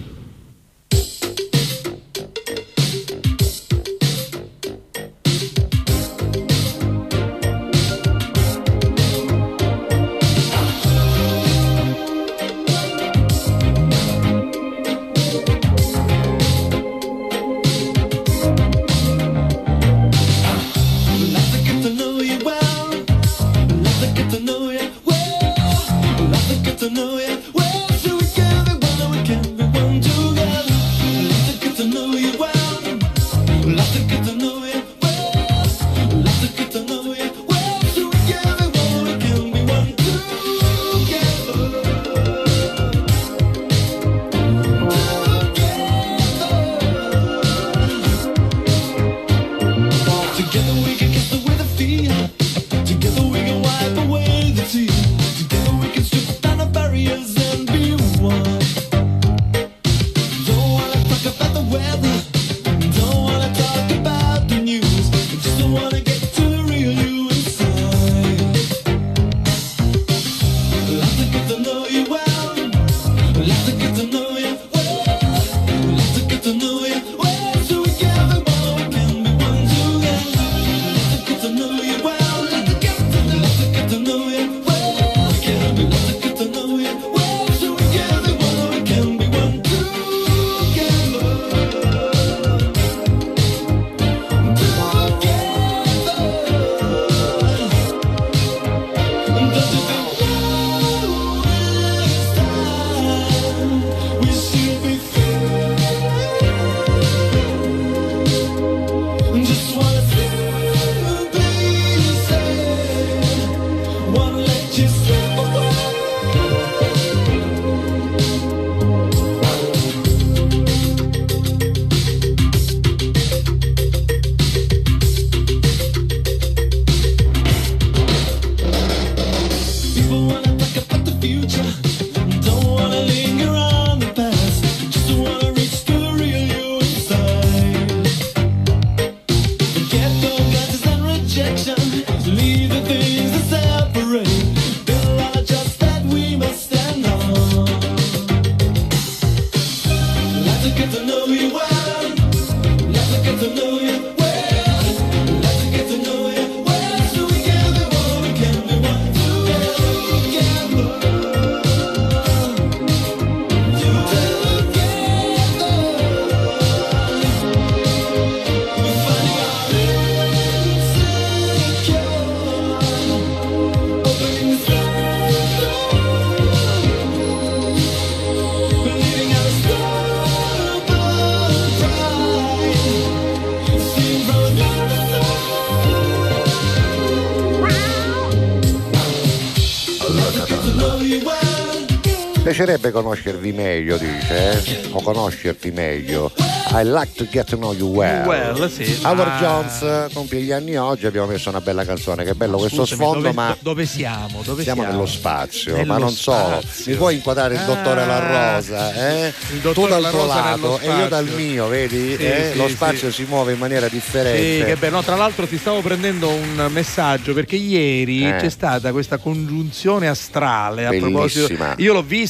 Piacerebbe conoscervi meglio, dice, o conoscerti meglio. I like to get to know you well. Sì. Howard Jones compie gli anni oggi, abbiamo messo una bella canzone, che bello questo sfondo, ma dove siamo? Siamo nello spazio, ma non solo. Mi puoi inquadrare il dottore La Rosa, il dottore tu dal La tuo Rosa lato e io dal mio, vedi? Lo spazio si muove in maniera differente. Sì, che bello. No, tra l'altro ti stavo prendendo un messaggio perché ieri c'è stata questa congiunzione astrale. A bellissima. proposito, io l'ho vista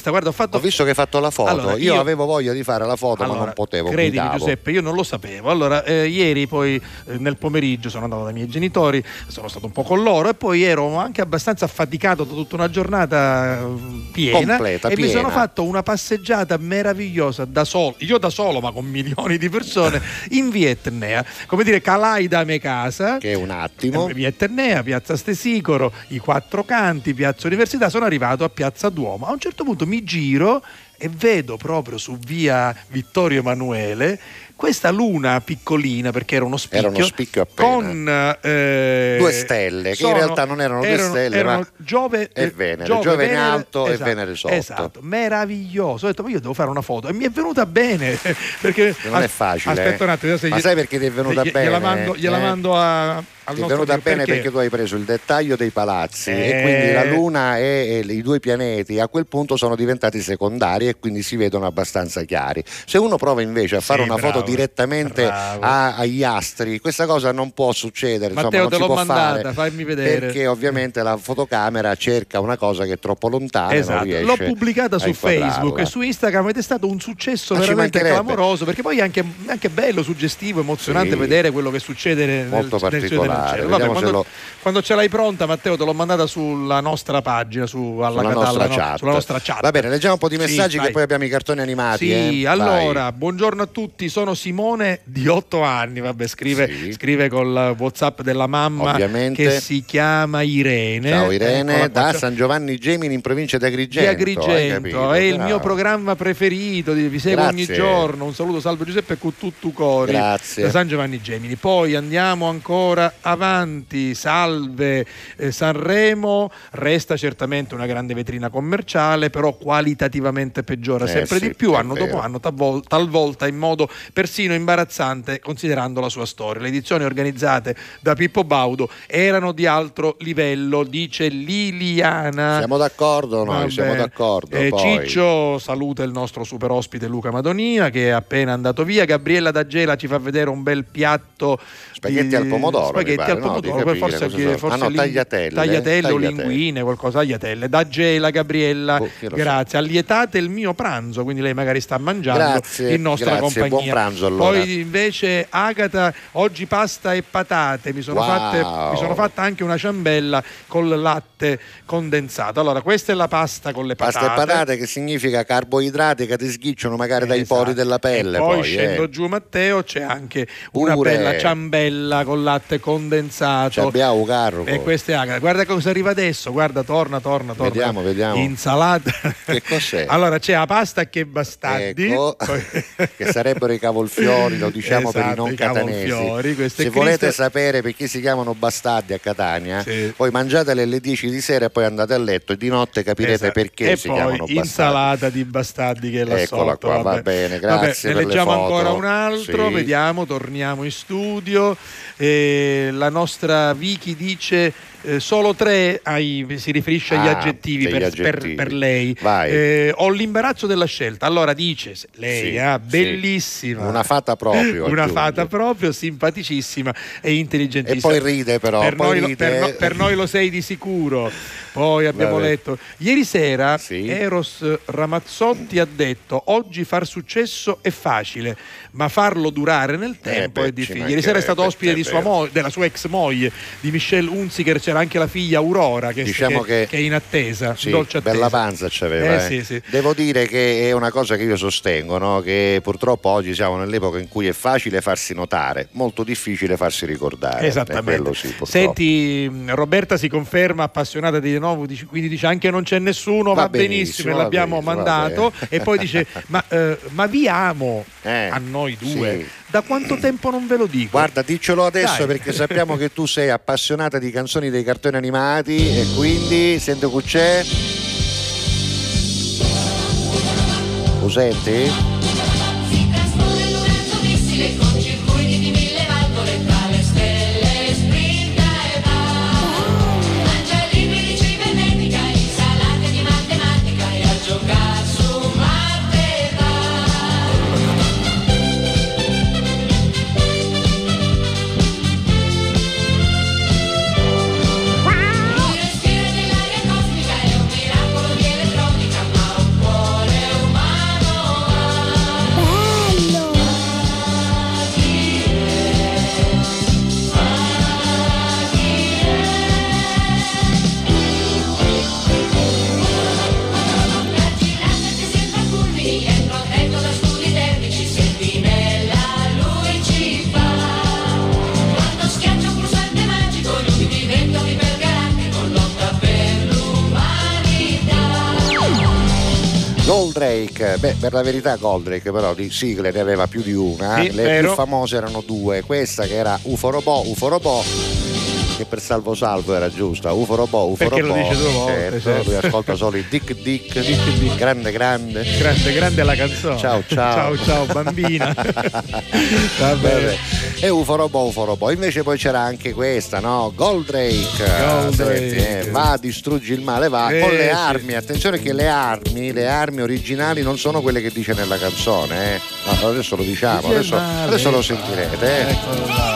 questa, guarda, ho visto che hai fatto la foto. Allora, io avevo voglia di fare la foto, ma non potevo. Credimi, guidavo. Giuseppe, io non lo sapevo. Allora, ieri poi nel pomeriggio sono andato dai miei genitori, sono stato un po' con loro e poi ero anche abbastanza affaticato da tutta una giornata piena. Completa, e piena. mi sono fatto una passeggiata meravigliosa da solo, io da solo, ma con milioni di persone in via Etnea, come dire, calai da me casa, che è un attimo, via Etnea, piazza Stesicoro, i Quattro Canti, piazza Università, sono arrivato a piazza Duomo. A un certo punto mi giro e vedo proprio su via Vittorio Emanuele questa luna piccolina, perché era uno spicchio appena, con 2 stelle, che in realtà non erano 2 stelle, ma Giove e Venere, Giove in alto, esatto, e Venere sotto. Esatto, meraviglioso. Ho detto, ma io devo fare una foto e mi è venuta bene perché non è facile. Aspetta un attimo, ma sai perché ti è venuta bene? Gliela mando al ti è venuta bene perché tu hai preso il dettaglio dei palazzi e quindi la Luna e i 2 pianeti a quel punto sono diventati secondari e quindi si vedono abbastanza chiari. Se uno prova invece a fare una foto direttamente agli astri, questa cosa non può succedere. Matteo, insomma, non te si l'ho può mandata, fare fammi vedere. perché ovviamente la fotocamera cerca una cosa che è troppo lontana. Esatto. Non riesce l'ho pubblicata su Facebook e su Instagram ed è stato un successo veramente clamoroso, perché poi è anche bello, suggestivo, emozionante vedere quello che succede molto particolare. Vabbè, quando ce l'hai pronta, Matteo, te l'ho mandata sulla nostra pagina, sulla nostra chat. Va bene, leggiamo un po' di messaggi, che poi abbiamo i cartoni animati. Sì, allora, buongiorno a tutti, sono Simone di 8 anni, vabbè, scrive col WhatsApp della mamma, ovviamente, che si chiama Irene. Ciao Irene, da San Giovanni Gemini in provincia di Agrigento. È il mio programma preferito, vi seguo ogni giorno. Un saluto, salve Giuseppe Cututtu Cori. Grazie. Da San Giovanni Gemini. Poi andiamo ancora avanti. Salve Sanremo, resta certamente una grande vetrina commerciale, però qualitativamente peggiora sempre di più, anno dopo anno, talvolta in modo persino imbarazzante, considerando la sua storia. Le edizioni organizzate da Pippo Baudo erano di altro livello, dice Liliana. Siamo d'accordo noi, siamo d'accordo. Ciccio saluta il nostro super ospite Luca Madonia, che è appena andato via. Gabriella D'Agela ci fa vedere un bel piatto spaghetti al pomodoro, forse tagliatelle o linguine, qualcosa, tagliatelle. D'Agela, Gabriella, grazie, allietate il mio pranzo, quindi lei magari sta mangiando in nostra compagnia. Buon pranzo, allora. Poi invece Agata, oggi pasta e patate, mi sono fatta anche una ciambella col latte condensato. Allora, questa è la pasta con le patate. Pasta e patate, che significa carboidrati che ti sghicciano magari dai pori della pelle. E poi scendo giù, Matteo, c'è anche una bella ciambella con latte condensato. Abbiamo carro. E queste Agata, guarda cosa arriva adesso, guarda, torna. Vediamo. Insalata. Che cos'è? Allora c'è la pasta che bastardi, che sarebbero i cavolfiori, lo diciamo, per i non catanesi. Se volete sapere perché si chiamano bastardi a Catania, poi mangiatele alle 10 di sera e poi andate a letto e di notte capirete perché si chiamano bastardi. Insalata di bastardi che è là Eccola sotto. qua, va bene, grazie. Ne per leggiamo le foto. ancora un altro, vediamo, torniamo in studio. La nostra Vicky dice solo 3, si riferisce agli aggettivi, per lei. Ho l'imbarazzo della scelta. Allora dice lei, bellissima, una fata proprio, una fata proprio, simpaticissima e intelligentissima. E poi ride però. Per noi lo sei di sicuro. Poi abbiamo letto ieri sera Eros Ramazzotti ha detto: oggi far successo è facile, ma farlo durare nel tempo è difficile. Ieri sera è stato ospite della sua ex moglie, di Michelle Hunziker, c'era anche la figlia Aurora che è in attesa, dolce attesa. Bella panza c'aveva. Devo dire che è una cosa che io sostengo, no? Che purtroppo oggi siamo nell'epoca in cui è facile farsi notare, molto difficile farsi ricordare. Esattamente. Senti, Roberta si conferma appassionata di nuovo, quindi dice anche non c'è nessuno, va benissimo, l'abbiamo mandato. E poi dice ma vi amo a noi due. Da quanto tempo non ve lo dico? Guarda, diccelo adesso, perché sappiamo che tu sei appassionata di canzoni dei cartoni animati e quindi sento che c'è. Lo senti? Si trasforma in un razzo missile con circuiti di 1000 valvole tra le stelle, sprinta e va. Mangia libri di cibernetica, insalate di matematica e a giocare su Marte va. Lui respira nell'aria cosmica, è un miracolo di elettronica, ma un po' Goldrake, per la verità Goldrake però di sigle ne aveva più di una, sì, le più famose erano due, questa che era UFO Robot, che per salvo era giusta, UFO Robot, perché lo dice due volte, certo. Lui ascolta solo il Dick, grande la canzone, ciao bambina. Va bene. E UFO Robot, invece poi c'era anche questa, no? Goldrake. Va, distruggi il male, va con le armi, attenzione che le armi originali non sono quelle che dice nella canzone, no, adesso lo diciamo, adesso lo sentirete,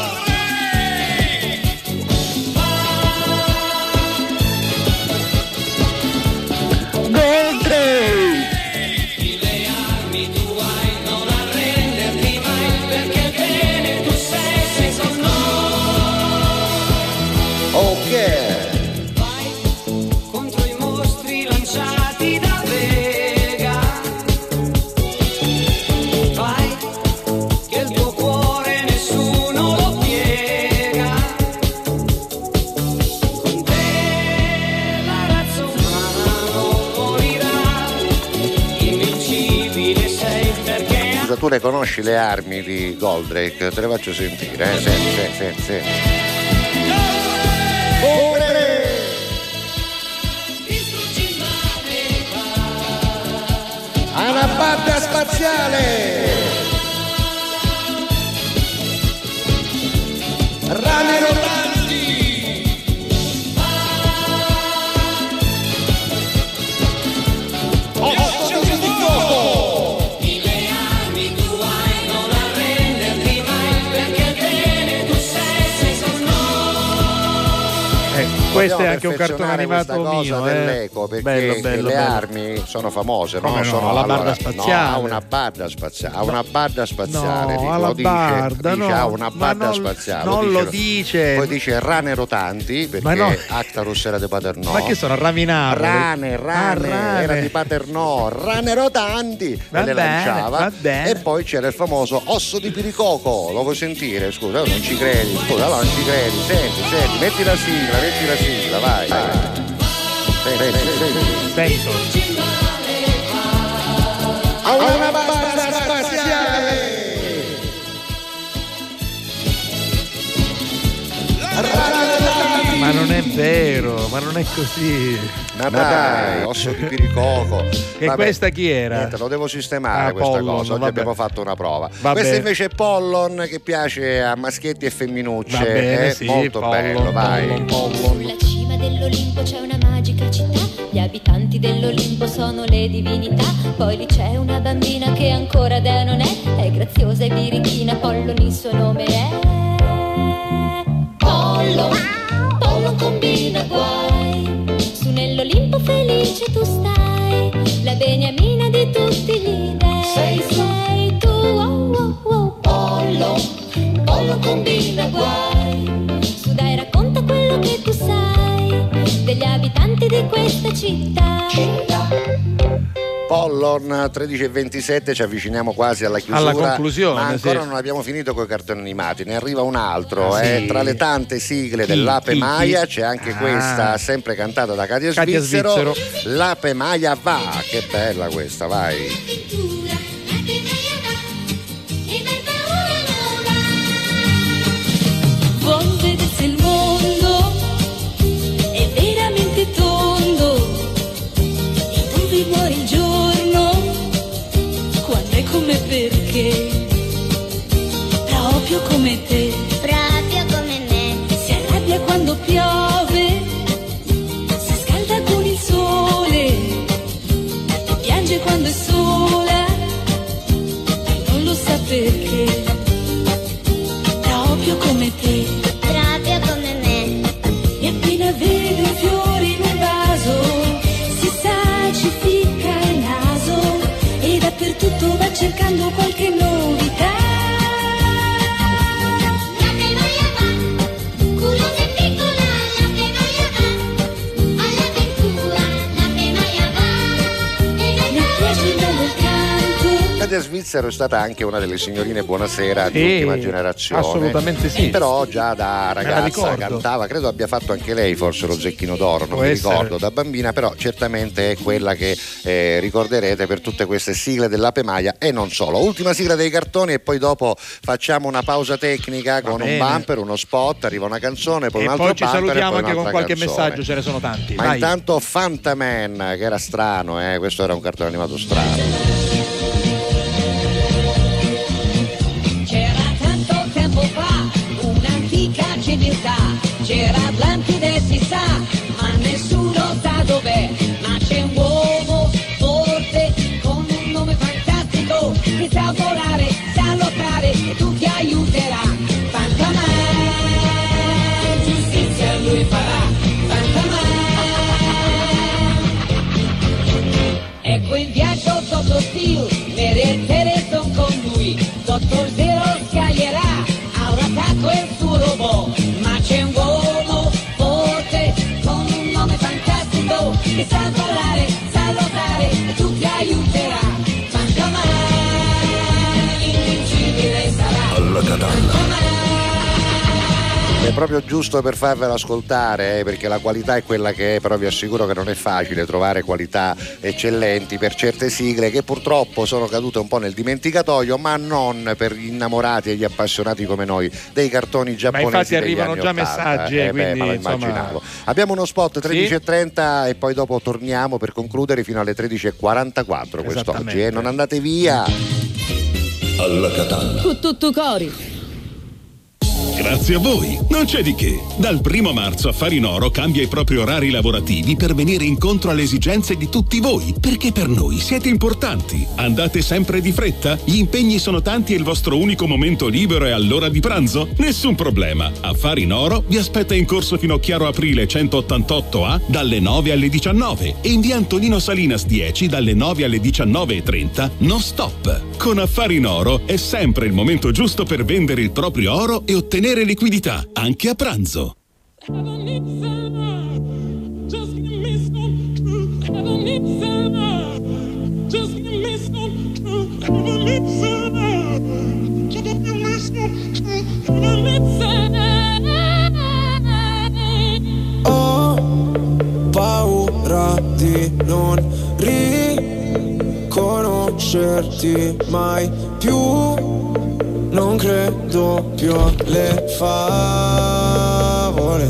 tu le conosci le armi di Goldrake? Te le faccio sentire, Senti. Una barda spaziale, rane rotanti, occhio di fuoco. Questo è anche un cartone animato mio, dell'eco, perché bello. Le armi sono famose, come no? Sono la barda spaziale. No, una barda spaziale. No, alla barda, dice, ha una barda spaziale. Non lo dice. Poi dice rane rotanti, perché Actarus era di Paternò. Ma che sono raminate? Rane, era di Paternò, rane rotanti, e le lanciava. E poi c'era il famoso osso di Piricoco, lo vuoi sentire? Scusa, non ci credi, senti, metti la sigla, vai. Sento. A una barda spaziale. Ma non è vero, ma non è così. Ma dai, osso di Piricoco. E questa chi era? Niente, lo devo sistemare questa Pollon, cosa. Oggi abbiamo fatto una prova. Vabbè. Questa invece è Pollon, che piace a maschietti e femminucce. Va bene, sì, molto bello, vai. Sulla cima dell'Olimpo c'è una magica città, gli abitanti dell'Olimpo sono le divinità. Poi lì c'è una bambina che ancora dea non è graziosa e birichina, Pollon il suo nome è. Pollon combina guai, su nell'Olimpo felice tu stai, la beniamina di tutti gli dei. Sei tu, Pollon combina guai, su dai racconta quello che tu sai degli abitanti di questa città. Pollon 13:27, ci avviciniamo quasi alla chiusura, alla conclusione, ma ancora non abbiamo finito con i cartoni animati, ne arriva un altro, sì. Tra le tante sigle dell'Ape Maia c'è anche questa, sempre cantata da Katia Svizzero. L'Ape Maia va, che bella questa, vai. Vuol vedersi il mondo è veramente tondo, e dove muore il giorno, quando è come perché, proprio come te, proprio come me, si arrabbia quando piove, si scalda con il sole, e piange quando è sola, e non lo sa perché, proprio come te, proprio come me, e appena vede un fiore in un vaso si sacifica il naso e dappertutto va cercando qualche novità. L'Ape Maia va, curiosa e piccola, l'Ape Maia va, all'avventura, l'Ape Maia va, e mi piace il bello canto Nadia Svizzero è stata anche una delle signorine Buonasera di ultima generazione. Assolutamente sì. Però già da ragazza cantava, credo abbia fatto anche lei forse lo Zecchino d'Oro, non mi ricordo da bambina, però certamente è quella che ricorderete per tutte queste sigle dell'Ape Maia e non solo. Ultima sigla dei cartoni e poi dopo facciamo una pausa tecnica con un bumper, uno spot, arriva una canzone, poi un altro bumper. Poi ci salutiamo e poi anche con qualche canzone. messaggio, ce ne sono tanti. Ma intanto Fantaman, che era strano, questo era un cartone animato strano. C'era tanto tempo fa un'antica civiltà, c'era Atlantide si sa, ma nessuno sa dov'è, ma c'è un uomo forte con un nome fantastico che sa volare, sa lottare e tutti aiuterà. Fantaman, giustizia lui farà. Ecco in viaggio sotto stile, Mary e Tere son con lui, Dottor Zero scaglierà, all'attacco il suo robot, ma c'è un uomo forte con un nome fantastico che sa volare, sa lottare e tutti aiuterà. Fantaman, invincibile sarà. Alla katana. È proprio giusto per farvela ascoltare, perché la qualità è quella che è, però vi assicuro che non è facile trovare qualità eccellenti per certe sigle che purtroppo sono cadute un po' nel dimenticatoio, ma non per gli innamorati e gli appassionati come noi dei cartoni giapponesi. Ma infatti arrivano già 80. messaggi, quindi ma lo immaginavo. Abbiamo uno spot 13.30 e poi dopo torniamo per concludere fino alle 13.44 quest'oggi. Non andate via. Alla katana. Tutto cori. Grazie a voi, non c'è di che. Dal 1 marzo Affari in Oro cambia i propri orari lavorativi per venire incontro alle esigenze di tutti voi, perché per noi siete importanti. Andate sempre di fretta? Gli impegni sono tanti e il vostro unico momento libero è all'ora di pranzo? Nessun problema. Affari in Oro vi aspetta in corso Finocchiaro Aprile 188A dalle 9 alle 19 e in via Antonino Salinas 10 dalle 9 alle 19.30 non stop. Con Affari in Oro è sempre il momento giusto per vendere il proprio oro e ottenere liquidità, anche a pranzo. Ho paura di non riconoscerti mai più. Non credo più alle favole.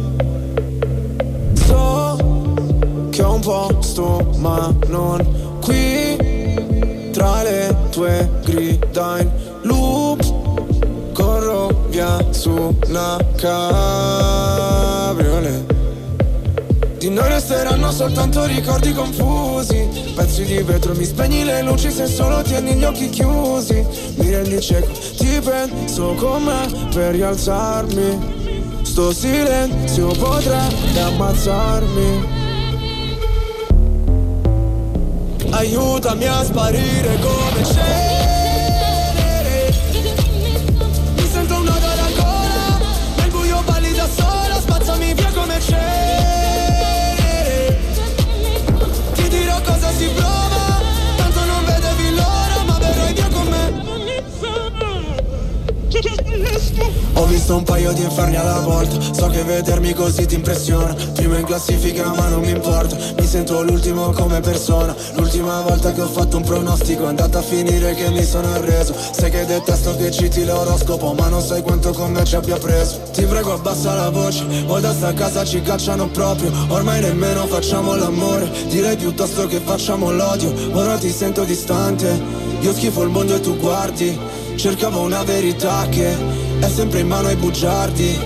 So che ho un posto ma non qui. Tra le tue grida in loop corro via su una cabriolet. Di noi resteranno soltanto ricordi confusi, pezzi di vetro, mi spegni le luci se solo tieni gli occhi chiusi. Mi rendi cieco, ti penso con me per rialzarmi. Sto silenzio potrebbe ammazzarmi. Aiutami a sparire come cenere. Mi sento un nodo alla gola, nel buio balli da sola, spazzami via come cenere. Cosa si prova, tanto non vedevi l'ora, ma verrai via con me. Ho visto un paio di inferni alla volta, so che vedermi così ti impressiona. Primo in classifica ma non mi importa, mi sento l'ultimo come persona. L'ultima volta che ho fatto un pronostico è andata a finire che mi sono arreso. Sai che detesto che citi l'oroscopo, ma non sai quanto con me ci abbia preso. Ti prego abbassa la voce, o da sta casa ci cacciano proprio. Ormai nemmeno facciamo l'amore, direi piuttosto che facciamo l'odio. Ora ti sento distante, io schifo il mondo e tu guardi. Cercavo una verità che è sempre in mano ai bugiardi.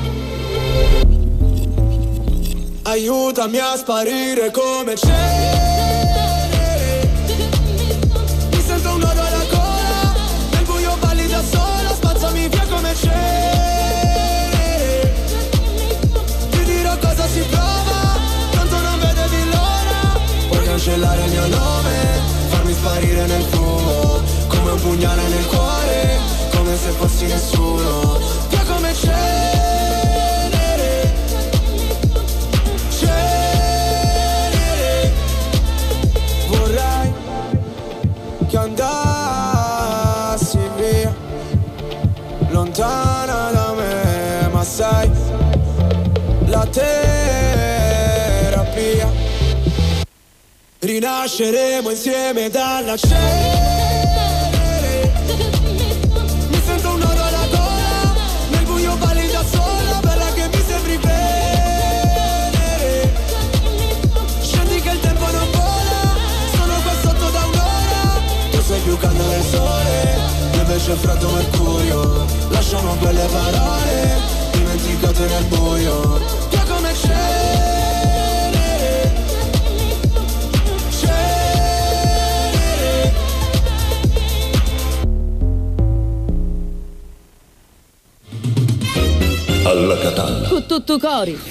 Aiutami a sparire come cenere. Mi sento un nodo alla gola, nel buio balli da sola, spazzami via come cenere. Ti dirò cosa si prova, tanto non vedevi l'ora. Puoi cancellare il mio nome, farmi sparire nel fumo, come un pugnale nel cuore, come se fossi nessuno. Via come cenere, cenere. rinasceremo insieme dalla cenere. Mi sento un nodo alla gola, nel buio balli da sola, bella che mi sembri venere. Scendi che il tempo non vola, sono qua sotto da un'ora. Tu sei più caldo del sole, io invece freddo mercurio. Lasciamo quelle parole dimenticate nel buio. Tu come cenere, cenere. Alla Catalla. Con tutto cori.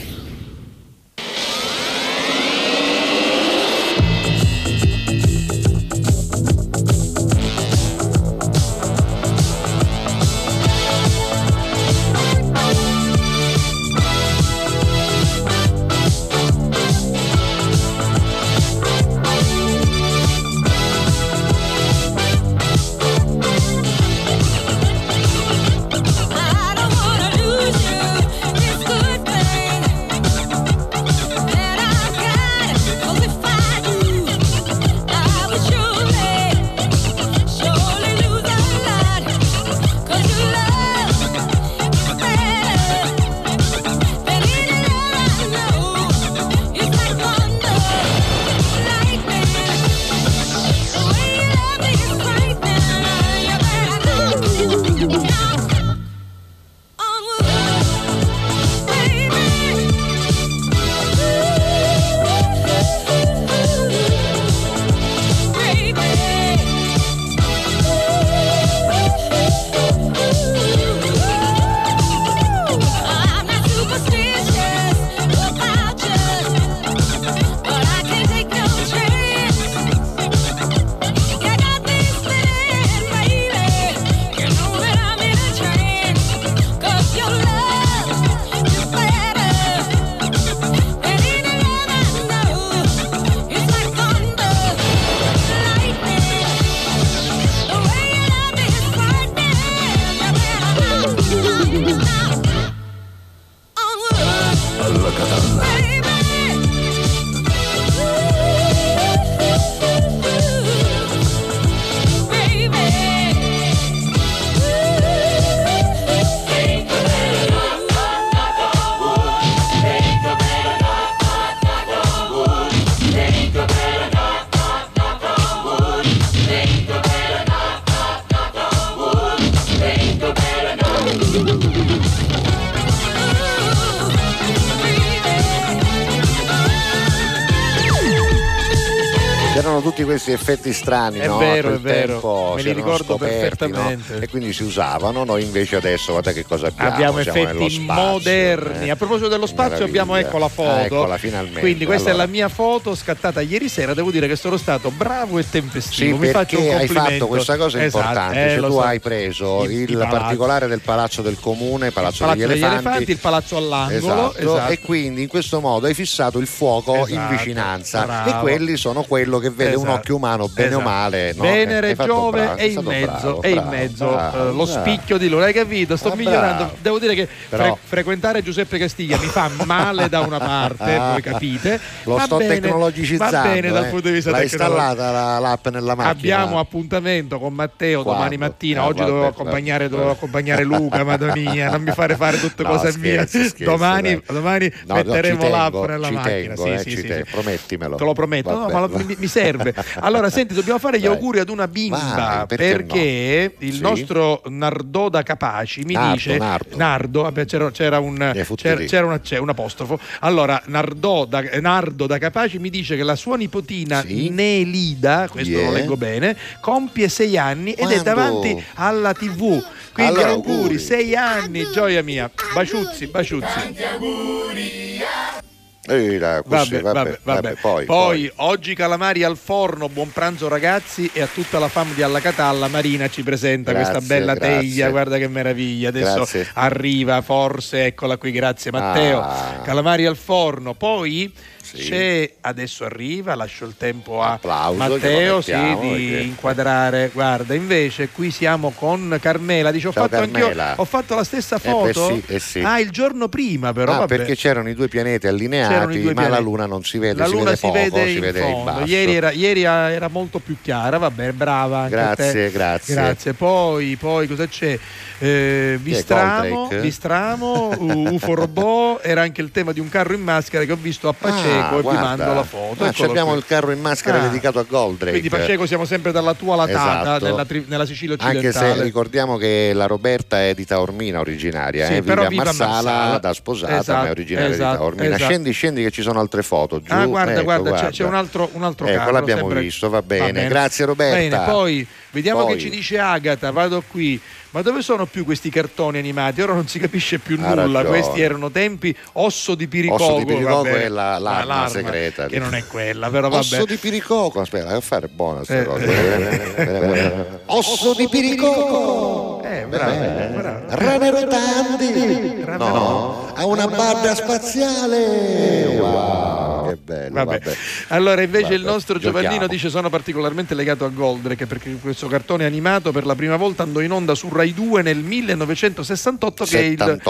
C'erano tutti questi effetti strani, è no? Vero, a quel è vero, tempo me li ricordo scoperti, perfettamente, no? E quindi si usavano. Noi invece adesso guarda che cosa abbiamo. Abbiamo siamo effetti spazio, moderni. A proposito dello spazio abbiamo, ecco la foto. Eccola, finalmente. Quindi questa allora, è la mia foto scattata ieri sera. Devo dire che sono stato bravo e tempestivo. sì, mi faccio un perché complimento. hai fatto questa cosa importante, lo tu so. hai preso il particolare del Palazzo del Comune, Palazzo degli Elefanti, il palazzo all'angolo, esatto. E quindi in questo modo hai fissato il fuoco in vicinanza, bravo. e quelli sono quello che vede un occhio umano bene o male, no? Venere, Giove bravo, e in mezzo, lo spicchio di loro, hai capito? Sto migliorando. bravo. Devo dire che Però- frequentare Giuseppe Castiglia mi fa male da una parte, voi capite. Lo Va sto bene, tecnologicizzando, va bene dal punto di vista l'hai tecnologico. installata l'app nella macchina? Abbiamo appuntamento con Matteo domani mattina. Oggi vabbè, dovevo accompagnare Luca, madonna mia, non mi fare tutte cose mie. Domani metteremo l'app nella macchina. Sì, promettimelo. Te lo prometto, no, ma mi serve. Allora, senti, dobbiamo fare gli auguri ad una bimba, perché il nostro Nardò da Capaci mi dice Nardo, vabbè, c'era un apostrofo. Allora, Nardo da Capaci mi dice che la sua nipotina Nelida, questo lo leggo bene, compie 6 anni ed è davanti alla TV. Quindi allora, auguri, 6 anni, gioia mia. Baciuzzi. Vabbè. Poi oggi calamari al forno, buon pranzo ragazzi, e a tutta la fam di Alla Catalla. Marina ci presenta questa bella teglia, guarda che meraviglia, adesso arriva forse, eccola qui, grazie Matteo. Calamari al forno, poi c'è, adesso arriva, lascio il tempo a Applauso, Matteo di inquadrare. Guarda, invece qui siamo con Carmela, dice ho fatto la stessa foto. Sì. Il giorno prima però. Vabbè. Perché c'erano i due pianeti allineati, ma la luna non si vede, la luna si vede si vede in basso. Ieri era molto più chiara, vabbè, brava anche grazie, a te. Grazie. Poi cosa c'è? Vistramo, UFO robot, era anche il tema di un carro in maschera che ho visto a Paceco e vi mando la foto. Abbiamo il carro in maschera dedicato a Goldrake. Quindi Paceco siamo sempre dalla tua latata, nella Sicilia occidentale. Anche se ricordiamo che la Roberta è di Taormina originaria, vive a Marsala da sposata, ma è originaria di Taormina. Scendi che ci sono altre foto giù. Guarda. C'è un altro carro. L'abbiamo visto, va bene. Grazie Roberta. Bene, poi vediamo che ci dice Agata, vado qui. Ma dove sono più questi cartoni animati? Ora non si capisce più nulla. Ragione. Questi erano tempi Osso di Piricoco. È l'arma segreta. Che non è quella, però vabbè. Osso di Piricoco, aspetta, a fare buona questa cosa. Osso di Piricoco. Bravo. Rane rotanti. No, ha una barra spaziale. Wow, che bello. Vabbè. Allora invece il nostro Giovannino dice: sono particolarmente legato a Goldrake perché questo cartone animato per la prima volta andò in onda su Rai 2 nel 1968 che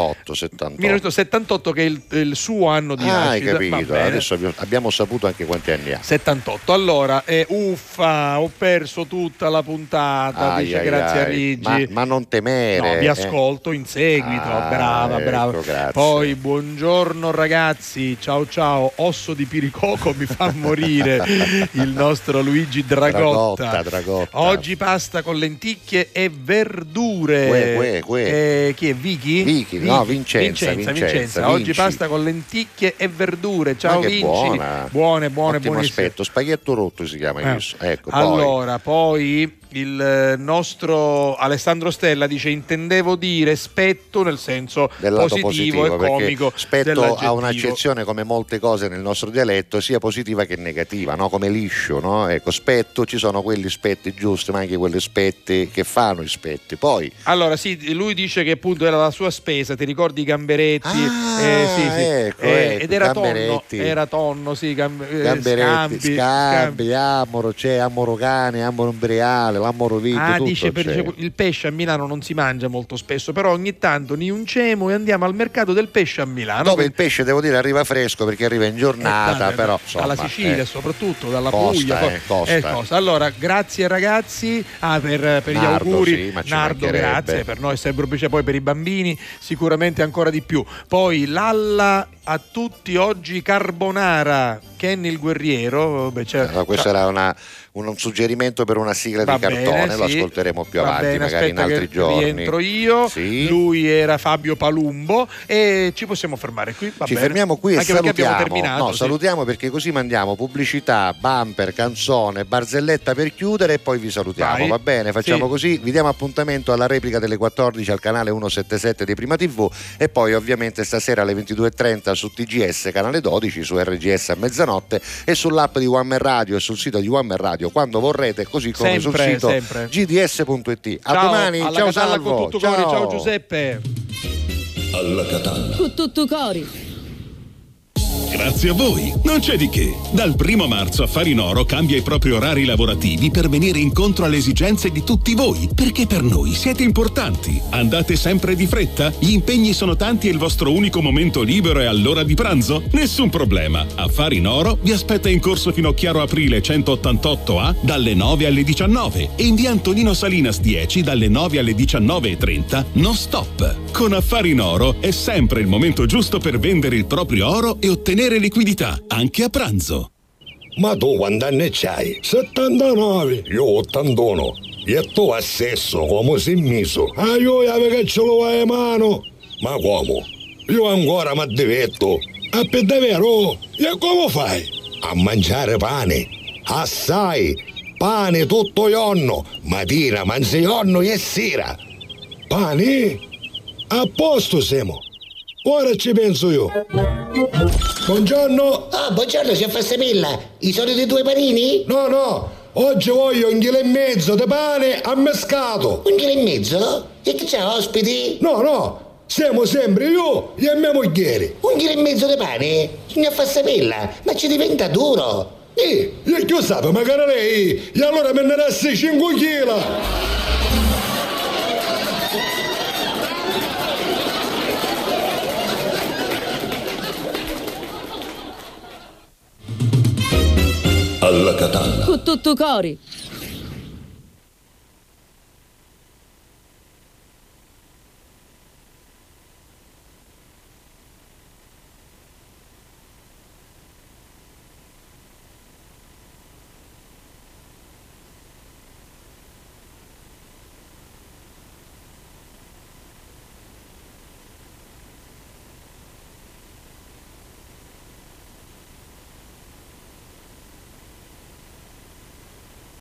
1978 che è il suo anno di nascita. Hai capito, adesso abbiamo saputo anche quanti anni ha. 78. Allora uffa, ho perso tutta la puntata, dice grazie a Rigi. Ma non temere. No, vi ascolto in seguito. Brava. Grazie. Poi buongiorno ragazzi, ciao, Osso di Piricoco mi fa morire il nostro Luigi Dragotta. Oggi pasta con lenticchie e verdure. Chi è? Vicky? No, Vincenza. Oggi pasta con lenticchie e verdure. Ciao Vinci. Buone. Aspetto, spaghetto rotto si chiama. Allora, poi il nostro Alessandro Stella dice: intendevo dire spetto nel senso positivo e comico. Spetto ha un'accezione, come molte cose nel nostro dialetto, sia positiva che negativa, no? Come liscio, no? Ecco, spetto, ci sono quelli spetti giusti, ma anche quelli spetti che fanno i spetti. Poi allora sì, lui dice che appunto era la sua spesa, ti ricordi i gamberetti? Ed era tonno, gamberetti, scambi, amoro, c'è amoro cane, amoro imperiale, l'amoro vito, dice il pesce a Milano non si mangia molto spesso, però ogni tanto ni unciamo e andiamo al mercato del pesce a Milano. Dove il pesce, devo dire, arriva fresco perché arriva in giornata, però insomma, dalla Sicilia soprattutto, dalla Puglia. Costa. Allora, grazie ragazzi per gli auguri. Nardo, grazie, per noi è sempre un piacere, poi per i bambini sicuramente ancora di più. Poi Lalla a tutti oggi carbonara, Kenny il guerriero. Questo era un suggerimento per una sigla di cartone, lo ascolteremo più avanti, magari in altri giorni. Rientro io, lui era Fabio Palumbo e ci possiamo fermare qui. Fermiamo qui anche e salutiamo. Abbiamo terminato, salutiamo perché così mandiamo pubblicità, bumper, canzone, barzelletta per chiudere e poi vi salutiamo. Va bene? Facciamo così. Vi diamo appuntamento alla replica delle 14 al canale 177 di Prima TV e poi ovviamente stasera alle 22:30 su TGS canale 12, su RGS a mezzanotte e sull'app di One Man Radio e sul sito di One Man Radio quando vorrete, così come sul sito gds.it. A domani, ciao Salvo. Ciao Giuseppe. Alla Catalla. Con tutto cori. Grazie a voi, non c'è di che. Dal 1 marzo Affari in Oro cambia i propri orari lavorativi per venire incontro alle esigenze di tutti voi, perché per noi siete importanti. Andate sempre di fretta? Gli impegni sono tanti e il vostro unico momento libero è all'ora di pranzo? Nessun problema. Affari in Oro vi aspetta in corso Finocchiaro Aprile 188A dalle 9 alle 19 e in via Antonino Salinas 10 dalle 9 alle 19:30 non stop. Con Affari in Oro è sempre il momento giusto per vendere il proprio oro e ottenere liquidità, anche a pranzo. Ma tu quanti anni c'hai? 79, io 81. E tu assesso come sei messo? Io che ce lo vai a mano. Ma come? Io ancora mi diverto. A per davvero? E come fai? A mangiare pane. Assai. Pane tutto giorno. Mattina mangi giorno e sera. Pane? A posto siamo. Ora ci penso io. Buongiorno. Buongiorno, signor Fassamilla. I soliti 2 panini? No. Oggi voglio 1,5 chili di pane ammescato. 1,5 chili? E che c'è, ospiti? No. siamo sempre io e mia moglie. 1 chilo e mezzo di pane? Signor Fassapella, ma ci diventa duro. Io che sapevo, magari lei, e allora me ne resta 5 kg. Alla Catalla. Con tutto cori.